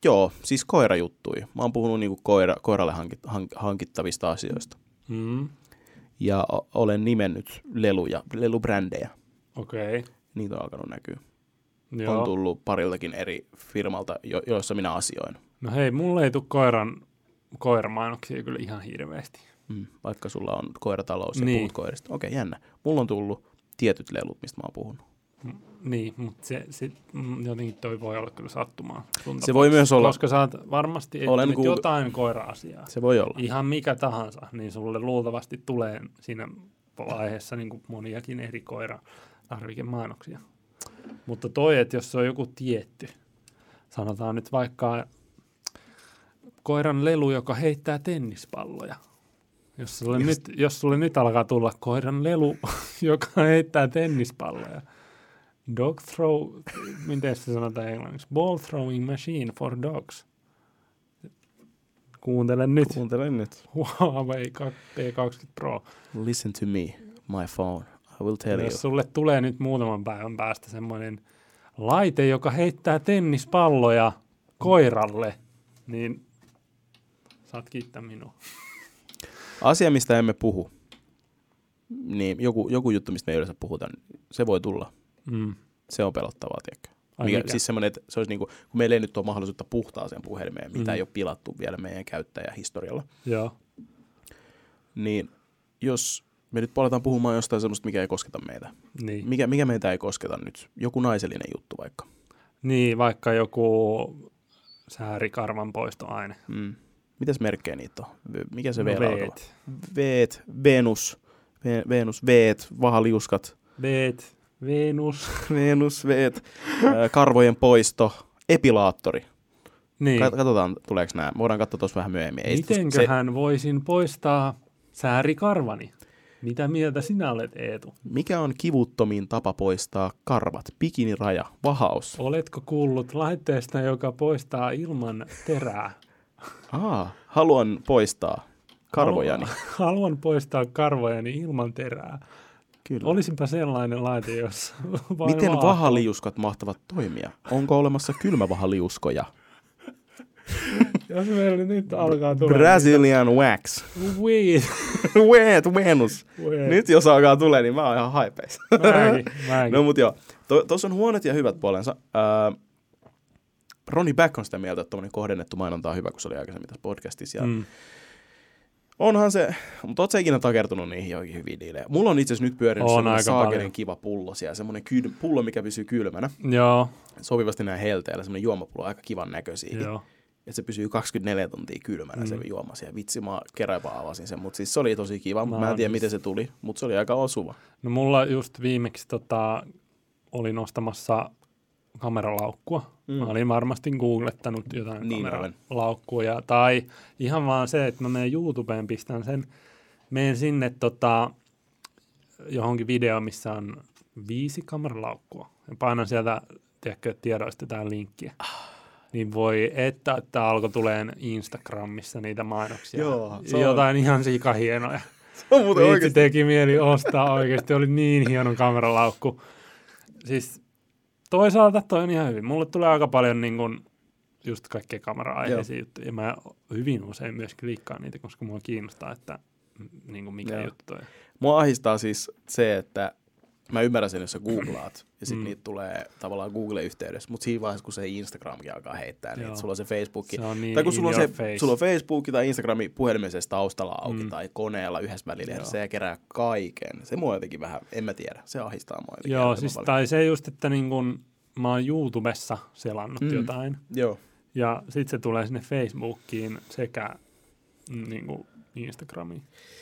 joo, siis koirajuttui. Mä oon puhunut niinku koira, koiralle hankit, hank, hankittavista asioista. Mm. Ja o, olen nimennyt leluja, lelubrändejä. Okei. Okay. Niitä on alkanut näkyä. Joo. On tullut pariltakin eri firmalta, jo, joissa minä asioin. No hei, mulle ei tule koiran, koiramainoksia kyllä ihan hirveästi. Mm, vaikka sulla on koiratalous ja niin. puhut koirista. Okei, okay, jännä. Mulla on tullut tietyt lelut, mistä mä oon puhunut. Mm, niin, mutta se, se, jotenkin toi voi olla kyllä sattumaa. Se voi myös olla. Koska sä oot varmasti etsinyt Google... jotain koira-asiaa. Se voi olla. Ihan mikä tahansa, niin sulle luultavasti tulee siinä vaiheessa niin kuin moniakin eri koira-tarvikemainoksia. Mutta toi, että jos se on joku tietty, sanotaan nyt vaikka koiran lelu, joka heittää tennispalloja. Jos sulle, nyt, jos sulle nyt alkaa tulla koiran lelu, joka heittää tennispalloja. Dog throw, miten se sanotaan englanniksi? Ball throwing machine for dogs. Kuuntele nyt. Kuuntele nyt. Huawei P kaksikymmentä Pro. Listen to me, my phone. I will tell Jos you. sulle tulee nyt muutaman päivän päästä semmoinen laite, joka heittää tennispalloja koiralle, niin saat kiittää minua. Asia, mistä emme puhu, niin joku, joku juttu, mistä me ei yleensä puhuta, se voi tulla. Mm. Se on pelottavaa, tiedätkö? Ai Mikä, mikä? siis semmoinen, että se olisi niin kuin, kun meillä ei nyt ole mahdollisuutta puhtaaseen puhelimeen, mitä Mm. ei ole pilattu vielä meidän käyttäjähistorialla, Joo. niin jos me nyt palataan puhumaan jostain semmoista, mikä ei kosketa meitä. Niin. Mikä, mikä meitä ei kosketa nyt? Joku naisellinen juttu vaikka. Niin, vaikka joku säärikarvan poistoaine. Mm. Mitäs merkkejä niitä on? Mikä se No, V alkava? veet. Veet, Venus, Ve- Venus, veet, vahaliuskat, Veet, Venus. Venus, veet, ää, karvojen poisto, epilaattori. Niin. Kat- Katsotaan, tuleeko nämä. Voidaan katsoa tuossa vähän myöhemmin. Ei Mitenköhän se... voisin poistaa säärikarvani? Mitä mieltä sinä olet, Eetu? Mikä on kivuttomin tapa poistaa karvat? Bikiniraja, vahaus. Oletko kuullut laitteesta, joka poistaa ilman terää? Aa, haluan poistaa karvojani. Haluan, haluan poistaa karvojani ilman terää. Kyllä. Olisinpa sellainen laite, jossa vain Miten laatu. vahaliuskat mahtavat toimia? Onko olemassa kylmävahaliuskoja? Jos meillä nyt alkaa tulla... Brazilian wax. Weed. Wet, Venus. Weed. Nyt jos alkaa tulee, niin mä oon ihan haipeissa. Mäkin, mäkin. No mut joo, tuossa on huonot ja hyvät puolensa. Äh, Ronnie Back on sitä mieltä, että tommonen kohdennettu mainonta on hyvä, kun se oli aikaisemmin tässä podcastissa. Ja Mm. onhan se, mutta oot sä ikinä takertunut niihin joihin hyviin diilejä? Mulla on itse asiassa nyt pyörinyt On semmoinen aika saakelen paljon. kiva pullo siellä, semmoinen kyl, pullo, mikä pysyy kylmänä. Joo, Sopivasti näin helteellä, semmoinen juomapullo, aika kivan näköisiä. joo. Että se pysyy kaksikymmentäneljä tuntia kylmänä Mm. se juoma siellä. Vitsi, mä kerran jopa avasin sen, mutta siis se oli tosi kiva. Mä Mä, en tiedä, oon miten se tuli, mutta se oli aika osuva. No mulla just viimeksi tota, olin ostamassa kameralaukkua. Mm. Mä olin varmasti googlettanut jotain Niin kameralaukkuja. Tai ihan vaan se, että mä menen YouTubeen, pistän sen, menen sinne tota, johonkin videoon, missä on viisi kameralaukkua. Ja painan sieltä, tiedätkö, tiedoista tää linkkiä. Niin voi, että, että alkoi tulee Instagramissa niitä mainoksia. Joo, se on- jotain ihan sikahienoja. Se on muuten Vitsi, oikeasti. teki mieli ostaa oikeasti. Oli niin hieno kameralaukku. Siis toisaalta toi on ihan hyvin. Mulle tulee aika paljon niin kun, just kaikkea kamera-aiheisia juttuja. Ja mä hyvin usein myös klikkaan niitä, koska mua kiinnostaa, että mm, niin kun mikä Joo. juttu toi. Mua ahdistaa siis se, että mä ymmärrän sen, jos sä googlaat, ja sit Mm. niitä tulee tavallaan Google-yhteydessä, mutta siinä vaiheessa, kun se Instagramkin alkaa heittää niitä, Joo. sulla on se Facebook, Se on niin tai kun sulla on, in se, your face. sulla on Facebook tai Instagrami puhelimessa taustalla auki, Mm. tai koneella yhdessä välillä, Joo. se kerää kaiken. Se mua jotenkin vähän, en mä tiedä, se ahdistaa mua. jotenkin Joo, äärettömän siis paljon. tai se just, että niin kun mä oon YouTubessa selannut Mm. jotain, Joo, ja sit se tulee sinne Facebookiin sekä mm, niin kuin Instagramiin.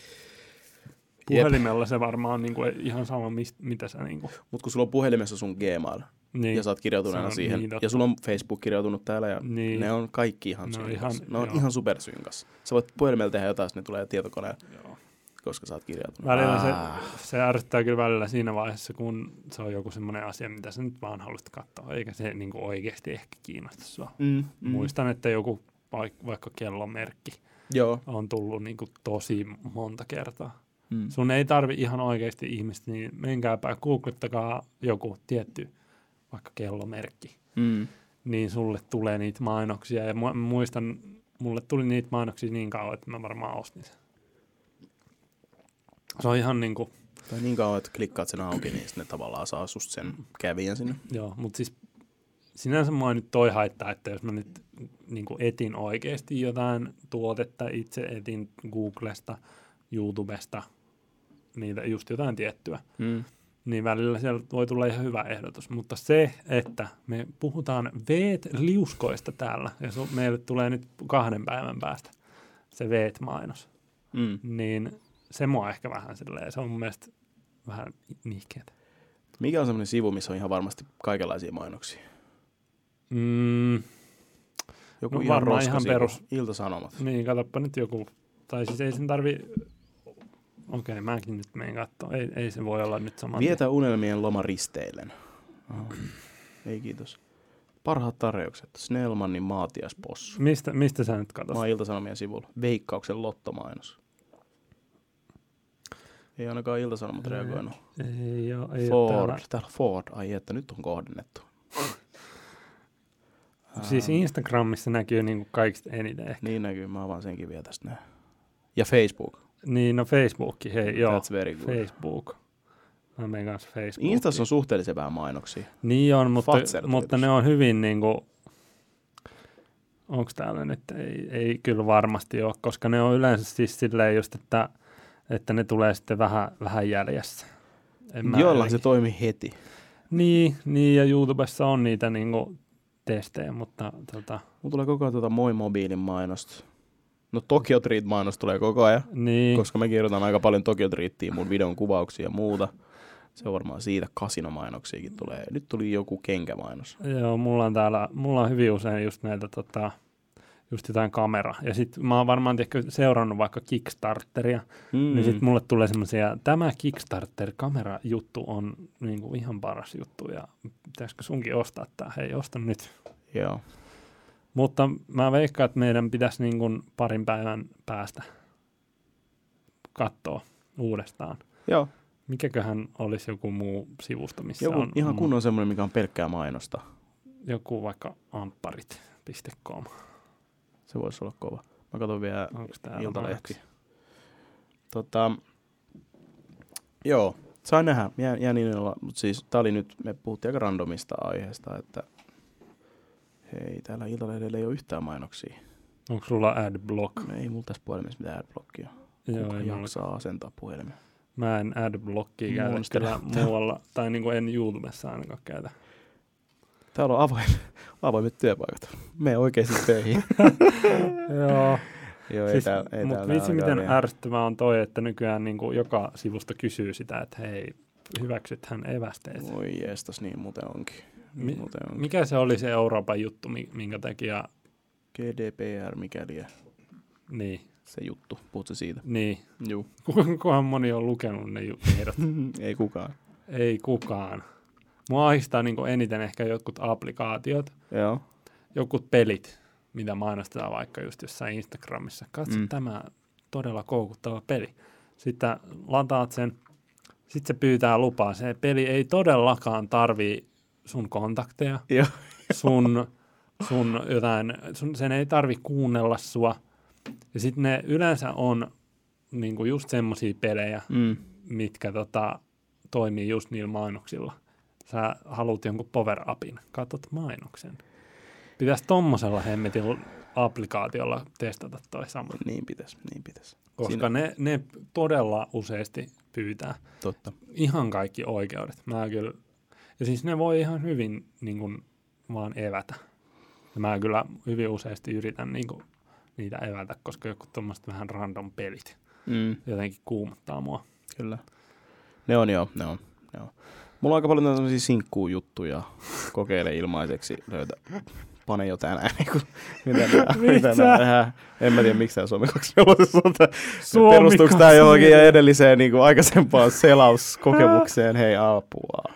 Jep. Puhelimella se varmaan on niin kuin ihan sama, mist, mitä sä niin kuin, mutta kun sulla on puhelimessa sun Gmail, niin, ja sä oot kirjautuneena se on siihen, niin totta. ja sulla on Facebook kirjautunut täällä, ja Niin. ne on kaikki ihan Ne on synkas. ihan- Ne on joo. ihan supersynkas. Sä voit puhelimella tehdä jotain, ne tulee tietokoneella, Joo. koska sä oot kirjautunut. Välillä Ah. se, se ärsyttää kyllä välillä siinä vaiheessa, kun se on joku semmoinen asia, mitä sä nyt vaan haluaisit katsoa, eikä se niin kuin oikeasti ehkä kiinnosta sua. Mm, mm. Muistan, että joku vaik- vaikka kellomerkki Joo. on tullut niin kuin tosi monta kertaa. Mm. Sun ei tarvi ihan oikeasti ihmistä, niin menkääpä googlettakaa joku tietty vaikka kellomerkki. Mm. niin sulle tulee niitä mainoksia. Ja mu- muistan, mulle tuli niitä mainoksia niin kauan, että mä varmaan ostin sen. Se on ihan niinku... Tai niin kauan, että klikkaat sen auki, niin ne tavallaan saa susta sen kävijän sinne. Joo, mutta siis sinänsä mua nyt toi haittaa, että jos mä nyt niinku etin oikeasti jotain tuotetta, itse etin Googlesta, YouTubesta, niitä just jotain tiettyä, mm. niin välillä siellä voi tulla ihan hyvä ehdotus. Mutta se, että me puhutaan veet-liuskoista täällä, ja su- meille tulee nyt kahden päivän päästä se veet-mainos, mm. niin se mua ehkä vähän silleen, se on mun mielestä vähän nihkeetä. Mikä on semmoinen sivu, missä on ihan varmasti kaikenlaisia mainoksia? Mm. Joku No, ihan varmaan ihan roskasivu, perus. Ilta-Sanomat. Niin, katsoppa nyt joku, tai siis ei sen tarvi, okei, mäkin nyt menen katsoa, ei, ei se voi olla nyt saman. Vietä unelmien loma risteillen. Oh. Ei kiitos. Parhaat tarjoukset, Snellmanin maatiaspossu. Mistä, mistä sä nyt katsot? Mä oon Ilta-Sanomien sivulla. Veikkauksen lottomainos. Ei ainakaan Ilta-Sanomat reagoinut. Ei ole, ei Ford, ole täällä. täällä Ford, ai että nyt on kohdennettu. Siis Instagramissa näkyy niinku kaikista eniten ehkä. Niin näkyy, mä avaan senkin vielä tästä näin. Ja Facebook. Niin, no Facebookki, hei, joo. That's very good. Facebook. Mä menen kanssa Facebookiin. Instassa on suhteellisen vähän mainoksia. Niin on, mutta, Fatser mutta ne on hyvin niinku, onks täällä nyt, ei, ei kyllä varmasti ole, koska ne on yleensä siis silleen just, että, että ne tulee sitten vähän, vähän jäljessä. Jollain se toimii heti. Niin, niin, ja YouTubessa on niitä niinku testejä, mutta tota... Mun tulee koko ajan tuota Moi Mobiilin mainosta. No Tokyo Treat-mainos tulee koko ajan, niin. Koska mä kirjoitan aika paljon Tokyo Treatia mun videon kuvauksia ja muuta. Se on varmaan siitä, kasinomainoksiakin tulee. Nyt tuli joku kenkämainos. Joo, mulla on täällä, mulla on hyvin usein just näitä tota, just jotain kamera. Ja sit mä oon varmaan ehkä seurannut vaikka Kickstarteria, mm. niin sit mulle tulee semmoisia, tämä Kickstarter-kamera-juttu on niinku ihan paras juttu ja pitäisikö sunkin ostaa tää? Hei, osta nyt. Joo. Mutta mä veikkaan, että meidän pitäisi niinku parin päivän päästä katsoa uudestaan. Joo. Mikäköhän olisi joku muu sivusto, missä joku on... ihan kunnon semmoinen, mikä on pelkkää mainosta. Joku vaikka ampparit piste com. Se voisi olla kova. Mä katson vielä Iltalehti. Tota, joo, sain nähdä. Jään, jään innolla, mutta siis tää oli nyt, me puhuttiin aika randomista aiheesta, että hei, täällä Iltalehdellä ei ole yhtään mainoksia. Onko sulla adblock? Ei mulla tässä puhelimessa mitään adblockia. Joo, Kuka ei jaksaa mulla asentaa puhelimia? Mä en adblockia käytä kyllä muualla, tai niin kuin en YouTubessa ainakaan käytä. Täällä on avoin, avoimet työpaikat. Mene oikeasti töihin. Joo. Joo, siis, ei täällä, mutta vitsi miten ärsyttävää on toi, että nykyään niin kuin joka sivusta kysyy sitä, että hei, hyväksythän evästeet. Voi jeestas, niin muuten onkin. Niin Mi- muuten onkin. Mikä se oli se Euroopan juttu, minkä takia... G D P R mikäli niin. Se juttu, puhutko siitä? Niin. Juu. Kuinkahan moni on lukenut ne ehdot? Ei kukaan. Ei kukaan. Mua ahistaa niin kuin eniten ehkä jotkut applikaatiot, Joo. jotkut pelit, mitä mainostetaan vaikka just jossain Instagramissa. Katso mm. tämä todella koukuttava peli. Sitten lataat sen, sitten se pyytää lupaa. Se peli ei todellakaan tarvii sun kontakteja, Joo. sun, sun jotain, sun, sen ei tarvi kuunnella sua. Ja sitten ne yleensä on niinku just semmosia pelejä, mm. mitkä tota, toimii just niillä mainoksilla. Sä haluat jonkun power-upin, katsot mainoksen. Pitäisi tommosella hemmetin applikaatiolla testata toi sama. Niin pitäisi, niin pitäisi. Koska Siinä... ne, ne todella useasti pyytää. Totta. Ihan kaikki oikeudet. Mä kyllä, ja siis ne voi ihan hyvin niin kuin, vaan evätä. Ja mä kyllä hyvin useasti yritän niin kuin, niitä evätä, koska joku tommoset vähän random pelit mm. jotenkin kuumottaa mua. Kyllä. Ne on joo, ne on. Ne on. Mulla on aika paljon tämmöisiä sinkkuu juttuja. Kokeile ilmaiseksi löytä. Pane jotain ääni, kun mitä nää, en mä tiedä, miksi tämä Suomi kaksituhatta on. Perustuuko tämä johonkin edelliseen niin kuin aikaisempaan selauskokemukseen? Hei, apua.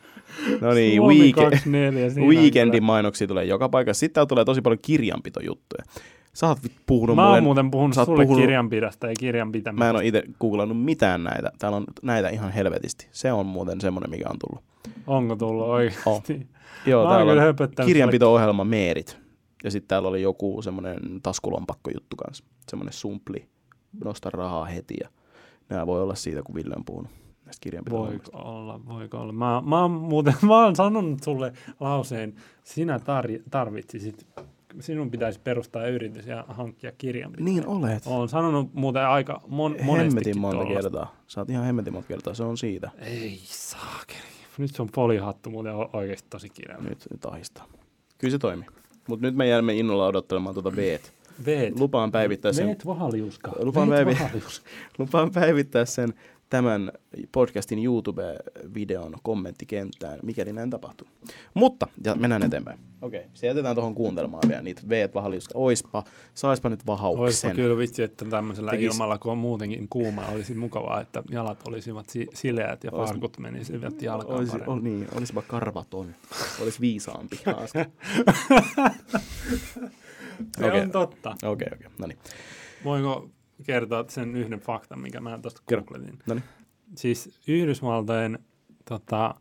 No niin, weekend, weekendin mainoksia tulee joka paikassa. Sitten täällä tulee tosi paljon kirjanpitojuttuja. Sä oot puhunut Mä oon mulle, muuten puhunut sulle puhunut, kirjanpidosta ja kirjanpitämisestä. Mä en ole itse googlannut mitään näitä. Täällä on näitä ihan helvetisti. Se on muuten semmoinen, mikä on tullut. Onko tullut oikeasti? Oh. Joo, mä täällä on kirjanpito-ohjelma Meerit. Ja sitten täällä oli joku semmoinen taskulompakkojuttu kanssa. Semmoinen sumpli, nosta rahaa heti. Ja nämä voi olla siitä, kun Ville on puhunut näistä kirjanpito-ohjelmista. Voiko olla, voiko olla. Mä, mä, oon muuten, mä oon sanonut sulle lauseen, sinä tar- tarvitsisit, sinun pitäisi perustaa yritys ja hankkia kirjanpitoa. Niin olet. Oon sanonut muuten aika mon, monestikin Hemmetin monta tollasta. kertaa. Sä oot ihan hemmetin monta kertaa, se on siitä. Ei saakeli. Nyt se on foliohattu muuten oikeasti tosi kirjalla. Nyt, nyt ahistaa. Kyllä se toimii. Mutta nyt me jäämme innolla odottelemaan tuota V:t. Veet. Lupaan päivittää sen. Veet vahaliuska. Lupaan, Veet päivi- vahaliuska. Lupaan päivittää sen tämän podcastin YouTube-videon kommenttikenttään, mikäli näin tapahtuu. Mutta, ja mennään eteenpäin. Okei, okay. Se jätetään tuohon kuuntelemaan vielä niitä V:t vahaliuska. Oispa, saispa nyt vahauksen. Oispa kyllä vitsi, että tämmöisellä Tekis... ilmalla, kun on muutenkin kuuma, olisi mukavaa, että jalat olisivat si- sileät ja Ois... farkut menisivät jalkaan olisi, paremmin. ol, niin, olisipa karvaton. Olisi viisaampi. Se okay. on totta. Okei, okay, okei. Okay. No niin. Voinko kertoa sen yhden faktan, minkä mä tuosta googletin? Noniin. Siis Yhdysvaltojen tota,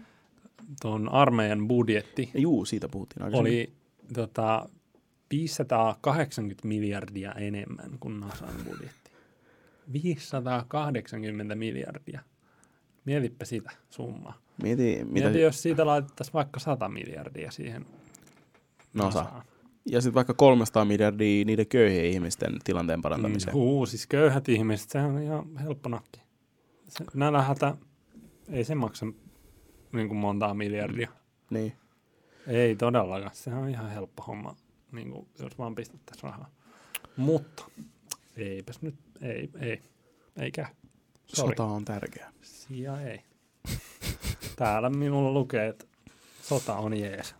ton armeijan budjetti Juu, siitä puhuttiin aikaisemmin. oli tota, viisisataakahdeksankymmentä miljardia enemmän kuin NASAn budjetti. viisisataakahdeksankymmentä miljardia. Mietipä sitä summaa. Mieti, mitä... Mieti, jos siitä laitettaisiin vaikka sata miljardia siihen NASA. NASAan. Ja sitten vaikka kolmesataa miljardia niiden köyhien ihmisten tilanteen parantamiseen. Mm, huu, siis köyhät ihmiset, sehän on ihan helppo nakki. Se, nälähätä, ei se maksa niin kuin montaa miljardia. Niin. Ei todellakaan, sehän on ihan helppo homma, niin kuin, jos vaan pistettäisiin rahaa. Mutta eipäs nyt, ei, ei, ei käy. Sorry. Sota on tärkeä. Sia ei. Täällä minulla lukee, että sota on jees.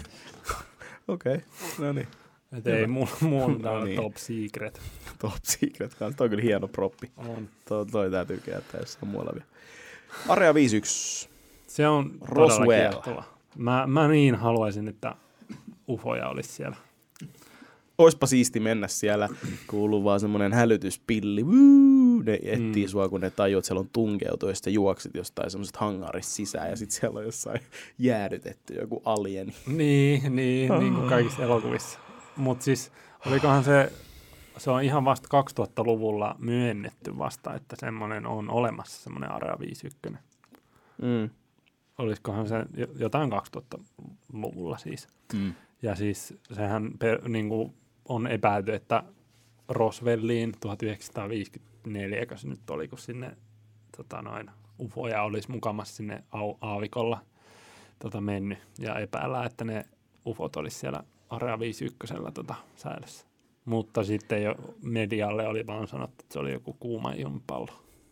Okei, okay. No niin. Että ei mulla muun no niin. top secret. Top secret kanssa. Toi on kyllä hieno proppi. On. Toi, toi täytyy käyttää jossain muualla vielä. Area viisi yksi. Se on Roswell. todella kiehtova. Mä, mä niin haluaisin, että ufoja olisi siellä. Oispa siisti mennä siellä. Kuuluu vaan semmonen hälytyspilli. Woo! Ne etsii mm. sua, kun ne tajuu, että siellä on tunkeutu, ja sitten juoksit jostain semmoisesta hangarista sisään, ja sitten siellä on jossain jäädytetty joku alieni. Niin, niin, oh. niin kuin kaikissa elokuvissa. Mutta siis olikohan se, se on ihan vasta kaksituhattaluvulla myönnetty vasta, että semmoinen on olemassa, semmoinen Area viisi yksi. Mm. Olisikohan se jotain kaksituhattaluvulla siis. Mm. Ja siis sehän per, niin kuin on epäilty, että Roswelliin tuhatyhdeksänsataaviisikymmentäneljä, kun se nyt oli, kun sinne tota noin, ufoja olisi mukamassa sinne au, aavikolla tota, mennyt. Ja epäillään, että ne ufot olisi siellä Area viisi yksi tota, säilössä. Mutta sitten jo medialle oli vaan sanottu, että se oli joku kuuma ilmapallo.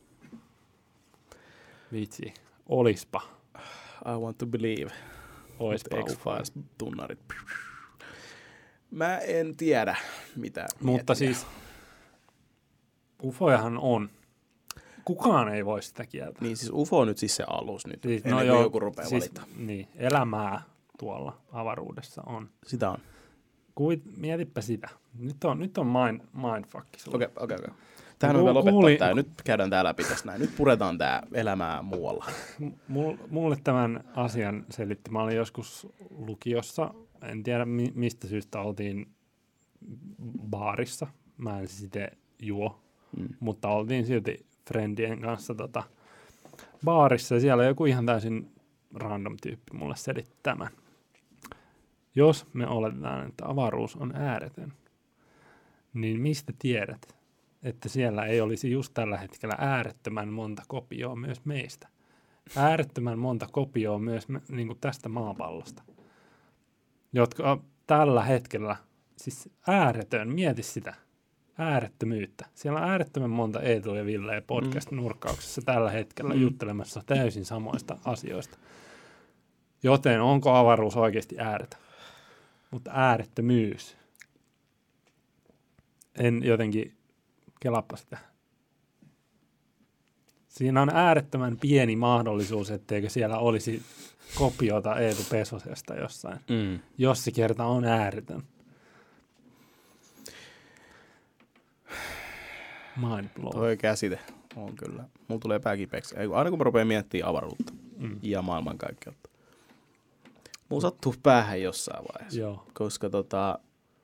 Vitsi, olispa. I want to believe. Oispa X-Files tunnarit. Mä en tiedä, mitä Mutta miettiä. siis ufojahan on. Kukaan ei voi sitä kieltää. Niin siis U F O on nyt siis se alus nyt, siis, ennen no kuin joo, joku rupeaa siis, valittaa. Niin, elämää tuolla avaruudessa on. Sitä on. Kuit, mietipä sitä. Nyt on, nyt on mind, mindfuck. Okei, okei, okei. Tähän on hyvä lopettaa kuuli... tämä. Nyt käydään tää läpi tässä näin. Nyt puretaan tää elämää muualla. Mulle tämän asian selitti. Mä olin joskus lukiossa. En tiedä mi- mistä syystä oltiin baarissa. Mä en sitten juo. Mm. Mutta oltiin silti friendien kanssa tota baarissa. Ja siellä joku ihan täysin random tyyppi mulle selitti tämän. Jos me oletetaan, että avaruus on ääretön, niin mistä tiedät, että siellä ei olisi just tällä hetkellä äärettömän monta kopioa myös meistä? Äärettömän monta kopioa myös me, niin kuin tästä maapallosta, jotka tällä hetkellä, siis ääretön, mieti sitä, äärettömyyttä. Siellä on äärettömän monta Eetu ja Ville podcast-nurkkauksessa tällä hetkellä mm. juttelemassa täysin samoista asioista. Joten onko avaruus oikeasti ääretön? Mutta äärettömyys. En jotenkin kelappa sitä. Siinä on äärettömän pieni mahdollisuus, etteikö siellä olisi kopiota Eetu Pesosesta jossain, mm. jos se kerta on ääretön. Mind blow. Toi käsite on kyllä. Mulla tulee pääkipeäksi. Aina kun mä rupean miettimään avaruutta mm. ja maailmankaikkeutta, Mun sattuu päähän jossain vaiheessa. Joo. Koska tota...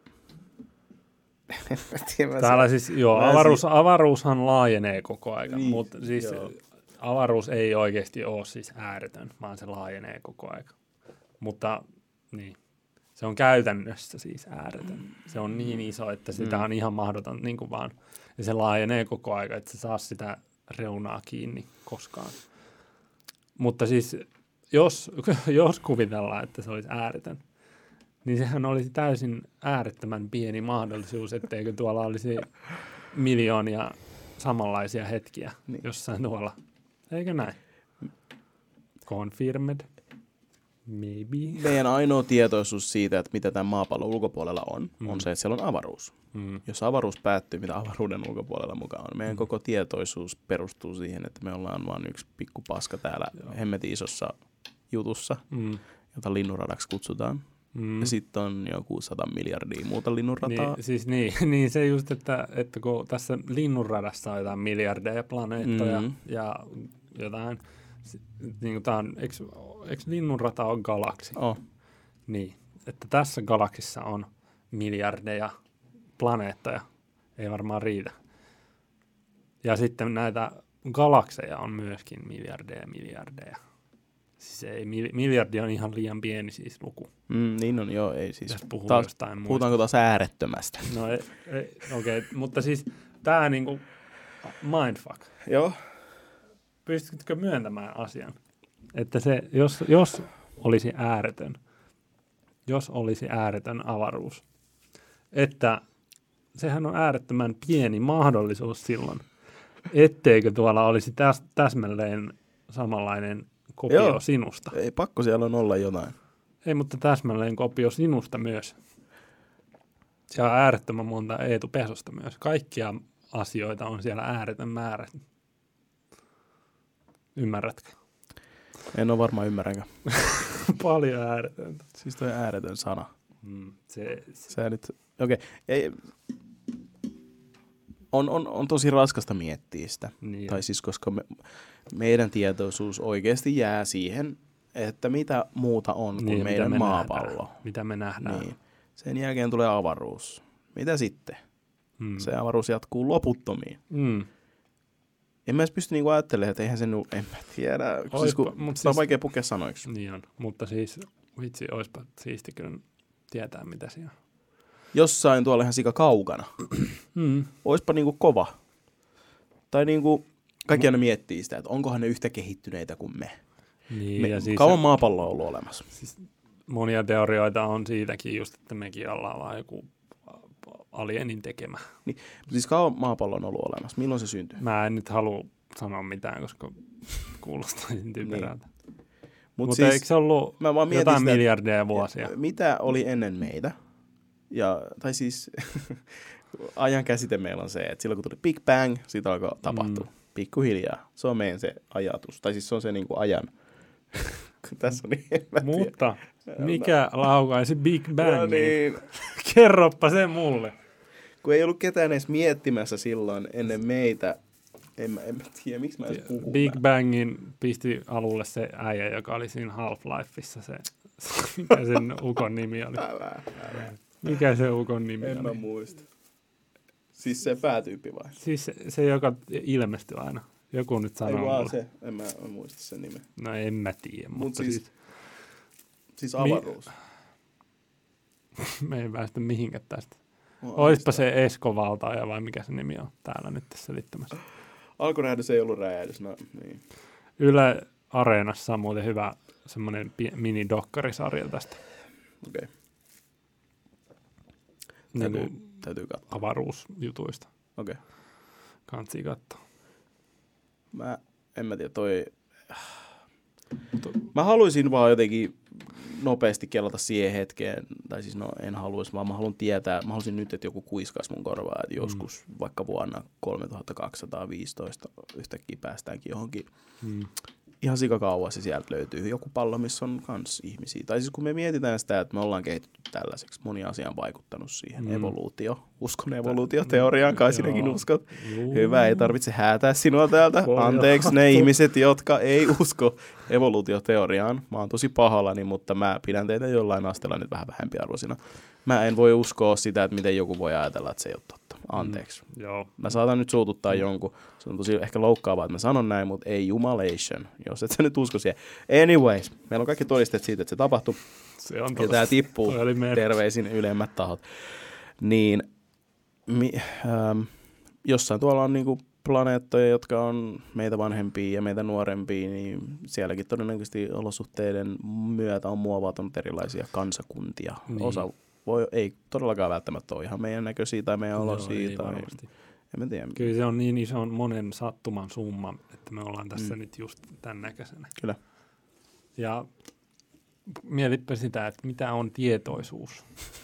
tiedä, Täällä se... siis, joo, Mä avaruus, si... avaruushan laajenee koko ajan, niin, mutta siis joo. Avaruus ei oikeasti ole siis ääretön, vaan se laajenee koko ajan. Mutta niin, se on käytännössä siis ääretön. Se on niin iso, että sitä mm. on ihan mahdoton niin kuin vaan, ja se laajenee koko ajan, että se saa sitä reunaa kiinni koskaan. Mutta siis, jos, jos kuvitellaan, että se olisi ääretön, niin sehän olisi täysin äärettömän pieni mahdollisuus, etteikö tuolla olisi miljoonia samanlaisia hetkiä niin. Jossain tuolla. Eikö näin? Confirmed. Maybe. Meidän ainoa tietoisuus siitä, että mitä tämän maapallon ulkopuolella on, mm. on se, että siellä on avaruus. Mm. Jos avaruus päättyy, mitä avaruuden ulkopuolella mukaan on, meidän mm. koko tietoisuus perustuu siihen, että me ollaan vain yksi pikku paska täällä Joo. hemmetin isossa jutussa, mm. jota linnunradaksi kutsutaan. Mm. Ja sitten on joku sata miljardia muuta linnunrataa. Niin, siis niin, niin se just, että, että kun tässä linnunradassa on jotain miljardeja planeettoja mm. ja jotain, niin kuin tää on, eikö, eikö linnunrata ole galaksi? Oh. Niin, että tässä galaksissa on miljardeja planeettoja, ei varmaan riitä. Ja sitten näitä galakseja on myöskin miljardeja miljardeja. Siis ei, miljardi on ihan liian pieni siis luku. Mm, niin on, joo, ei siis. Puhuu taas, jostain puhutaanko taas äärettömästä? No ei, ei okei, okay. Mutta siis tää niinku mindfuck. Joo. Pystytkö myöntämään asian, että se, jos, jos olisi ääretön, jos olisi ääretön avaruus, että sehän on äärettömän pieni mahdollisuus silloin, etteikö tuolla olisi täs, täsmälleen samanlainen kopio Joo. sinusta. Ei pakko siellä on olla jotain. Ei, mutta täsmälleen kopio sinusta myös. Siellä on äärettömän monta Eetu Pesosta myös. Kaikkia asioita on siellä ääretön määrä. Ymmärrätkö? En ole varmaan ymmärränkö. Paljon ääretöntä. Siis toi ääretön sana. Mm, se, se. Sä nyt, okei. Okay. On, on, on tosi raskasta miettiä sitä. Niin tai siis koska me, meidän tietoisuus oikeasti jää siihen, että mitä muuta on kuin niin, meidän me maapallo. Nähdään. Mitä me nähdään. Niin. Sen jälkeen tulee avaruus. Mitä sitten? Hmm. Se avaruus jatkuu loputtomiin. Hmm. En mä edes pysty niinku ajattelemaan, että eihän se nu... En mä tiedä. Oispa, siis, kun, se siis, on vaikea pukea sanoiksi. Niin on. Mutta siis vitsi, oispa siisti kyllä tietää, mitä siinä on. Jossain tuolla ihan sika kaukana. Mm. Oispa niinku kova. Tai niinku, kaikki aina miettii sitä, että onkohan ne yhtä kehittyneitä kuin me. Niin, me ja siis kauan maapallo on ollut olemassa. Siis monia teorioita on siitäkin just, että mekin ollaan vaan joku alienin tekemä. Niin, siis kauan maapallo on ollut olemassa. Milloin se syntyi? Mä en nyt halua sanoa mitään, koska kuulostaa typerältä. Niin. Mutta Mut siis, eikö se ollut jotain sitä, miljardeja vuosia? Mitä oli ennen meitä? Ja, tai siis ajan käsite meillä on se, että silloin kun tuli Big Bang, siitä alkoi tapahtua mm. pikkuhiljaa. Se on meidän se ajatus. Tai siis se on se niin kuin ajan. Tässä on niin, Mutta mikä no. laukaisi Big Bang? No niin. Kerroppa se mulle. Kun ei ollut ketään edes miettimässä silloin ennen meitä. En mä, en mä tiedä, miksi mä edes puhun. Big Bangin pisti alulle se äijä, joka oli siinä Half-Lifeissa. Se, mikä sen ukon nimi oli? Älä, älä. Mikä se ukon nimi en oli? En mä muista. Siis se päätyyppi vai? Siis se, se joka ilmestyi aina. Joku nyt sanoo. Ei vaan se, en mä, mä muista sen nimen. No en mä tiedä, Mut mutta siis... siis... Siis avaruus. Mi- me ei päästä mihinkään tästä. No, Oispa se Esko-valtaaja vai mikä se nimi on täällä nyt tässä selittämässä. Alkuräjähdys ei ollut räjähdys, no niin. Yle Areenassa on muuten hyvä semmoinen pi- mini-dokkarisarja tästä. Okei. Okay. Niin täytyy, täytyy katsoa. Avaruusjutuista. Okei. Okay. Kantsii katsoa. Mä en mä tiedä, toi... Mä haluaisin vaan jotenkin nopeasti kelata siihen hetkeen, tai siis no en haluaisi, vaan mä haluan tietää, mä haluaisin nyt, että joku kuiskaisi mun korvaa, että joskus mm. vaikka vuonna kolmetuhattakaksisataaviisitoista yhtäkkiä päästäänkin johonkin mm. ihan sikakauas ja sieltä löytyy joku pallo, missä on kans ihmisiä. Tai siis kun me mietitään sitä, että me ollaan kehitetty tällaiseksi, moni asia on vaikuttanut siihen, mm. evoluutio, Uskon evoluutioteoriaan, kai sinäkin uskot. Juu. Hyvä, ei tarvitse häätää sinua täältä. Voi Anteeksi olla. ne ihmiset, jotka ei usko evoluutioteoriaan. Mä oon tosi pahallani, mutta mä pidän teitä jollain asteella nyt vähän vähempiarvoisina. Mä en voi uskoa sitä, että miten joku voi ajatella, että se ei ole totta. Anteeksi. Mm, joo. Mä saatan nyt suututtaa mm. jonkun. Se on tosi ehkä loukkaavaa, että mä sanon näin, mutta ei jumalation, jos et sä nyt usko siihen. Anyways, meillä on kaikki todisteet siitä, että se tapahtui. Se on ja tää tippuu terveisin ylemmät tahot. Niin mi, ähm, jossain tuolla on niinku planeettoja, jotka on meitä vanhempia ja meitä nuorempia, niin sielläkin todennäköisesti olosuhteiden myötä on muovautunut erilaisia kansakuntia. Niin. Osa voi, ei todellakaan välttämättä ole ihan meidän näköisiä tai meidän olosia. Tai, en mä tiedä. Kyllä se on niin iso monen sattuman summa, että me ollaan tässä mm. nyt just tämän näköisenä. Kyllä. Ja mietipä sitä, että mitä on tietoisuus.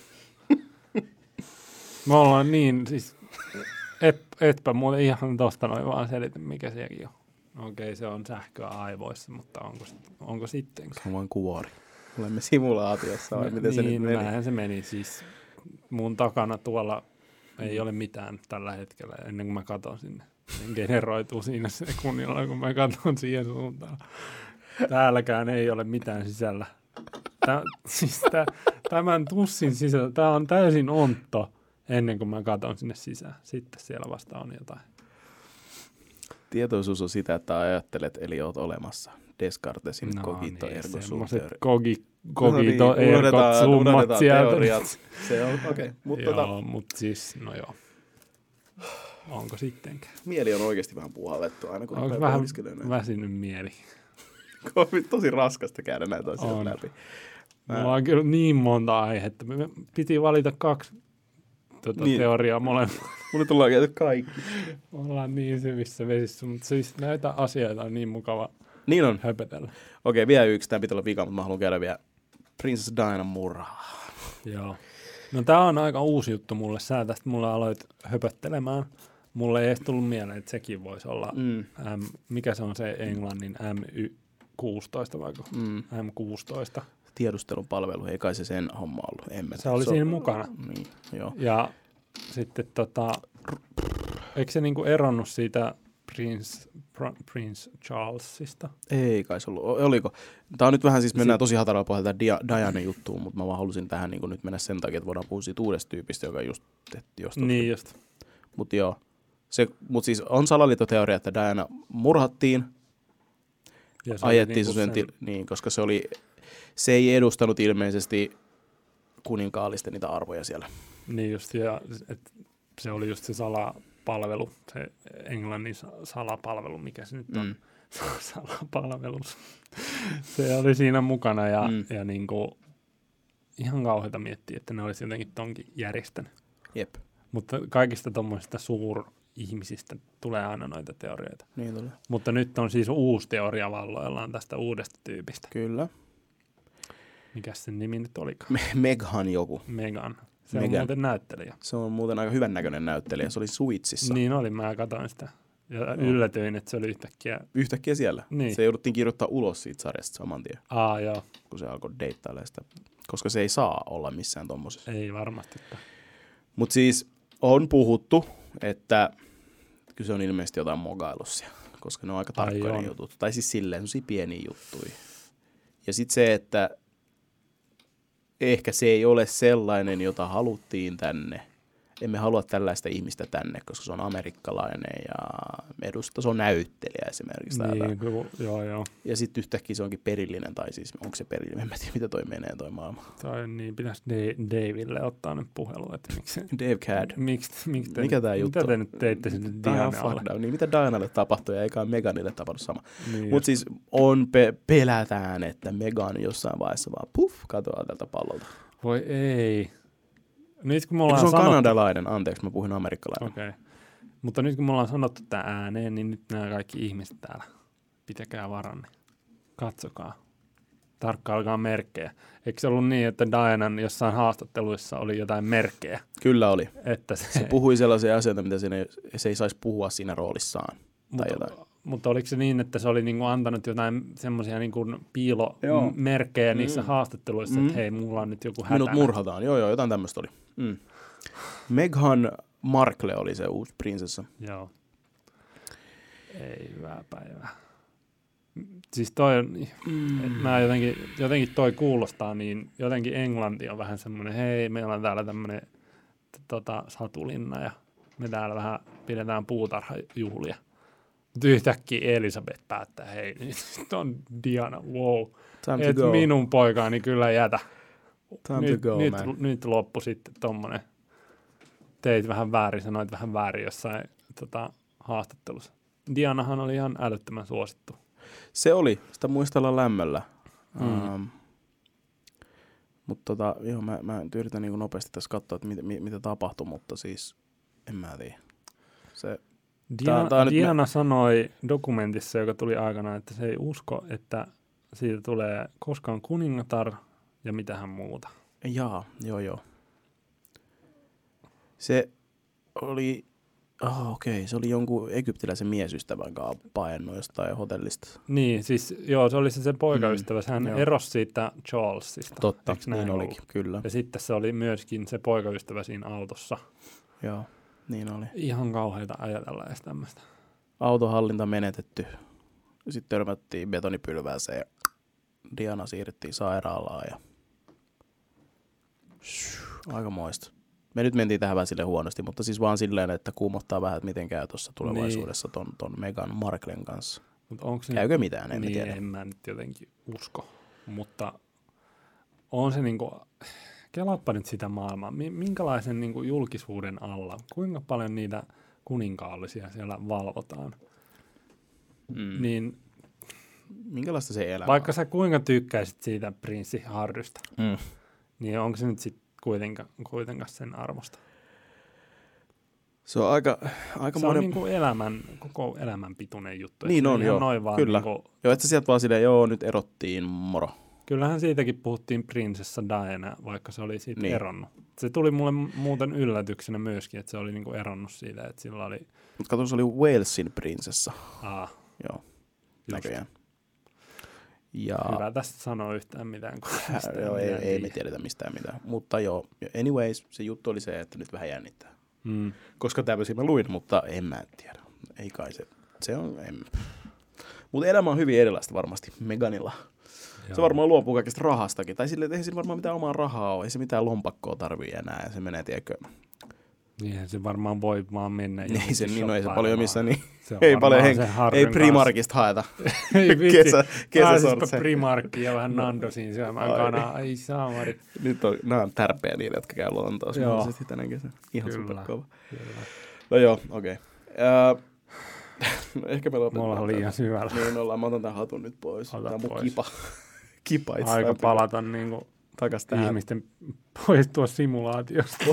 Me ollaan niin, siis et, etpä muuten ihan tosta noin vaan selitä, mikä sekin on. Okei, se on sähköä aivoissa, mutta onko, onko sittenkään? Se on vain kuori. Olemme simulaatiossa, vai miten se niin, nyt meni? Näinhän se meni. Siis mun takana tuolla ei ole mitään tällä hetkellä, ennen kuin mä katson sinne. Se generoituu siinä sekunnilla, kun mä katson siihen suuntaan. Täälläkään ei ole mitään sisällä. Tää, siis tää, tämän tussin sisällä, tää on täysin ontto ennen kuin mä katson sinne sisään. Sitten siellä vasta on jotain. Tietoisuus on sitä, että ajattelet, eli oot olemassa. Descartesin no, cogito niin, ergo sum. Kogi, cogito no niin, ergo summat sieltä. Se on, okei. Okay. Mut joo, tota, mutta siis, no joo. Onko sittenkään? Mieli on oikeasti vähän puhallettu aina, kun onko vähän väsynyt mieli? On tosi raskasta käydä näitä asioita läpi. Mä... Mulla on kyllä niin monta aihetta. Me piti valita kaksi tuota, niin. teoriaa molemmat. Mulle tullaan käyty kaikki. Me ollaan niin syvissä vesissä, mutta siis näitä asioita on niin mukava niin on. höpötellä. Okei, vielä yksi. Tämä pitää olla vika, mutta mä haluan käydä vielä Princess Diana murhaa. Joo. No tää on aika uusi juttu mulle. Sä tästä mulle aloit höpöttelemään. Mulle ei edes tullut mieleen, että sekin voisi olla, mm. M, mikä se on se englannin M Y kuusitoista vai mm. M kuusitoista. Tiedustelupalvelu, ei kai se sen homma ollut. Emme se oli se siinä on... mukana. Niin, joo. Ja sitten tota, eikö se niinku eronnut siitä Prince, Pr- Prince Charlesista? Ei kai se ollut. Oliko? Tämä on nyt vähän siis, mennään tosi hataralla pohjalta Dia- Diana juttuun, mutta mä vaan halusin tähän niin nyt mennä sen takia, että voidaan puhua siitä uudesta tyypistä, joka just tehtiin jostain. Niin just. Mutta joo. Mutta siis on salaliittoteoria, että Diana murhattiin, ja se ajettiin niin, sen, til- niin, koska se oli, se ei edustanut ilmeisesti kuninkaallisten niitä arvoja siellä. Niin just, ja et, se oli just se salapalvelu, se englannin salapalvelu, mikä se nyt on, mm. salapalvelus. Se oli siinä mukana ja, mm. ja niinku, ihan kauheata miettiä, että ne olisi jotenkin tonkin järjestänyt. Jep. Mutta kaikista tuommoisista suurihmisistä tulee aina noita teorioita. Niin tulee. Mutta nyt on siis uusi teoria valloillaan tästä uudesta tyypistä. Kyllä. Mikäs sen nimi nyt olikaan? Me- Meghan joku. Meghan. Se Meghan. on muuten näyttelijä. Se on muuten aika hyvän näköinen näyttelijä. Se oli Suitsissa. Niin oli, mä katsoin sitä. Ja no. yllätyin, että se oli yhtäkkiä... Yhtäkkiä siellä. Niin. Se jouduttiin kirjoittaa ulos siitä sarjasta saman tien. Aa, joo. Kun se alkoi deittailemaan sitä. Koska se ei saa olla missään tommosessa. Ei varmastikaan. Mutta siis on puhuttu, että kyse on ilmeisesti jotain mogailussia. Koska ne on aika tarkkoja ne jutut. Tai siis silleen sellaisia pieniä juttuja. Ja sitten se, että ehkä se ei ole sellainen, jota haluttiin tänne. Emme halua tällaista ihmistä tänne, koska se on amerikkalainen ja edustaa, se on näyttelijä esimerkiksi. Niin, kyllä, joo, joo. Ja sitten yhtäkkiä se onkin perillinen, tai siis onko se perillinen, en tiedä mitä toi menee toi maailma. Tai niin, pitäisi Daville ottaa nyt puhelu, että miksi... Dave Cad. Miksi, miksi te, mikä tämä juttu mitä te nyt teitte sinne Dianalle? Niin, mitä Dianalle tapahtui ja eikä Meghanille tapahdu sama. Niin, mutta siis on pe- pelätään, että Meghan jossain vaiheessa vaan puff, katoaa tältä pallolta. Voi ei. Nyt, kun me ollaan se on sanottu... kanadalainen, anteeksi, mä puhun amerikkalainen. Okei. Okay. Mutta nyt kun me ollaan sanottu tämä ääneen, niin nyt nämä kaikki ihmiset täällä, pitäkää varanne. Katsokaa. Tarkkailkaa merkkejä. Eikö se ollut niin, että Dianan jossain haastatteluissa oli jotain merkkejä? Kyllä oli. Että se... se puhui sellaisia asioita, mitä se ei, se ei saisi puhua siinä roolissaan. Tai mutta, jotain. Mutta oliko se niin, että se oli niinku antanut jotain semmoisia niinku piilomerkkejä niissä mm. haastatteluissa, että mm. hei, mulla on nyt joku hätä. Minut murhataan. Joo, joo, jotain tämmöistä oli. Mm. Meghan Markle oli se uusi prinsessa. Joo. Ei hyvää päivää. Siis toi on, mm. mä jotenkin, jotenkin toi kuulostaa niin, jotenkin Englanti on vähän semmoinen, hei, meillä on täällä tämmöinen tota, satulinna ja me täällä vähän pidetään puutarhajuhlia. Mutta yhtäkkiä Elisabeth päättää, hei, nyt on Diana, wow. Et minun poikaani kyllä jätä. Time nyt, to go, nyt, man. nyt loppu sitten tommonen. Teit vähän väärin, sanoit vähän väärin jossain tota, haastattelussa. Dianahan oli ihan älyttömän suosittu. Se oli, sitä muistellaan lämmöllä. Mm. Um, mutta tota, joo, mä, mä yritän niin nopeasti tässä katsoa, että mit, mit, mitä tapahtui, mutta siis en mä tiedä. Se, Diana, tää, tää Diana me... sanoi dokumentissa, joka tuli aikana, että se ei usko, että siitä tulee koskaan kuningatar ja mitähän muuta. Jaa, joo joo. Se oli, oh, okei, okay. Se oli jonkun egyptiläisen miesystävän kanssa paennut jostain hotellista. Niin, siis joo, se oli se, se poikaystävä. Mm, hän joo. erosi siitä Charlesista. Totta, niin olikin, kyllä. Ja sitten se oli myöskin se poikaystävä siinä autossa. Joo, niin oli. Ihan kauheita ajatella edes tämmöistä. Autohallinta menetetty. Sitten törmättiin betonipylvääseen ja Diana siirrettiin sairaalaan ja aika moista. Me nyt mentiin tähän vähän silleen huonosti, mutta siis vaan silleen, että kuumottaa vähän, että miten käy tuossa tulevaisuudessa ton, ton Meghan Marklen kanssa. Mut onko Käykö se, mitään, en niin, tiedä. En mä nyt jotenkin usko, mutta on se niinku, kelaappa nyt sitä maailmaa. Minkälaisen niinku julkisuuden alla, kuinka paljon niitä kuninkaallisia siellä valvotaan? Mm. Niin, minkälaista se elämä vaikka on? sä kuinka tykkäisit siitä prinssi Harrystä, Mm. niin onko se nyt sitten kuitenkaan, kuitenkaan sen arvosta? Se on aika, aika se monen... on niinku elämän, koko elämän pituinen juttu. Niin on, joo, noin vaan kyllä. Niinku... Joo, että sä sieltä vaan silleen, joo, nyt erottiin, moro. Kyllähän siitäkin puhuttiin prinsessa Diana, vaikka se oli siitä niin. eronnut. Se tuli mulle muuten yllätyksenä myöskin, että se oli niinku eronnut siitä, että sillä oli... Mutta kato, se oli Walesin prinsessa. Aa, joo, just. Näköjään. Ja... Hyvä tästä sanoa yhtään mitään. Äh, joo, ei, ei me tiedetä mistään mitään. Mutta joo, anyways, se juttu oli se, että nyt vähän jännittää. Mm. Koska tämmöisiä mä luin, mutta en mä tiedä. Ei kai se, se on, en. Mutta elämä on hyvin erilaista varmasti Meghanilla. Joo. Se varmaan luopuu kaikesta rahastakin. Tai sille, ei sillä varmaan mitään omaa rahaa ole. Ei se mitään lompakkoa tarvii enää. Ja se menee, tiedätkö. Niinhän se varmaan voi vaan mennä. Ei se, niin, no, ei se paljon missä, niin. Se ei paljon henk- ei Primarkista haeta. Ei vitsi. Kesä, kesäsortseja. Primarkkiin ja vähän Nandosiin syömään kanaa. Ai saamari. Nyt on, nämä on tärpeä niille, jotka käy Lontoossa. Joo. Tänä kesänä. Ihan superkova. No joo, okei. Okay. Uh, no ehkä me lopetetaan. Me ollaan liian syvällä. Niin ollaan. Mä otan tämän hatun nyt pois. Ota Tämä on mun pois. kipa. kipa itse. Aika palata niinku takas tähän. Ihmisten poistua simulaatiosta.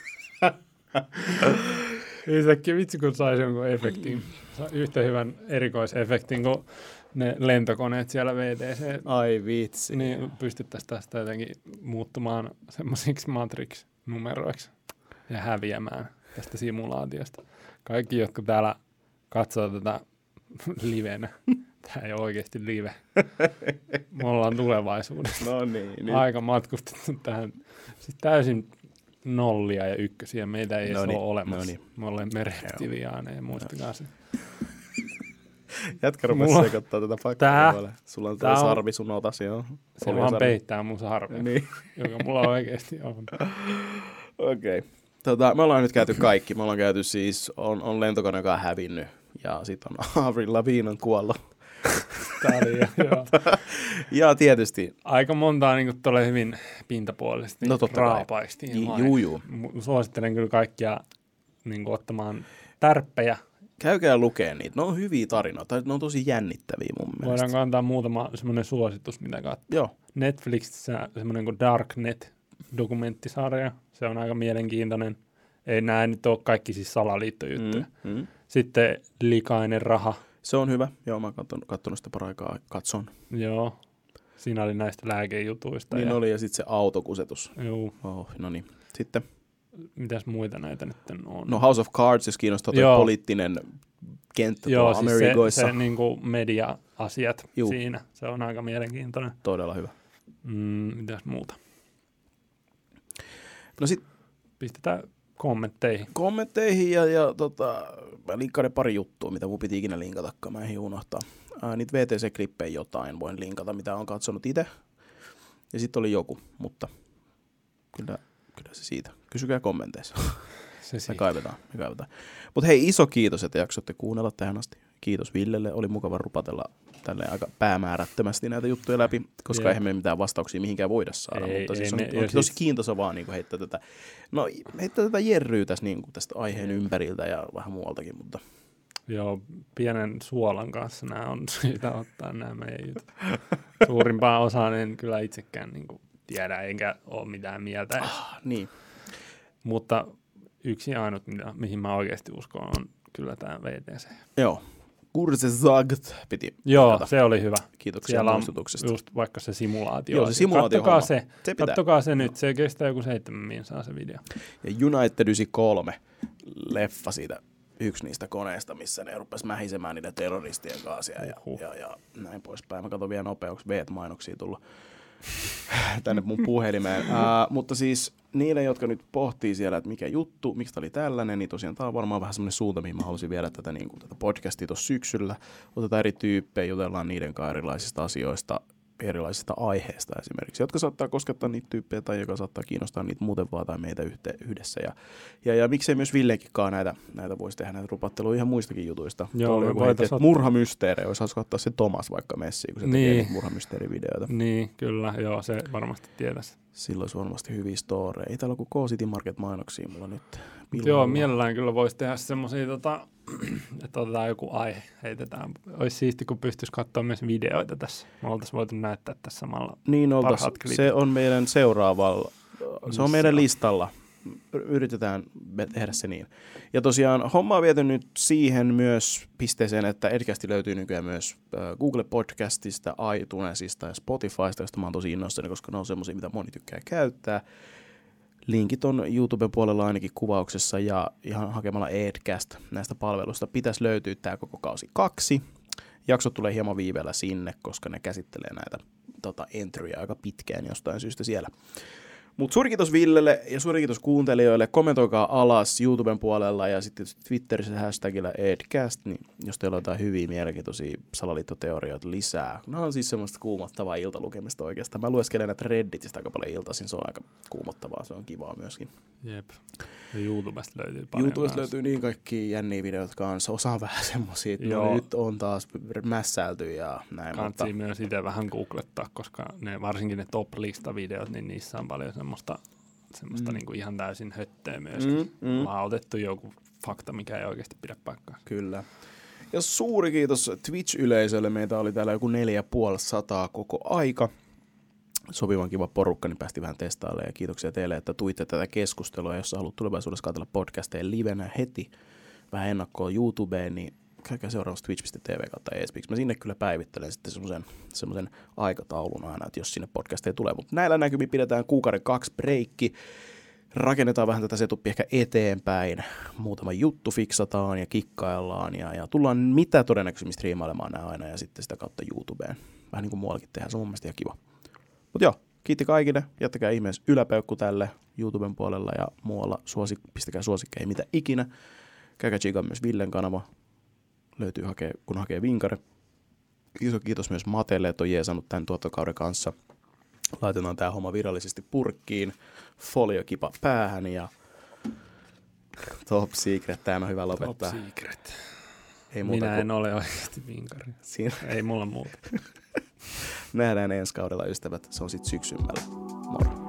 Yhtäkkiä vitsi, kun saisi jonkun efektin. Yhtä hyvän erikoisefektin kuin ne lentokoneet siellä V T C. Ai vitsi. Niin pystyttäisiin tästä jotenkin muuttumaan semmoisiksi Matrix-numeroiksi ja häviämään tästä simulaatiosta. Kaikki, jotka täällä katsoo tätä livenä. Tämä ei ole oikeasti live. Me ollaan tulevaisuudessa. No niin. niin. Aika matkustettu tähän. Siis täysin nollia ja ykkösiä. Meitä ei no edes niin. ole olemassa. No niin. Me olemme reptiliaaneja, muistakaa se. Jätkä rupesi mulla... sekoittaa tätä paikkaa. Sulla on tämä sarvi sun otas, joo. Se vaan sarvi. Peittää mun sarvia, niin. joka mulla oikeasti on. Okei. Okay. Tota, me ollaan nyt käyty kaikki. Me ollaan käyty siis, on, on lentokone, joka on hävinnyt. Ja sitten on Avril Lavigne on kuollut. Tämä oli, joo. Ja tietysti. Aika montaa niin tulee hyvin pintapuolisesti no, raapaistiin. Juu, juu. Suosittelen kyllä kaikkia niin ottamaan tärppejä. Käykää lukeen niitä. Ne on hyviä tarinoita. Ne on tosi jännittäviä mun mielestä. Voidaanko antaa muutama semmoinen suositus, mitä katsoa? Joo. Netflixissä semmoinen kuin Darknet-dokumenttisarja. Se on aika mielenkiintoinen. Ei nämä nyt ole kaikki siis salaliittojuttuja. Mm, mm. Sitten Likainen raha. Se on hyvä. Joo, mä oon katsonut sitä paraikaa. Katson. Joo. Siinä oli näistä lääkejutuista. Niin ja... oli, ja sitten se autokusetus. Joo. Oh, no niin. Sitten. Mitäs muita näitä nyt on? No House of Cards, jos kiinnostaa tuo poliittinen kenttä Joo, tuolla siis Amerikoissa. se, se niin kuin media-asiat Juu. siinä. Se on aika mielenkiintoinen. Todella hyvä. Mm, mitäs muuta? No sit... Pistetään kommentteihin. Kommentteihin ja, ja tota, mä linkkaan pari juttua, mitä mun piti ikinä linkatakaan, mä en unohtaa. Ää, niitä V T C-klippejä jotain voin linkata, mitä on katsonut itse. Ja sitten oli joku, mutta kyllä, kyllä se siitä. Kysykää kommenteissa. Se me kaivetaan, me kaivetaan. Mutta hei, iso kiitos, että jaksoitte kuunnella tähän asti. Kiitos Villelle, oli mukava rupatella tälleen aika päämäärättömästi näitä juttuja läpi, koska yeah. eihän me mitään vastauksia mihinkään voida saada, ei, mutta siis on, me, on tosi siis... kiintoisa vaan niin heittää tätä, no heittää tätä jerryä tässä niin kuin tästä aiheen ympäriltä ja vähän muualtakin, mutta... Joo, pienen suolan kanssa nämä on syytä ottaa nämä meidän jutut. Suurimpaan osaan en kyllä itsekään niin kuin tiedä, enkä ole mitään mieltä. Ah, niin. Mutta yksi ainut, mitä, mihin mä oikeasti uskon, on kyllä tämä V T C. Joo. Kurse Zagt piti. Joo, kata. Se oli hyvä. Kiitoksia muistutuksesta. Just vaikka se simulaatio. Joo, se simulaatio. Kattokaa se. se Kattokaa se nyt. Se kestää joku seitsemän minsaa se video. Ja United yhdeksänkymmentäkolme leffa siitä, yksi niistä koneista, missä ne rupes mähisemään niiden terroristien kanssa ja, uh-huh. ja, ja näin poispäin. Mä katson vielä nopeaksi V-mainoksia tullut tänne mun puhelimeen. uh, mutta siis niille, jotka nyt pohtii siellä, että mikä juttu, miksi tämä oli tällainen, niin tosiaan tämä on varmaan vähän semmoinen suunta, mihin mä halusin viedä tätä, niin kuin, tätä podcastia tuossa syksyllä. Otetaan eri tyyppejä, jutellaan niiden kanssa erilaisista asioista, erilaisista aiheista esimerkiksi, jotka saattaa koskettaa niitä tyyppejä tai joka saattaa kiinnostaa niitä muuten vaan tai meitä yhte, yhdessä. Ja, ja, ja miksei myös Villekinkaan näitä, näitä voisi tehdä näitä rupattelua ihan muistakin jutuista. Joo, me voitaisiin murhamysteerejä, olisi hauska ottaa se Tomas vaikka messiin, kun se niin. tekee murhamysteerivideoita. Niin, kyllä, joo, se varmasti tietäisi. Silloin olisi varmasti hyviä storeja. Ei täällä ole kuin K-City Market-mainoksia mulla nyt. Pilalla. Joo, mielellään kyllä voisi tehdä semmoisia, tota, että otetaan joku aihe, heitetään. Olisi siisti, kun pystyisi katsoa myös videoita tässä. Me oltaisiin voitu näyttää tässä samalla niin oltaisiin. Se on meidän seuraavalla, se on meidän listalla. Yritetään tehdä se niin. Ja tosiaan homma on viety nyt siihen myös pisteeseen, että Edcasti löytyy nykyään myös Google Podcastista, iTunesista ja Spotifysta, josta mä oon tosi innoissani, koska ne on semmosia, mitä moni tykkää käyttää. Linkit on YouTuben puolella ainakin kuvauksessa ja ihan hakemalla Edcast näistä palveluista pitäisi löytyä tämä koko kausi kaksi. Jaksot tulee hieman viiveellä sinne, koska ne käsittelee näitä tota, entryjä aika pitkään jostain syystä siellä. Mutta suuri kiitos Villelle ja suuri kiitos kuuntelijoille. Kommentoikaa alas YouTuben puolella ja sitten Twitterissä hashtagillä Edcast, niin jos teillä on jotain hyviä mielenkiintoisia salaliittoteorioita lisää. Nämä on siis semmoista kuumottavaa iltalukemista oikeastaan. Mä lueskelen näitä Redditistä aika paljon iltaisin, se on aika kuumottavaa, se on kivaa myöskin. Jep. Ja YouTubesta löytyy paljon YouTubesta löytyy niin kaikki jänniä videoita kanssa. Osa on vähän semmosia, että no, nyt on taas mässäilty ja näin. Kansi mutta... myös itse vähän googlettaa, koska ne, varsinkin ne top-lista-videot, niin niissä on paljon semmoista, semmoista mm. niin kuin ihan täysin höttöä myöskin. Mm, mm. Ollaan otettu joku fakta, mikä ei oikeasti pidä paikkaa. Kyllä. Ja suuri kiitos Twitch-yleisölle. Meitä oli täällä joku neljä puoli sataa koko aika. Sopivan kiva porukka, niin päästiin vähän testailemaan. Ja kiitoksia teille, että tuitte tätä keskustelua. Jos haluat tulevaisuudessa katsella podcasteja livenä heti vähän ennakkoon YouTubeen, niin käykää seuraavassa twitch piste t v kautta eSpeaks. Mä sinne kyllä päivittelen sitten semmoisen, semmoisen aikataulun aina, että jos sinne podcasteja tulee. Mutta näillä näkymin pidetään kuukauden kaksi breikki. Rakennetaan vähän tätä setupia ehkä eteenpäin. Muutama juttu fiksataan ja kikkaillaan. Ja, ja tullaan mitä todennäköisemmin striimailemaan nämä aina ja sitten sitä kautta YouTubeen. Vähän niin kuin muuallakin tehdään. Se on mun mielestä ihan kiva. Mutta joo, kiitti kaikille. Jättäkää ihmeessä yläpeukku tälle YouTuben puolella ja muualla. Suosik, pistäkää suosikkeja mitä ikinä. Käykää tsiikaa myös Villen kanava. Löytyy hakee, kun hakee vinkare. Iso kiitos myös Matelle, että on jeesannut tämän tuottokauden kanssa. Laitetaan tämä homma virallisesti purkkiin. Foliokipa päähän ja top secret. Tämä on hyvä lopettaa. Top secret. Ei Minä en kuin... ole oikeasti vinkari. Siinä... Ei mulla muuta. Nähdään ensi kaudella, ystävät. Se on sitten syksymällä. Moro.